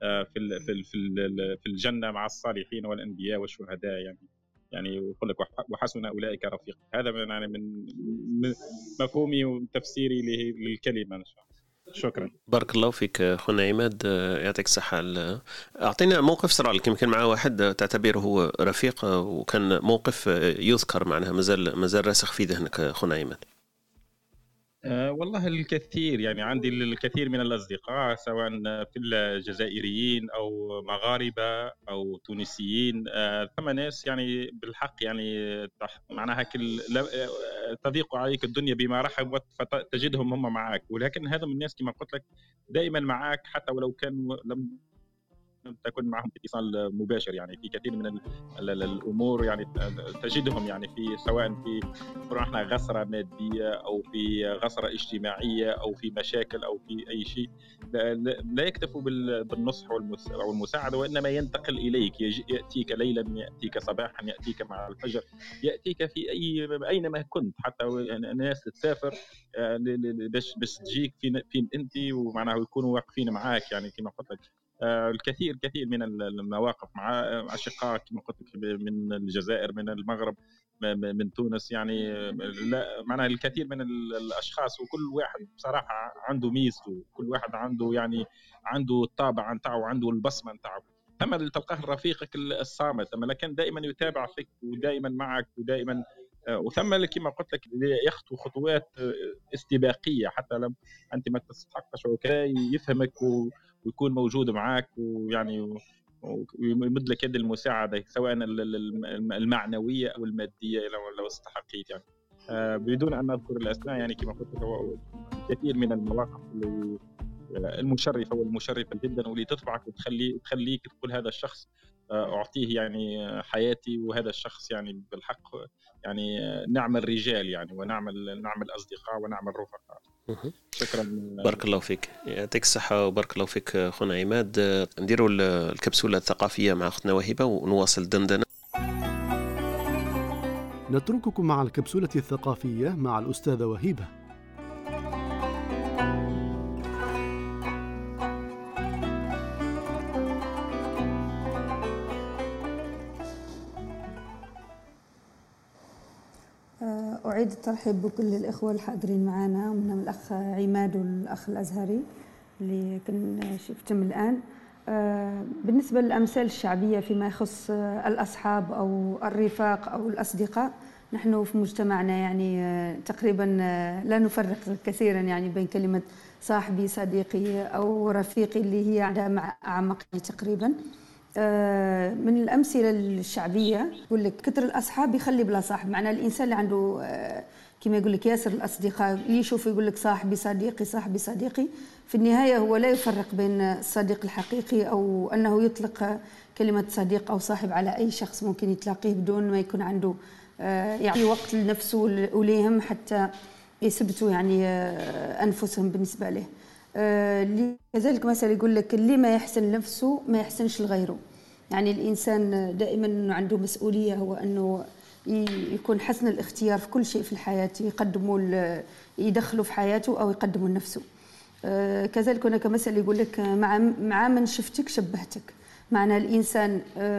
في الجنه مع الصالحين والانبياء والشهداء. يعني يقول لك وحسن اولئك رفيق. هذا من مفهومي وتفسيري للكلمه ان شاء الله. شكرا. بارك الله فيك خونا عماد، يعطيك الصحة. أعطينا موقف صار لك يمكن مع واحد تعتبره رفيق وكان موقف يذكر معناها مازال راسخ في ذهنك خونا عماد. والله الكثير، يعني عندي الكثير من الأصدقاء سواء في الجزائريين أو مغاربة أو تونسيين. ثم ناس يعني بالحق يعني معناها تضيق عليك الدنيا بما رحب فتجدهم هم معك، ولكن هذا من الناس كما قلت لك دائما معك حتى ولو كان لم تكن معهم اتصال مباشر. يعني في كثير من الامور يعني تجدهم يعني في سواء في احنا غسره ماديه او في غسره اجتماعيه او في مشاكل او في اي شيء، لا يكتفوا بالنصح والمساعده، وانما ينتقل اليك، ياتيك ليلا، ياتيك صباحا، ياتيك مع الفجر، ياتيك في اينما كنت. حتى الناس تسافر باش تجيك فين انت، ومعناه يكونوا واقفين معاك. يعني كما قلت لك الكثير من المواقف مع أشقاء كما قلت من الجزائر، من المغرب، من تونس. يعني لا معناها الكثير من الأشخاص، وكل واحد بصراحة عنده ميزته، كل واحد عنده يعني عنده الطابع نتاعو وعنده البصمة نتاعو. أما اللي تلقاه رفيقك الصامت، أما لكن دائما يتابع فيك ودائما معك ودائما وثم كما قلت لك يخطو خطوات استباقية حتى لم أنت ما تستحقش، وكاي يفهمك ويكون موجود معك، ويعني ويمد لك يد المساعدة سواء المعنوية أو المادية لو استحقيت. يعني بدون أن أذكر الأسماء، يعني كما قلت لك كثير من المواقف المشرفة والمشرفة جدا، واللي تطبعك وتخليك تقول هذا الشخص أعطيه يعني حياتي، وهذا الشخص يعني بالحق يعني نعمل رجال يعني، ونعمل أصدقاء ونعمل رفقاء. شكرا. بارك الله فيك، يعطيك الصحة وبارك الله فيك خونا عماد. نديروا الكبسولة الثقافية مع أختنا وهبة ونواصل الدندنة. نترككم مع الكبسولة الثقافية مع الأستاذة وهبة. أعيد الترحيب بكل الإخوة الحاضرين معنا، ومنهم الأخ عماد والأخ الأزهري اللي كنا شفتهم الآن. بالنسبة للأمثال الشعبية فيما يخص الأصحاب أو الرفاق أو الأصدقاء، نحن في مجتمعنا يعني تقريبا لا نفرق كثيرا يعني بين كلمة صاحبي، صديقي أو رفيقي اللي هي عندها مع أعمق تقريبا. من الأمثلة الشعبية يقول لك كثر الأصحاب يخلي بلا صاحب، معناه الإنسان اللي عنده كما يقول لك ياسر الأصدقاء اللي يشوف يقول لك صاحبي صديقي صاحبي صديقي، في النهاية هو لا يفرق بين الصديق الحقيقي أو أنه يطلق كلمة صديق أو صاحب على أي شخص ممكن يتلاقيه بدون ما يكون عنده يعني وقت لنفسه وليهم حتى يثبتوا يعني أنفسهم بالنسبة له. كذلك مثلا يقول لك اللي ما يحسن نفسه ما يحسنش لغيره، يعني الإنسان دائما أنه عنده مسؤولية، هو أنه يكون حسن الاختيار في كل شيء في الحياة، يدخله في حياته أو يقدمه لنفسه. كذلك هناك مثل يقول لك مع من شفتك شبهتك، معنى الإنسان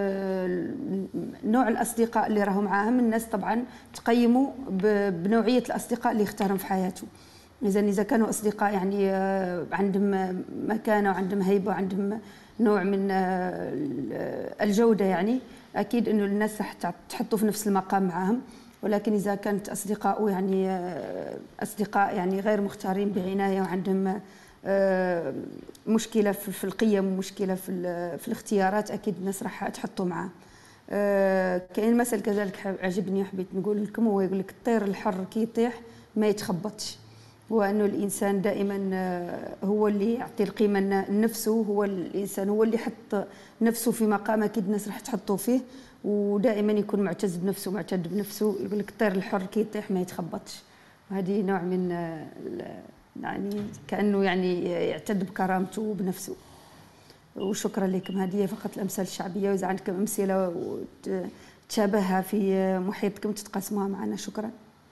نوع الأصدقاء اللي راهم معاهم، الناس طبعا تقيموا بنوعية الأصدقاء اللي يختارهم في حياته. إذا كانوا أصدقاء يعني عندهم مكانة وعندهم هيبة وعندهم نوع من الجودة، يعني أكيد إنه الناس راح تحطوا في نفس المقام معاهم. ولكن إذا كانت أصدقاء يعني غير مختارين بعناية وعندهم مشكلة في القيم ومشكلة في الاختيارات، أكيد الناس راح تحطوا معاه. كاين مثل كذلك عجبني حبيت نقول لكم، هو يقول لك الطير الحر كي يطيح ما يتخبطش. وأنه الإنسان دائما هو اللي يعطي القيمة لنفسه، هو الإنسان هو اللي يحط نفسه في مقام أكيد الناس راح تحطه فيه، ودائما يكون معتز بنفسه معتد بنفسه. يقول لك الطير الحر كي يطيح ما يتخبطش. وهذه نوع من يعني كأنه يعني يعتد بكرامته وبنفسه. وشكرا لكم، هذه فقط الأمثال الشعبية، وإذا عندكم أمثلة تشابهها في محيطكم تتقاسموها معنا. شكرا.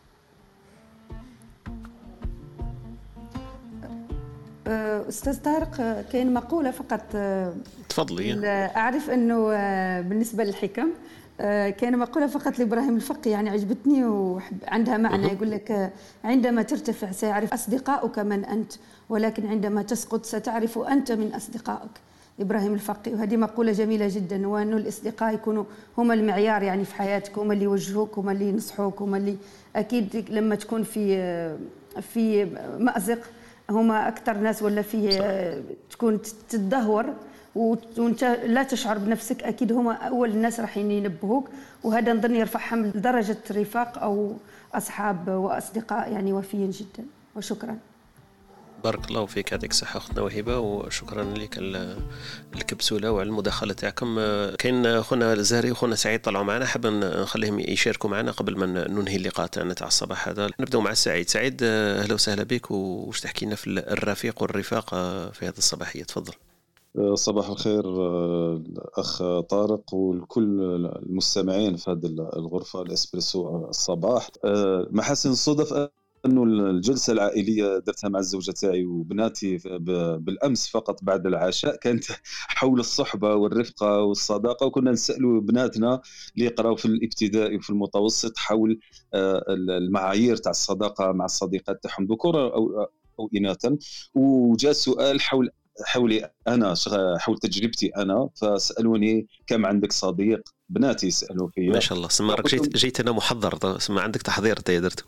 أستاذ طارق، كاين مقولة فقط تفضلي. أعرف أنه بالنسبة للحكم كاين مقولة فقط لإبراهيم الفقي يعني عجبتني وعندها معنى. يقول لك عندما ترتفع سيعرف أصدقاؤك من أنت، ولكن عندما تسقط ستعرف أنت من أصدقائك. إبراهيم الفقي. وهذه مقولة جميلة جدا، وأنه الأصدقاء يكونوا هم المعيار يعني في حياتك، هم اللي يوجهوك، هم اللي ينصحوك، هم اللي أكيد لما تكون في مأزق هما أكثر ناس، ولا فيه تكون تتدهور وانت لا تشعر بنفسك، أكيد هما أول الناس راح ينبهوك. وهذا نظن يرفعهم لدرجة رفاق أو أصحاب وأصدقاء يعني وفيين جدا. وشكرا. بارك الله فيك، يعطيك الصحة أختنا وهبة، وشكرا لك الكبسولة وعلى المداخلة تاعكم. كاين خونا الزهري وخونا سعيد طلعوا معنا، حاب نخليهم يشاركوا معنا قبل ما ننهي اللقاء تاعنا تاع الصباح هذا. نبدأ مع سعيد. سعيد أهلا وسهلا بك، وش تحكي لنا في الرفيق والرفاق في هذه الصباحية؟ تفضل. صباح الخير الأخ طارق والكل المستمعين في هذه الغرفة الإسبريسو الصباح. محاسن الصدف أنه الجلسة العائلية درتها مع الزوجة تاعي وبناتي بالأمس فقط بعد العشاء، كانت حول الصحبة والرفقة والصداقة، وكنا نسألوا بناتنا اللي يقرأوا في الابتدائي وفي المتوسط حول المعايير تاع الصداقة مع الصديقات تاعهم ذكورا أو إناثا. وجاء سؤال حولي أنا، حول تجربتي أنا، فسألوني كم عندك صديق. بناتي يسألوا فيا. ما شاء الله، سما راك جيت أنا محضر، سما عندك تحضير تاع درته.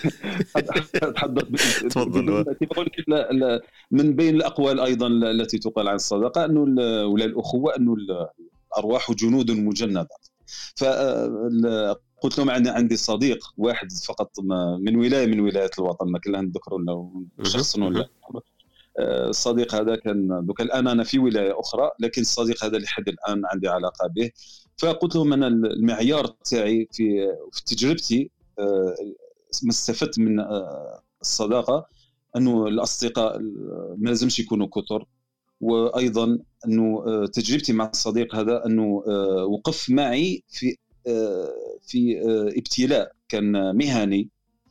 تفضل. من بين الأقوال أيضا التي تقال عن الصداقة أنه ولا الأخوة أنه الأرواح جنود مجندة. فقلت لهم عندي صديق واحد فقط من ولايات الوطن، ما كلها نذكر ولا شخص ولا الصديق هذا كان دوك الآن أنا في ولاية أخرى، لكن الصديق هذا لحد الآن عندي علاقة به. فقلت لهم أنا المعيار تاعي في تجربتي ما استفدت من الصداقة أنه الأصدقاء ما لازمش يكونوا كثر، وأيضا أنه تجربتي مع الصديق هذا أنه وقف معي في ابتلاء كان مهني،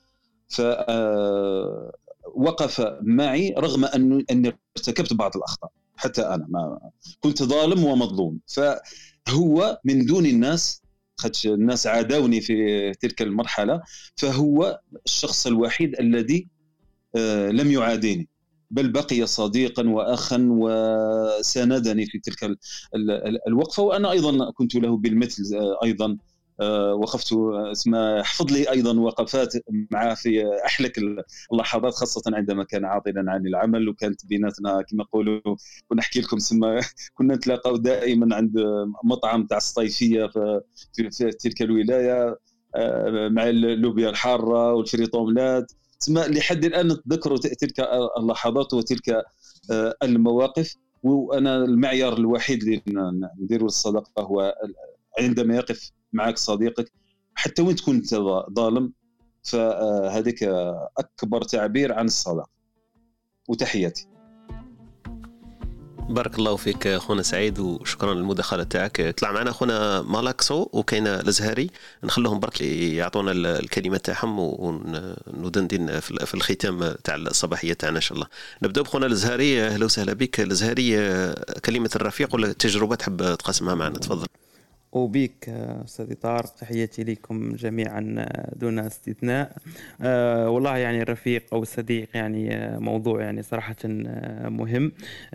فوقف معي رغم أني ارتكبت بعض الأخطاء، حتى أنا ما كنت ظالم ومظلوم. فهو من دون الناس، الناس عادوني في تلك المرحلة، فهو الشخص الوحيد الذي لم يعاديني، بل بقي صديقا وأخا وساندني في تلك الوقفة. وأنا أيضا كنت له بالمثل، أيضا وقفت حفظ لي أيضا وقفات معه في أحلك اللحظات، خاصة عندما كان عاطلا عن العمل، وكانت بيناتنا كما يقولوا، كنا نحكي لكم كنا نتلاقوا دائما عند مطعم تاع الصيفية في تلك الولاية مع اللوبيا الحارة والفريطوملات. لحد الآن نتذكر تلك اللحظات وتلك المواقف. وأنا المعيار الوحيد اللي نديروا الصداقة هو عندما يقف معك صديقك حتى وين تكون انت ظالم، فهذيك أكبر تعبير عن الصداقة. وتحياتي. بارك الله فيك خونا سعيد وشكرا للمداخله تاعك. طلع معنا خونا مالاكسو وكاين الازهري، نخلوهم برك يعطونا الكلمه تاعهم وندندن في الختام تاع الصباحيه تاعنا ان شاء الله. نبداو بخونا الازهري. اهلا وسهلا بك الازهري، كلمه الرفيق ولا تجربه تحب تقسمها معنا؟ تفضل. وبيك أستاذ طارق، تحياتي لكم جميعا دون استثناء. والله يعني الرفيق أو الصديق يعني موضوع يعني صراحة مهم،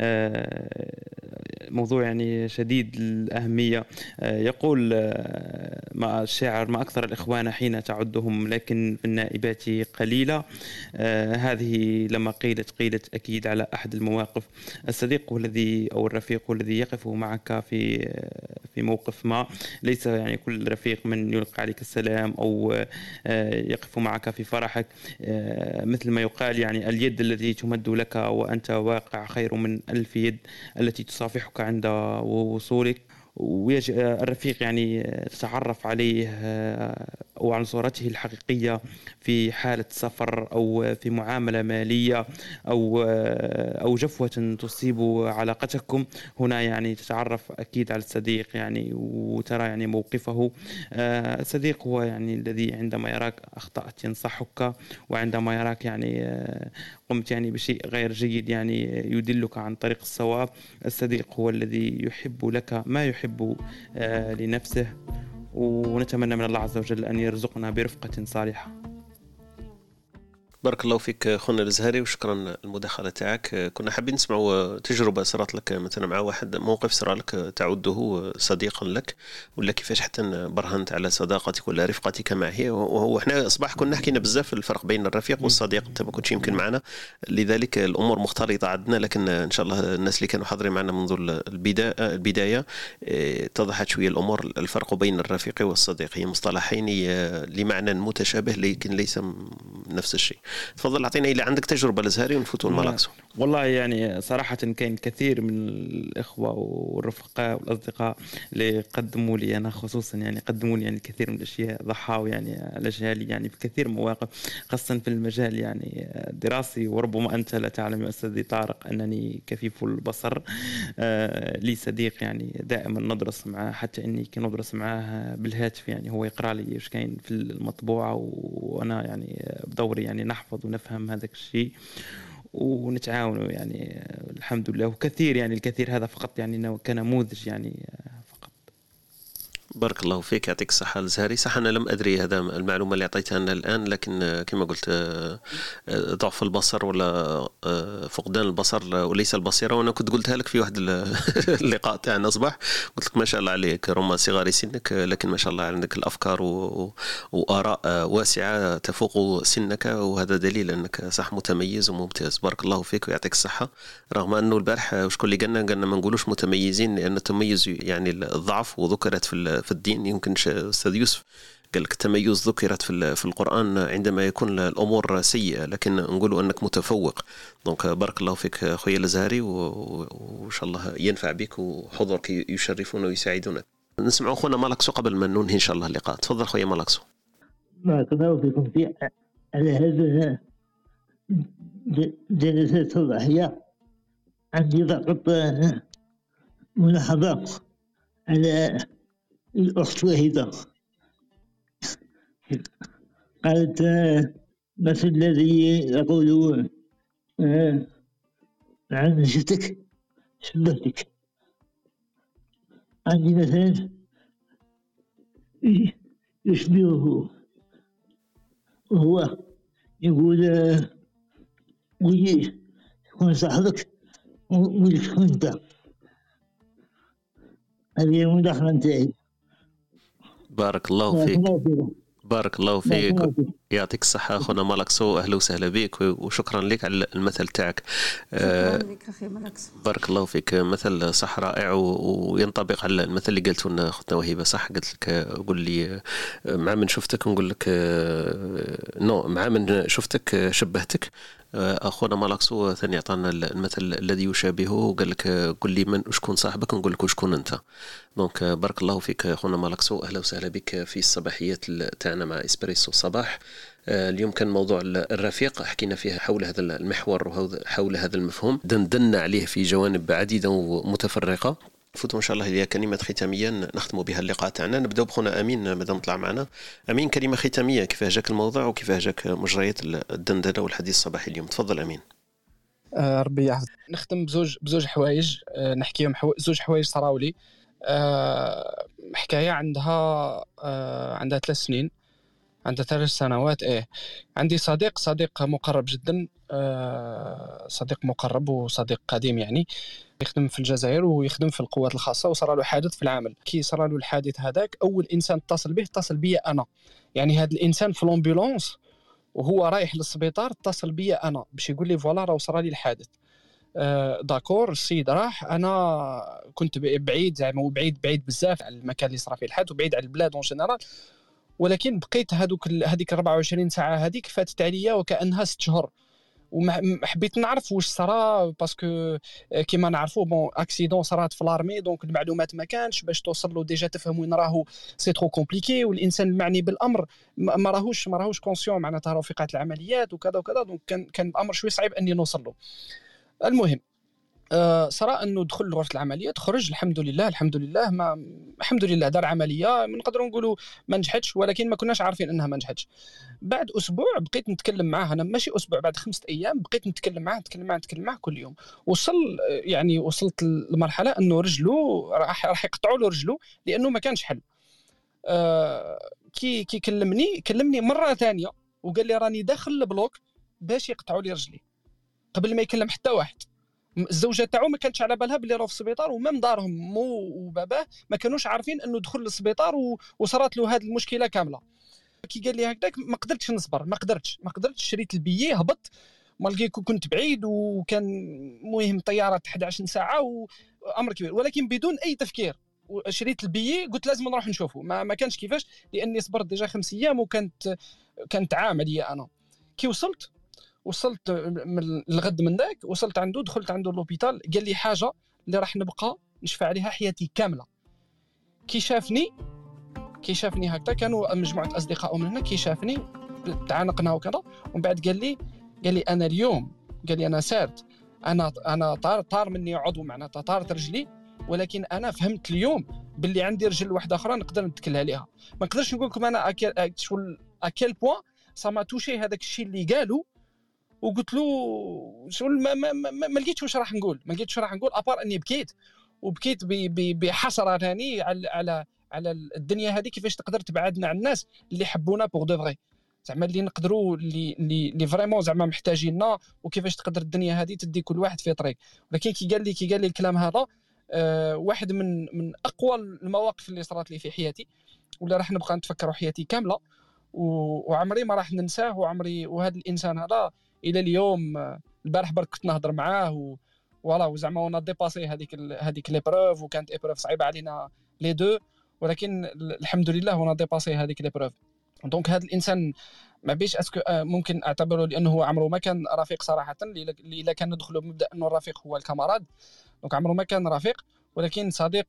موضوع يعني شديد الأهمية. يقول مع الشاعر: ما أكثر الإخوان حين تعدهم لكن في النائبات قليلة. هذه لما قيلت أكيد على أحد المواقف. الصديق هو الذي أو الرفيق هو الذي يقف معك في موقف ما. ليس يعني كل رفيق من يلقى عليك السلام أو يقف معك في فرحك. مثل ما يقال يعني اليد التي تمد لك وأنت واقع خير من 1000 يد التي تصافحك عند وصولك. الرفيق يعني تتعرف عليه أو عن صورته الحقيقية في حالة سفر أو في معاملة مالية أو جفوة تصيب علاقتكم. هنا يعني تتعرف أكيد على الصديق يعني وترى يعني موقفه. الصديق هو يعني الذي عندما يراك أخطأت ينصحك، وعندما يراك يعني قمت يعني بشيء غير جيد يعني يدلك عن طريق الصواب. الصديق هو الذي يحب لك ما يحب لنفسه، ونتمنى من الله عز وجل أن يرزقنا برفقة صالحة. بارك الله فيك خونا الازهري وشكرا المداخله تاعك. كنا حابين نسمعوا تجربه صارت لك مثلا مع واحد، موقف صار لك تعده صديقا لك، ولا كيفاش حتى برهنت على صداقتك ولا رفقتك معه. وهو احنا صباح كنا حكينا بزاف الفرق بين الرفيق والصديق، انت ما كنتش يمكن معنا لذلك الامور مختلطه عندنا، لكن ان شاء الله الناس اللي كانوا حاضرين معنا منذ البدايه اتضحت شويه الامور. الفرق بين الرفيق والصديق هي مصطلحين لمعنى متشابه لكن ليس نفس الشيء. تفضل اعطينا الى عندك تجربه الازهري ونفوتوا الملاكسو. والله يعني صراحه كاين كثير من الاخوه والرفقاء والاصدقاء اللي قدموا لي انا خصوصا يعني قدموا لي يعني الكثير من الاشياء، ضحوا يعني على جهلي يعني في كثير مواقف، خاصه في المجال يعني الدراسي. وربما انت لا تعلم يا استاذي طارق انني كفيف البصر. لي صديق يعني دائما ندرس معه، حتى اني كندرس معه بالهاتف يعني هو يقرا لي ايش كاين في المطبوعه وانا يعني بدوري يعني نحفظ ونفهم هذاك الشيء ونتعاونوا يعني الحمد لله. وكثير يعني الكثير هذا فقط يعني كنموذج يعني فقط. بارك الله فيك، يعطيك الصحة الزهري. صح أنا لم أدري هذا المعلومة اللي أعطيتها لنا الآن، لكن كما قلت ضعف البصر ولا فقدان البصر وليس البصيرة، وأنا كنت قلتها لك في واحد اللقاء تاعنا صباح، قلت لك ما شاء الله عليك رغم صغار سنك لكن ما شاء الله عندك الأفكار وآراء واسعة تفوق سنك، وهذا دليل أنك صح متميز وممتاز. بارك الله فيك ويعطيك الصحة. رغم أنه البارح شكون اللي قالنا ما نقولوش متميزين، لأن التميز يعني الضعف وذكرت في الدين. يمكن أستاذ يوسف قال لك التميز ذكرت في القرآن عندما يكون الأمور سيئة، لكن نقولوا أنك متفوق. دونك بارك الله فيك خويا الزهري، وإن شاء الله ينفع بك وحضورك يشرفونا ويساعدونا. نسمعوا خونا مالاكسو قبل ما ننهي إن شاء الله اللقاء. تفضل خويا مالاكسو. بارك الله فيكم في على هذا جلسة صباحية. عندي فقط ملاحظة على الأخت وهيبة. قالت مثل الذي يقول عن شفتك شبهتك. عندي مثلا يشبهه وهو يقول قولي شكون صاحبك وقولي شكون انت. هذه المداخلة نتاعي. بارك الله فيك. بارك الله فيك، يعطيك الصحة أخونا مالاكسو، أهلا وسهلا بك وشكرا لك على المثل تاعك. شكرا لك أخي مالاكسو. بارك الله فيك، مثل صح رائع وينطبق على المثل اللي قلته لنا أختنا وهيبة. صح قلت لك قول لي مع من شفتك نقول لك مع من شفتك شبهتك. أخونا مالاكسو ثاني أعطانا المثل الذي يشابهه وقال لك قل لي من شكون صاحبك نقول لك شكون أنت. دونك بارك الله فيك أخونا مالاكسو، أهلا وسهلا بك في الصباحيات تاعنا مع إسبريسو صباح. اليوم كان موضوع الرفيق، حكينا فيها حول هذا المحور وحول هذا المفهوم، دندنا عليه في جوانب عديدة ومتفرقة. فوتوا إن شاء الله هي كلمة ختامية نختم بها اللقاء تاعنا. نبدأ بخونا أمين مادام طلع معنا. أمين، كلمة ختامية، كيفاه جاك الموضوع وكيفاه جاك مجريات الدندنة والحديث الصباحي اليوم؟ تفضل أمين. ربي يحفظ. نختم بزوج حوايج، نحكيهم زوج حوايج صراولي. حكاية عندها 3 سنين، عندها 3 سنوات. عندي صديق مقرب جدا، صديق مقرب وصديق قديم، يعني يخدم في الجزائر ويخدم في القوات الخاصة، وصار له حادث في العمل. كي صار له الحادث هذاك، أول إنسان اتصل بي أنا، يعني هذا الإنسان في الأمبولانس وهو رايح للسبيطار اتصل بي أنا باش يقول لي فوالا راه صار لي الحادث. داكور، السيد راح، انا كنت بعيد، زعما بعيد بزاف على المكان اللي صرا فيه الحادث وبعيد على البلاد اون جينيرال، ولكن بقيت هذيك 24 ساعه هذيك فاتت عليا وكانها 6 شهور، وحبيت نعرف واش صرا، باسكو كيما نعرفوا بون اكسيدون صرات في لارمي، دونك المعلومات ما كانش باش توصل له ديجا تفهم وين راهو، سي ترو كومبليكي، والانسان المعني بالامر ما راهوش كونسيون معناتها رفيقات العمليات وكذا وكذا، دونك كان الامر شوي صعيب اني نوصل له. المهم صرا انه دخل لغرفه العمليات، خرج الحمد لله، الحمد لله دار عمليه، نقدروا نقولوا ما نجحتش، ولكن ما كناش عارفين انها ما نجحتش. بعد اسبوع بقيت نتكلم معاه، انا ماشي اسبوع، بعد 5 ايام بقيت نتكلم معاه كل يوم. وصلت لمرحله انه رجله راح يقطعوا له رجله لانه ما كانش حل. كي كلمني مره ثانيه وقال لي راني داخل البلوك باش يقطعوا لي رجلي، قبل ما يكلم حتى واحد. الزوجه تاعو ما كانتش على بالها بلي راه في السبيطار، ومام دارهم مو وباباه ما كانوش عارفين انه دخل للسبيطار وصارت له هذه المشكله كامله. كي قال لي هكذاك ما قدرتش نصبر، ما قدرتش شريت البيي، هبط مالغي كنت بعيد، وكان مهم طياره 11 ساعه وامر كبير، ولكن بدون اي تفكير شريت البيي، قلت لازم نروح نشوفه. ما كانش كيفاش، لاني صبرت ديجا 5 ايام وكانت عام عليا. انا كي وصلت من الغد من ذاك، وصلت عنده، دخلت عنده لوبيتال، قال لي حاجه اللي راح نبقى نشفع عليها حياتي كامله. كي شافني هكذا، كانوا مجموعه اصدقاء من هنا، كي شافني تعانقنا وكذا، ومن بعد قال لي انا اليوم، قال لي انا سارت، انا طار مني عضو، معناتها طارت رجلي، ولكن انا فهمت اليوم باللي عندي رجل واحده اجره نقدر نتكل عليها. ما نقدرش نقول لكم انا اكيل بوين سا ما توشي هذاك الشيء اللي قالوا، وقلت له شغل ما لقيتش واش راح نقول، ابار اني بكيت بحسره ثاني على الدنيا هذه، كيفاش تقدر تبعدنا عن الناس اللي حبونا بوغ دو فري، زعما اللي نقدروا اللي فريمون زعما محتاجيننا، وكيفاش تقدر الدنيا هذه تدي كل واحد في طريق. ولكن كي قال لي الكلام هذا، واحد من اقوى المواقف اللي صارت لي في حياتي، ولا راح نبقى نتفكروا حياتي كامله، وعمري ما راح ننساه، وهذا الانسان هذا الى اليوم. البارح برك كنت نهضر معاه ولا وزعما ونا ديباسي هذيك ليبروف، وكانت ايبروف صعيبه علينا لي دو، ولكن الحمد لله ونا ديباسي هذيك ليبروف. دونك هذا الانسان ما بيش اسكو ممكن اعتبره، لانه هو عمره ما كان رفيق صراحه، الا كان ندخلوا بمبدا انه الرفيق هو الكاماراد، دونك عمره ما كان رفيق، ولكن صديق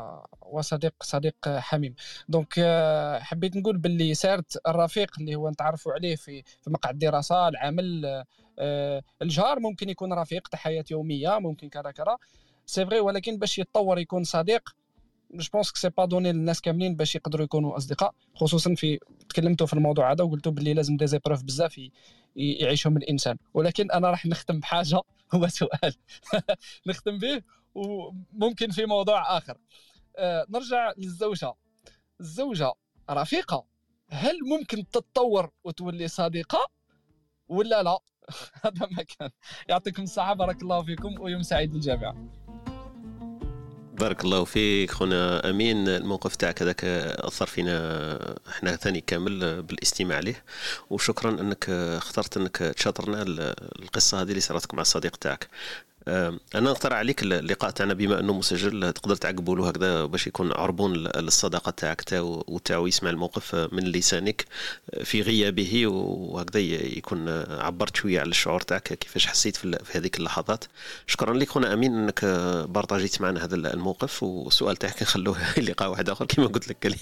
صديق حميم. دونك حبيت نقول باللي سارت الرفيق اللي هو نتعرفوا عليه في مقعد الدراسه، العمل، الجار، ممكن يكون رفيق تاع حياه يوميه، ممكن كذا سي فري، ولكن باش يتطور يكون صديق، جو بونس كو سي با دوني للناس كاملين باش يقدروا يكونوا اصدقاء. خصوصا تكلمتوا في الموضوع هذا وقلتوا باللي لازم دي زيبروف بزاف يعيشهم الانسان. ولكن انا راح نختم بحاجه، هو سؤال نختم به، وممكن في موضوع اخر. نرجع الزوجه رفيقه، هل ممكن تتطور وتولي صديقه ولا لا؟ هذا ما كان. يعطيكم الصحه، بارك الله فيكم، ويوم سعيد للجميع. بارك الله فيك خونا امين، الموقف تاعك هذاك اثر فينا احنا ثاني كامل بالاستماع له، وشكرا انك اخترت انك تشاطرنا القصه هذه اللي صارتك مع الصديق تاعك. انا نقترح عليك اللقاء تاعنا بما انه مسجل تقدر تعقبوا له هكذا باش يكون عربون للصداقه تاعك وتاعو يسمع الموقف من لسانك في غيابه، وهكذا يكون عبرت شويه على الشعور تاعك كيفاش حسيت في هذيك اللحظات. شكرا لك خونا امين انك بارطاجيت معنا هذا الموقف، والسؤال تاعك نخلوه لقاء واحد اخر كما قلت لك.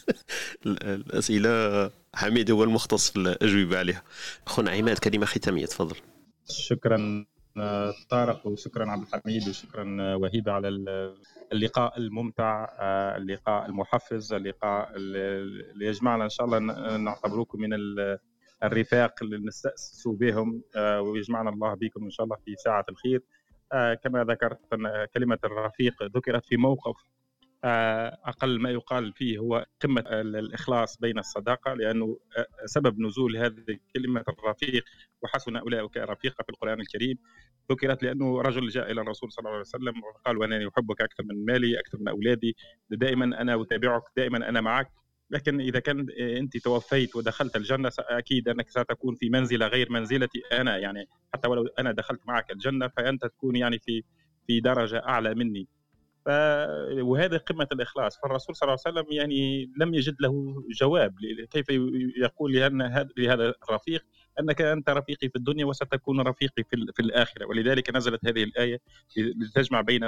الاسئله حميد هو المختص في الاجوبه عليها. خونا عماد كلمه ختاميه تفضل. شكرا طارق، وشكرا عبد الحميد، وشكرا وهيبة على اللقاء الممتع، اللقاء المحفز، اللقاء اللي يجمعنا إن شاء الله نعتبروكم من الرفاق اللي نستأسسوا بهم، ويجمعنا الله بكم إن شاء الله في ساعة الخير. كما ذكرت كلمة الرفيق ذكرت في موقف أقل ما يقال فيه هو قمة الإخلاص بين الصداقة، لأنه سبب نزول هذه كلمة الرفيق وحسن أولئك رفيقا في القرآن الكريم ذكرت لأنه رجل جاء إلى الرسول صلى الله عليه وسلم وقال: وأنني أحبك أكثر من مالي، أكثر من أولادي، دائما أنا أتابعك، دائما أنا معك، لكن إذا كان أنت توفيت ودخلت الجنة أكيد أنك ستكون في منزلة غير منزلتي أنا، يعني حتى ولو أنا دخلت معك الجنة فأنت تكون يعني في درجة أعلى مني. وهذا قمة الإخلاص. فالرسول صلى الله عليه وسلم يعني لم يجد له جواب كيف يقول لهذا الرفيق أنك أنت رفيقي في الدنيا وستكون رفيقي في الآخرة. ولذلك نزلت هذه الآية لتجمع بين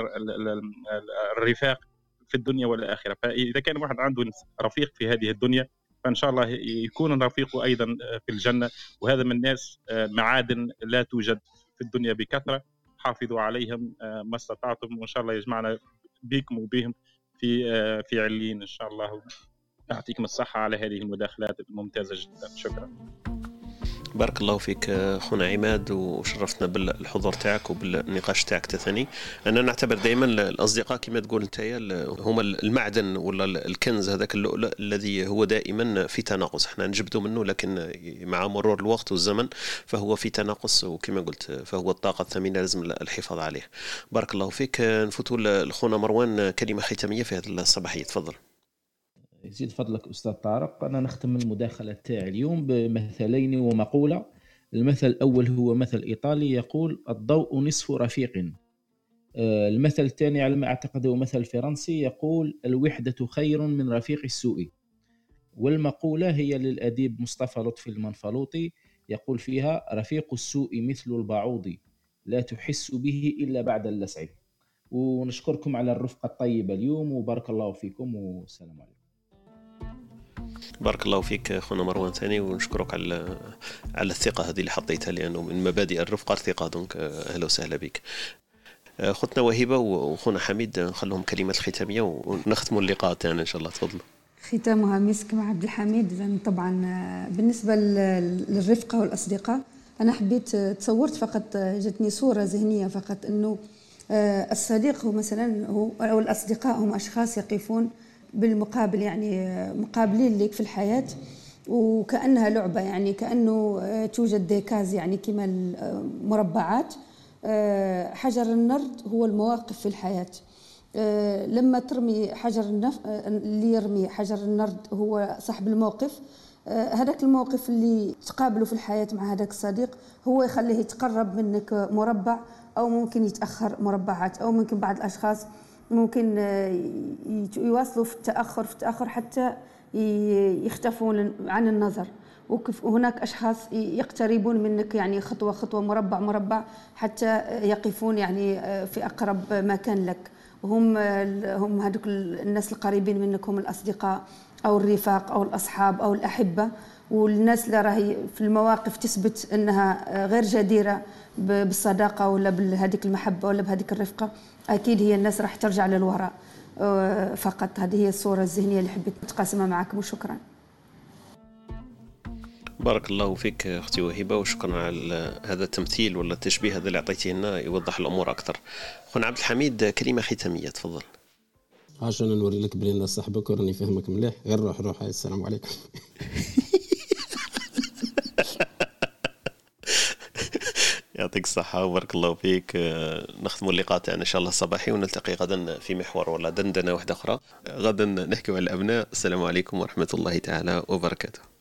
الرفاق في الدنيا والآخرة. فإذا كان واحد عنده رفيق في هذه الدنيا فإن شاء الله يكون رفيقه أيضا في الجنة. وهذا من الناس معادن لا توجد في الدنيا بكثرة، حافظوا عليهم ما استطعتم، وإن شاء الله يجمعنا بكم وبهم في علين إن شاء الله. يعطيكم الصحة على هذه المداخلات الممتازة جدا. شكرا. بارك الله فيك خونا عماد، وشرفتنا بالحضور تاعك وبالنقاش تاعك تثني. أنا نعتبر دائما الأصدقاء كما تقول أنت هما المعدن ولا الكنز، هذاك اللؤلؤ الذي هو دائما في تناقص، احنا نجبدوا منه لكن مع مرور الوقت والزمن فهو في تناقص، وكما قلت فهو الطاقة الثمينة لازم الحفاظ عليه. بارك الله فيك. نفوتوا لخونا مروان كلمة ختامية في هذه الصباحية تفضل. يزيد فضلك أستاذ طارق. أنا نختم المداخلة تاعي اليوم بمثلين ومقولة. المثل الأول هو مثل إيطالي يقول: الضوء نصف رفيق. المثل الثاني على ما أعتقد هو مثل فرنسي يقول: الوحدة خير من رفيق السوء. والمقولة هي للأديب مصطفى لطفي المنفلوطي يقول فيها: رفيق السوء مثل البعوض لا تحس به إلا بعد اللسع. ونشكركم على الرفقة الطيبة اليوم، وبارك الله فيكم، والسلام عليكم. بارك الله فيك خونا مروان ثاني، ونشكرك على الثقة هذه اللي حطيتها، لأنه من مبادئ الرفقة الثقة. دونك أهلا وسهلا بك. خوتنا وهبة وخونا حميد نخلهم كلمات الختامية ونختموا اللقاء تاعنا إن شاء الله. تفضلوا. ختامها مسك مع عبد الحميد. طبعا بالنسبة للرفقة والأصدقاء أنا حبيت تصورت فقط، جتني صورة ذهنية فقط أنه الصديق هو مثلا أو الأصدقاء هم أشخاص يقفون بالمقابل، يعني مقابلين لك في الحياة، وكأنها لعبة، يعني كأنه توجد ديكاز يعني كما المربعات. حجر النرد هو المواقف في الحياة. لما ترمي اللي يرمي حجر النرد هو صاحب الموقف. هذاك الموقف اللي تقابله في الحياة مع هذاك الصديق هو يخليه يتقرب منك مربع، أو ممكن يتأخر مربعات، أو ممكن بعض الأشخاص ممكن يواصلوا في التأخر حتى يختفون عن النظر. وهناك أشخاص يقتربون منك يعني خطوة مربع حتى يقفون يعني في أقرب مكان لك. هم هذوك الناس القريبين منك، هم الأصدقاء أو الرفاق أو الأصحاب أو الأحبة. والناس اللي راهي في المواقف تثبت أنها غير جديرة بالصداقة ولا بهذيك المحبة ولا بهذيك الرفقة، أكيد هي الناس راح ترجع للوراء. فقط هذه هي الصورة الذهنية اللي حبيت أتقاسمها معكم، وشكرا. بارك الله فيك أختي وهبة، وشكرا على هذا التمثيل ولا التشبيه هذا اللي عطيتيه لنا يوضح الأمور أكثر. خونا عبد الحميد كلمة ختامية تفضل. عشان نوري لك بلي الناس صاحبك وراني فهمك مليح. غير روح هاي السلام عليكم. يعطيك الصحة وبارك الله فيك. نختم اللقاء تاعنا إن شاء الله الصباحي، ونلتقي غدا في محور ولا دندنة واحدة أخرى. غدا نحكي على الأبناء. السلام عليكم ورحمة الله تعالى وبركاته.